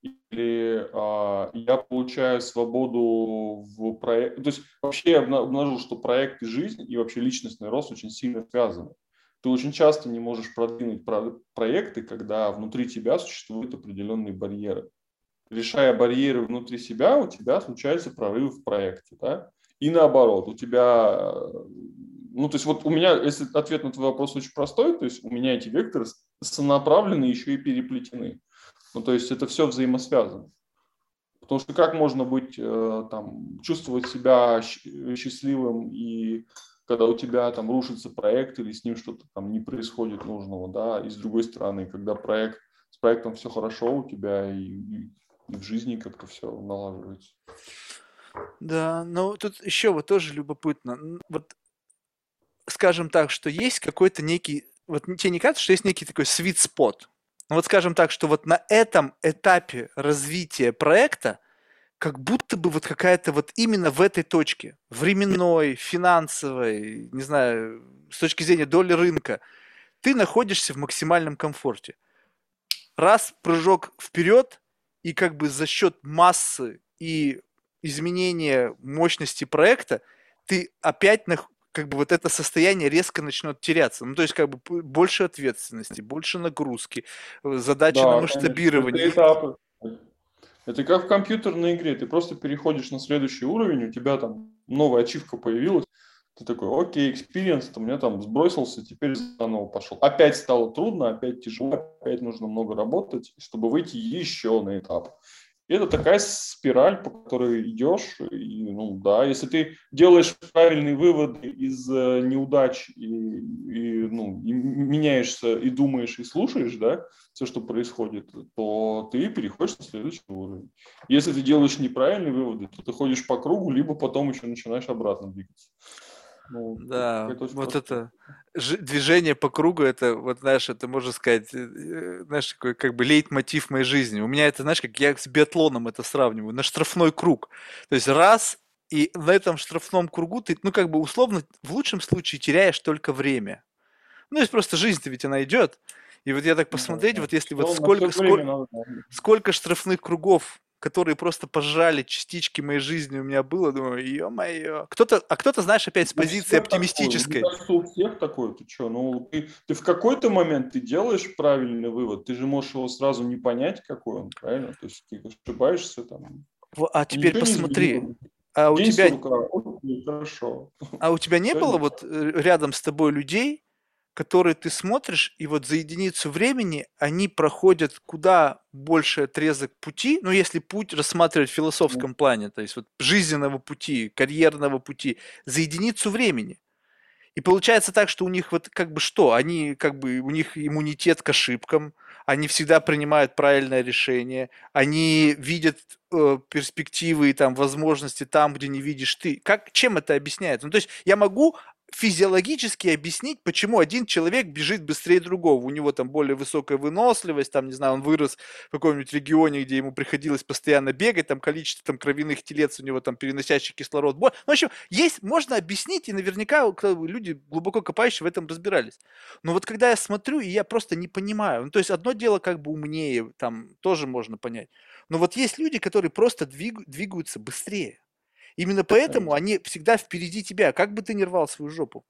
Или я получаю свободу в проекте. То есть вообще я обнаружил, что проект и жизнь, и вообще личностный рост очень сильно связаны. Ты очень часто не можешь продвинуть проекты, когда внутри тебя существуют определенные барьеры. Решая барьеры внутри себя, у тебя случается прорыв в проекте. Да? И наоборот, у тебя... Ну, то есть вот у меня, если ответ на твой вопрос очень простой, то есть у меня эти векторы сонаправлены, еще и переплетены. Ну, то есть это все взаимосвязано. Потому что как можно быть, там, чувствовать себя счастливым, и когда у тебя там рушится проект или с ним что-то там не происходит нужного, да, и с другой стороны, когда с проектом все хорошо у тебя и в жизни как-то все налаживается. Да, но тут еще вот тоже любопытно. Вот скажем так, что есть какой-то некий, вот тебе не кажется, что есть некий такой sweet spot? Ну вот скажем так, что вот на этом этапе развития проекта как будто бы вот какая-то вот именно в этой точке, временной, финансовой, не знаю, с точки зрения доли рынка, ты находишься в максимальном комфорте. Раз прыжок вперед, и как бы за счет массы и изменения мощности проекта ты опять как бы вот это состояние резко начнет теряться. Ну, то есть как бы больше ответственности, больше нагрузки, задачи на Да, конечно. масштабирование. Это этапы. Это как в компьютерной игре. Ты просто переходишь на следующий уровень, у тебя там новая ачивка появилась, Ты такой, окей, experience, у меня там сбросился, теперь заново пошел. Опять стало трудно, опять тяжело, опять нужно много работать, чтобы выйти еще на этап. И это такая спираль, по которой идешь. И, ну да, если ты делаешь правильные выводы из неудач и меняешься, и думаешь, и слушаешь, да, все, что происходит, то ты переходишь на следующий уровень. Если ты делаешь неправильные выводы, то ты ходишь по кругу, либо потом еще начинаешь обратно двигаться. Ну, Да, это очень вот простое. это движение по кругу, это вот, знаешь, это можно сказать, знаешь, такой как бы лейтмотив моей жизни. У меня это, знаешь, как я с биатлоном это сравниваю, на штрафной круг. То есть раз, и на этом штрафном кругу ты, ну, как бы условно, в лучшем случае теряешь только время. Ну, то есть просто жизнь-то ведь она идет. И вот я так посмотреть, вот если вот На все время сколько, надо. сколько штрафных кругов, которые просто пожрали частички моей жизни у меня было, думаю, ё-моё. Кто-то, знаешь, опять с У позиции всех такое. Мне оптимистической. кажется, у всех такое. Ты что? Ну, ты в какой-то момент ты делаешь правильный вывод, ты же можешь его сразу не понять, какой он, правильно? То есть ты ошибаешься там. А И теперь ничего не посмотри, изменилось. а у День тебя, сурка. Окей, хорошо. а у тебя не Все было не вот так. рядом с тобой людей, которые ты смотришь, и вот за единицу времени они проходят куда больше отрезок пути, ну, если путь рассматривать в Ну, философском плане, то есть вот жизненного пути, карьерного пути, за единицу времени. И получается так, что у них вот как бы что? Они как бы, у них иммунитет к ошибкам, они всегда принимают правильное решение, они видят перспективы и там возможности там, где не видишь ты. Как, чем это объясняется? Ну, то есть я могу физиологически объяснить, почему один человек бежит быстрее другого. У него там более высокая выносливость, там, не знаю, он вырос в каком-нибудь регионе, где ему приходилось постоянно бегать, там количество там кровяных телец у него там переносящих кислород. Ну, в общем, есть, можно объяснить, и наверняка люди глубоко копающие в этом разбирались. Но вот когда я смотрю, и я просто не понимаю, ну, то есть одно дело как бы умнее, там тоже можно понять. Но вот есть люди, которые просто двигаются быстрее. Именно поэтому они всегда впереди тебя, как бы ты ни рвал свою жопу.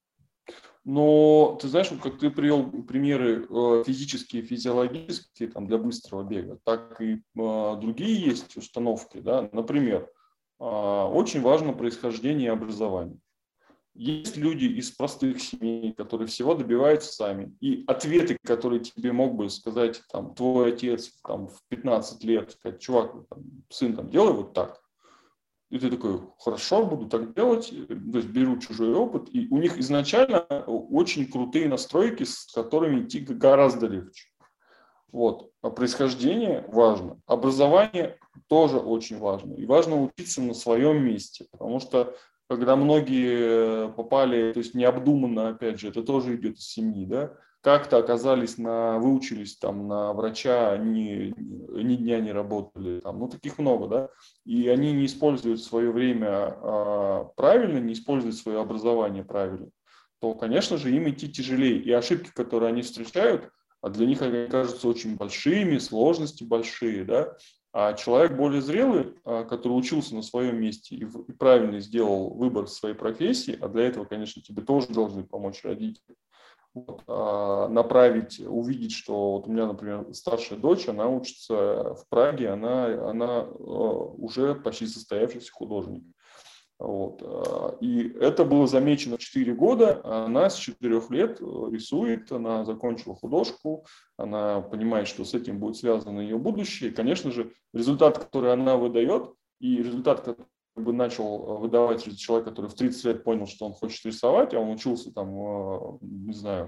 но ты знаешь, вот как ты привел примеры физические, физиологические там, для быстрого бега, так и другие есть установки. Да? Например, очень важно происхождение и образование. Есть люди из простых семей, которые всего добиваются сами. И ответы, которые тебе мог бы сказать там, твой отец там, в 15 лет, сказать, чувак, там, сын, там, делай вот так. И ты такой, хорошо, буду так делать. То есть беру чужой опыт. И у них изначально очень крутые настройки, с которыми идти гораздо легче. Вот. А происхождение важно. Образование тоже очень важно. И важно учиться на своем месте. Потому что когда многие попали, то есть необдуманно, опять же, это тоже идет из семьи, да, как-то оказались выучились там на врача, они ни дня не работали, там, ну таких много, да, и они не используют свое время правильно, не используют свое образование правильно, то, конечно же, им идти тяжелее. И ошибки, которые они встречают, а для них они кажутся очень большими, сложности большие, да. А человек более зрелый, который учился на своем месте и правильно сделал выбор в своей профессии, а для этого, конечно, тебе тоже должны помочь родители, вот, направить, увидеть, что вот у меня, например, старшая дочь, она учится в Праге, она уже почти состоявшийся художник. Вот. И это было замечено в 4 года. Она с 4 лет рисует, она закончила художку, она понимает, что с этим будет связано ее будущее. И, конечно же, результат, который она выдает, и результат, который бы начал выдавать человек, который в 30 лет понял, что он хочет рисовать, а он учился там, не знаю,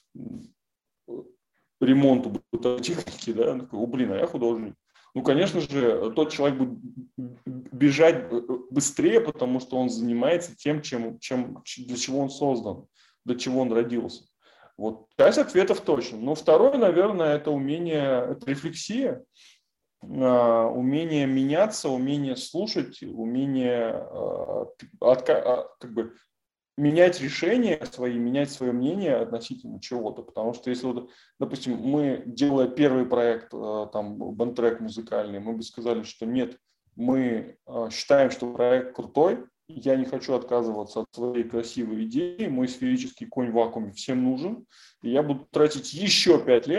ремонту бытовой техники, да, он такой, о, блин, а я художник. Ну, конечно же, тот человек будет бежать быстрее, потому что он занимается тем, для чего он создан, для чего он родился. Вот часть ответов точно. Но второе, наверное, это умение, это рефлексия, умение меняться, умение слушать, умение как бы менять решения свои, менять свое мнение относительно чего-то. Потому что если, вот, допустим, мы, делая первый проект, там, бандтрек музыкальный, мы бы сказали, что нет, мы считаем, что проект крутой, я не хочу отказываться от своей красивой идеи, мой сферический конь в вакууме всем нужен, и я буду тратить еще 5 лет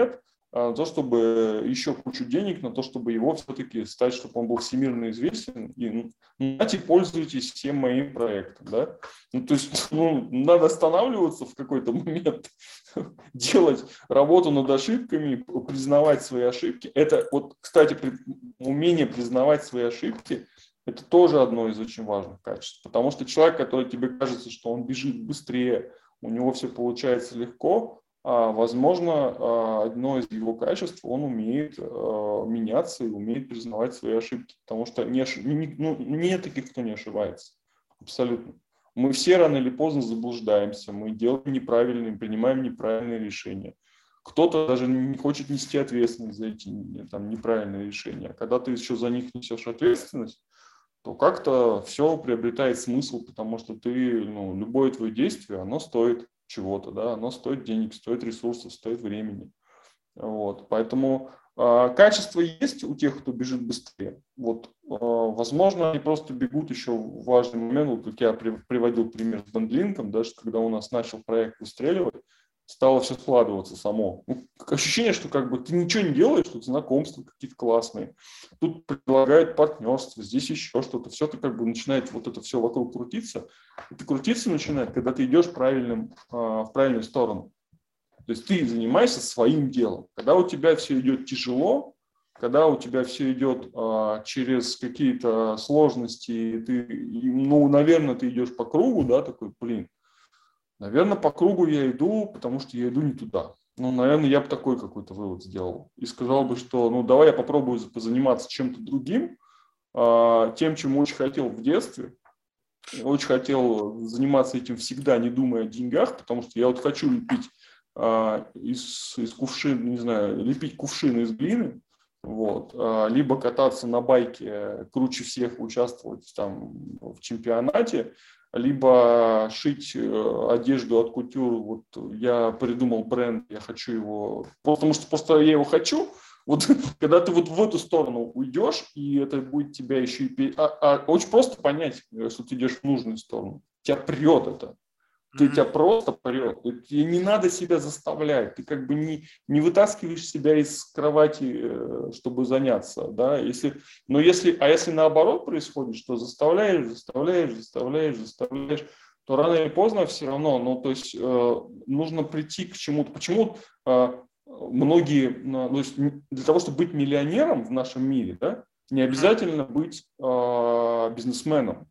на то, чтобы еще кучу денег, на то, чтобы его все-таки стать, чтобы он был всемирно известен. И нате, пользуйтесь всем моим проектом. Да? Ну, то есть надо останавливаться в какой-то момент, делать работу над ошибками, признавать свои ошибки. Это вот, кстати, умение признавать свои ошибки, это тоже одно из очень важных качеств. Потому что человек, который тебе кажется, что он бежит быстрее, у него все получается легко, возможно, одно из его качеств, он умеет меняться и умеет признавать свои ошибки. Потому что нет таких, кто не ошибается. Абсолютно. Мы все рано или поздно заблуждаемся, мы делаем неправильные, принимаем неправильные решения. Кто-то даже не хочет нести ответственность за эти там, неправильные решения. А когда ты еще за них несешь ответственность, то как-то все приобретает смысл, потому что любое твое действие, оно стоит чего-то, да, оно стоит денег, стоит ресурсов, стоит времени. Вот. Поэтому качество есть у тех, кто бежит быстрее. Вот, возможно, они просто бегут еще в важный момент, вот как я приводил пример с бендлинком, да, что когда у нас начал проект выстреливать, стало все складываться само. Ощущение, что как бы ты ничего не делаешь, тут знакомства какие-то классные, тут предлагают партнерство, здесь еще что-то, все это как бы начинает вот это все вокруг крутиться. Это крутиться начинает, когда ты идешь в правильную сторону. То есть ты занимаешься своим делом. Когда у тебя все идет тяжело, когда у тебя все идет через какие-то сложности, наверное, ты идешь по кругу, да, такой, наверное, по кругу я иду, потому что я иду не туда. Наверное, я бы такой какой-то вывод сделал. И сказал бы, что, давай я попробую позаниматься чем-то другим, тем, чем очень хотел в детстве. Очень хотел заниматься этим всегда, не думая о деньгах, потому что я вот хочу лепить из кувшин, не знаю, лепить кувшины из глины, вот, либо кататься на байке, круче всех участвовать там в чемпионате, либо шить одежду от кутюр. Вот я придумал бренд, я хочу его, потому что просто я его хочу. Вот когда ты вот в эту сторону уйдешь, и это будет тебя еще и... очень просто понять, что ты идешь в нужную сторону. Тебя прет это. Тебя просто прет. Тебе не надо себя заставлять. Ты как бы не вытаскиваешь себя из кровати, чтобы заняться. Да? Если наоборот происходит, что заставляешь, то рано или поздно все равно, нужно прийти к чему-то. Почему многие, для того, чтобы быть миллионером в нашем мире, да, не обязательно быть бизнесменом.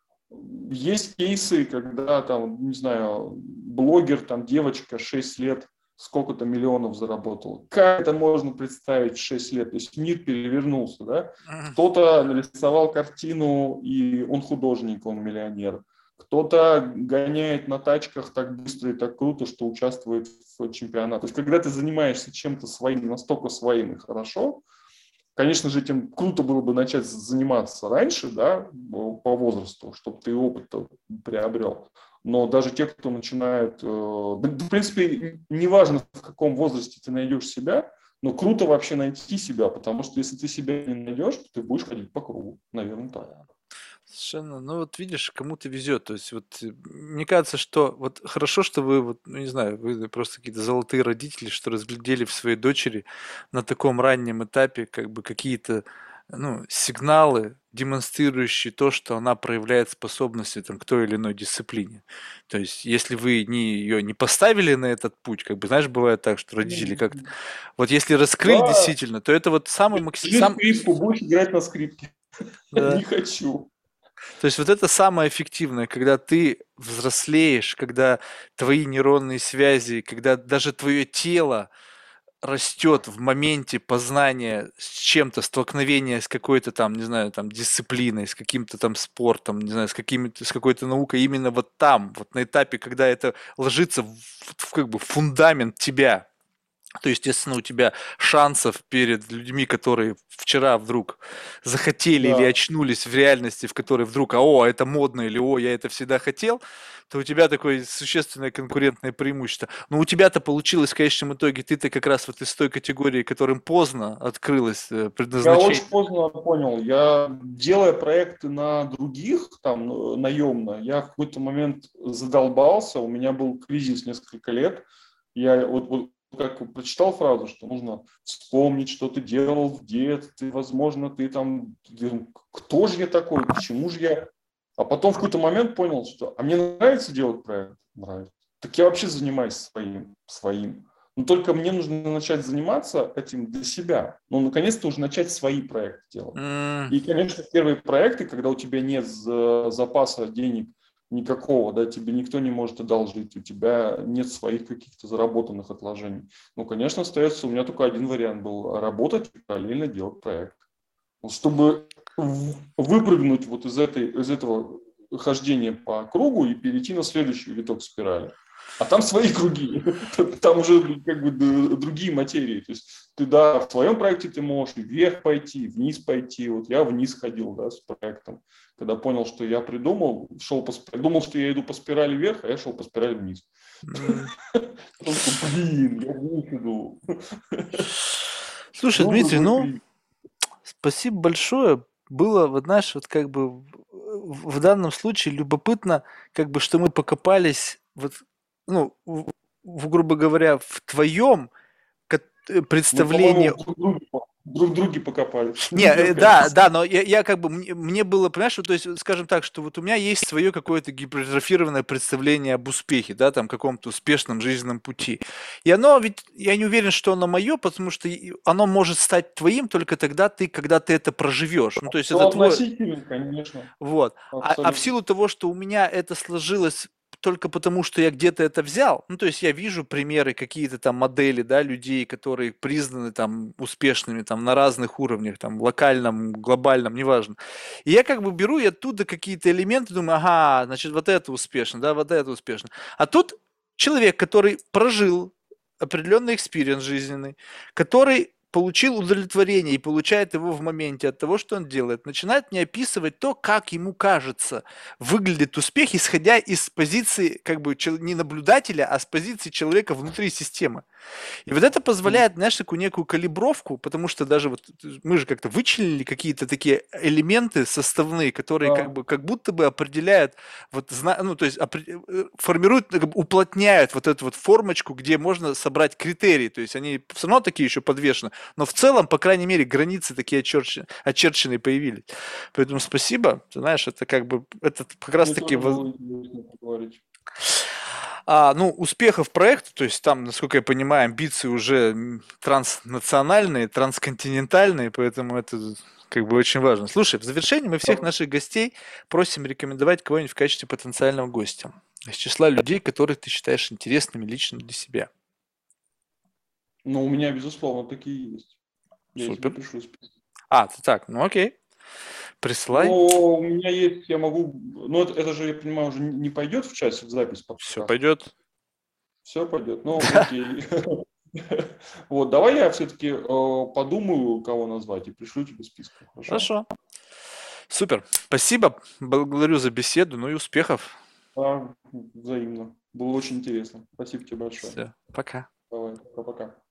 Есть кейсы, когда там, не знаю, блогер, там девочка 6 лет сколько-то миллионов заработала. Как это можно представить в 6 лет? То есть мир перевернулся, да? Кто-то нарисовал картину, и он художник, он миллионер. Кто-то гоняет на тачках так быстро и так круто, что участвует в чемпионате. То есть когда ты занимаешься чем-то своим, настолько своим и хорошо, конечно же, этим круто было бы начать заниматься раньше, да, по возрасту, чтобы ты опыт приобрел. Но даже те, кто начинает, в принципе, неважно, в каком возрасте ты найдешь себя, но круто вообще найти себя, потому что если ты себя не найдешь, то ты будешь ходить по кругу, наверное, так. Совершенно. Вот видишь, кому-то везет. То есть мне кажется, что вот хорошо, что вы не знаю, вы просто какие-то золотые родители, что разглядели в своей дочери на таком раннем этапе как бы какие-то сигналы, демонстрирующие то, что она проявляет способности к той или иной дисциплине. То есть, если вы ее не поставили на этот путь, как бы, знаешь, бывает так, что родители как-то... Вот если раскрыли Да, действительно, то это вот самый держи максимум... скрипку, будешь играть на скрипке. Да. Не хочу. То есть вот это самое эффективное, когда ты взрослеешь, когда твои нейронные связи, когда даже твое тело растет в моменте познания с чем-то, столкновения с какой-то там, не знаю, там дисциплиной, с каким-то там спортом, не знаю, с какой-то наукой, именно вот там, вот на этапе, когда это ложится в как бы фундамент тебя, то, естественно, у тебя шансов перед людьми, которые вчера вдруг захотели или Да. очнулись в реальности, в которой вдруг, это модно, или я это всегда хотел, то у тебя такое существенное конкурентное преимущество. Но у тебя-то получилось в конечном итоге, ты-то как раз вот из той категории, которым поздно открылось Я очень предназначение. поздно понял. Я, делая проекты на других, там, наемно, я в какой-то момент задолбался, у меня был кризис несколько лет. Я вот как прочитал фразу, что нужно вспомнить, что ты делал в детстве, возможно, ты там, кто же я такой, почему же я... А потом в какой-то момент понял, что, а мне нравится делать проект? Нравится. Так я вообще занимаюсь своим. Но только мне нужно начать заниматься этим для себя. Ну, наконец-то уже начать свои проекты делать. М, И, конечно, первые проекты, когда у тебя нет запаса денег никакого, да, тебе никто не может одолжить, у тебя нет своих каких-то заработанных отложений. Ну, конечно, остается, у меня только один вариант был – работать и параллельно делать проект. Вот чтобы выпрыгнуть вот из этого хождения по кругу и перейти на следующий виток спирали. А там свои круги, там уже как бы другие материи. То есть ты, да, в твоем проекте ты можешь вверх пойти, вниз пойти. Вот я вниз ходил, да, с проектом. Когда понял, что я придумал, думал, что я иду по спирали вверх, а я шел по спирали вниз. м. Блин, я вниз иду. Слушай, Ну, Дмитрий, другой ну, кризис. спасибо большое. Было, вот знаешь, вот как бы в данном случае любопытно, как бы, что мы покопались, вот, ну, грубо говоря, в твоем Мы, представлении. по-моему, друг друге покопались. Не, Мне да, кажется. да, но я как бы, мне было, понимаешь, вот, то есть, скажем так, что вот у меня есть свое какое-то гипертрофированное представление об успехе, да, там, каком-то успешном жизненном пути. И оно ведь, я не уверен, что оно мое, потому что оно может стать твоим только тогда когда ты это проживешь. Ну, то есть Все это твой, относительно, конечно. вот. А в Абсолютно. силу того, что у меня это сложилось только потому, что я где-то это взял, ну, то есть я вижу примеры, какие-то там модели, да, людей, которые признаны там успешными там на разных уровнях, там локальном, глобальном, неважно. И я как бы беру и оттуда какие-то элементы, думаю, ага, значит, вот это успешно, да, вот это успешно. А тут человек, который прожил определенный экспириенс жизненный, который получил удовлетворение и получает его в моменте от того, что он делает, начинает мне описывать то, как ему кажется, выглядит успех, исходя из позиции как бы не наблюдателя, а с позиции человека внутри системы. И вот это М, позволяет, знаешь, такую некую калибровку, потому что даже вот мы же как-то вычленили какие-то такие элементы составные, которые как да. бы как будто бы определяют, вот, ну, то есть формируют, как бы уплотняют вот эту вот формочку, где можно собрать критерии, то есть они все равно такие еще подвешены, но в целом, по крайней мере, границы такие очерченные появились. Поэтому спасибо, ты знаешь, это как бы, это как раз Мне таки тоже было интересно поговорить. ну, успехов проекта, то есть там, насколько я понимаю, амбиции уже транснациональные, трансконтинентальные, поэтому это как бы очень важно. Слушай, в завершении мы всех наших гостей просим рекомендовать кого-нибудь в качестве потенциального гостя из числа людей, которых ты считаешь интересными лично для себя. Но у меня, безусловно, такие есть. Я тебе Супер. пришлю список. Ты так, ну окей, Но присылай. у меня есть, я могу... Ну, это же, я понимаю, уже не пойдет в часе в запись Все подкаста. пойдет. Все пойдет. Ну, окей. Вот, давай я все-таки подумаю, кого назвать, и пришлю тебе список. Хорошо? Хорошо. Супер. Спасибо. Благодарю за беседу. Ну и успехов. Да, взаимно. Было очень интересно. Спасибо тебе большое. Все. Пока. Давай, пока-пока.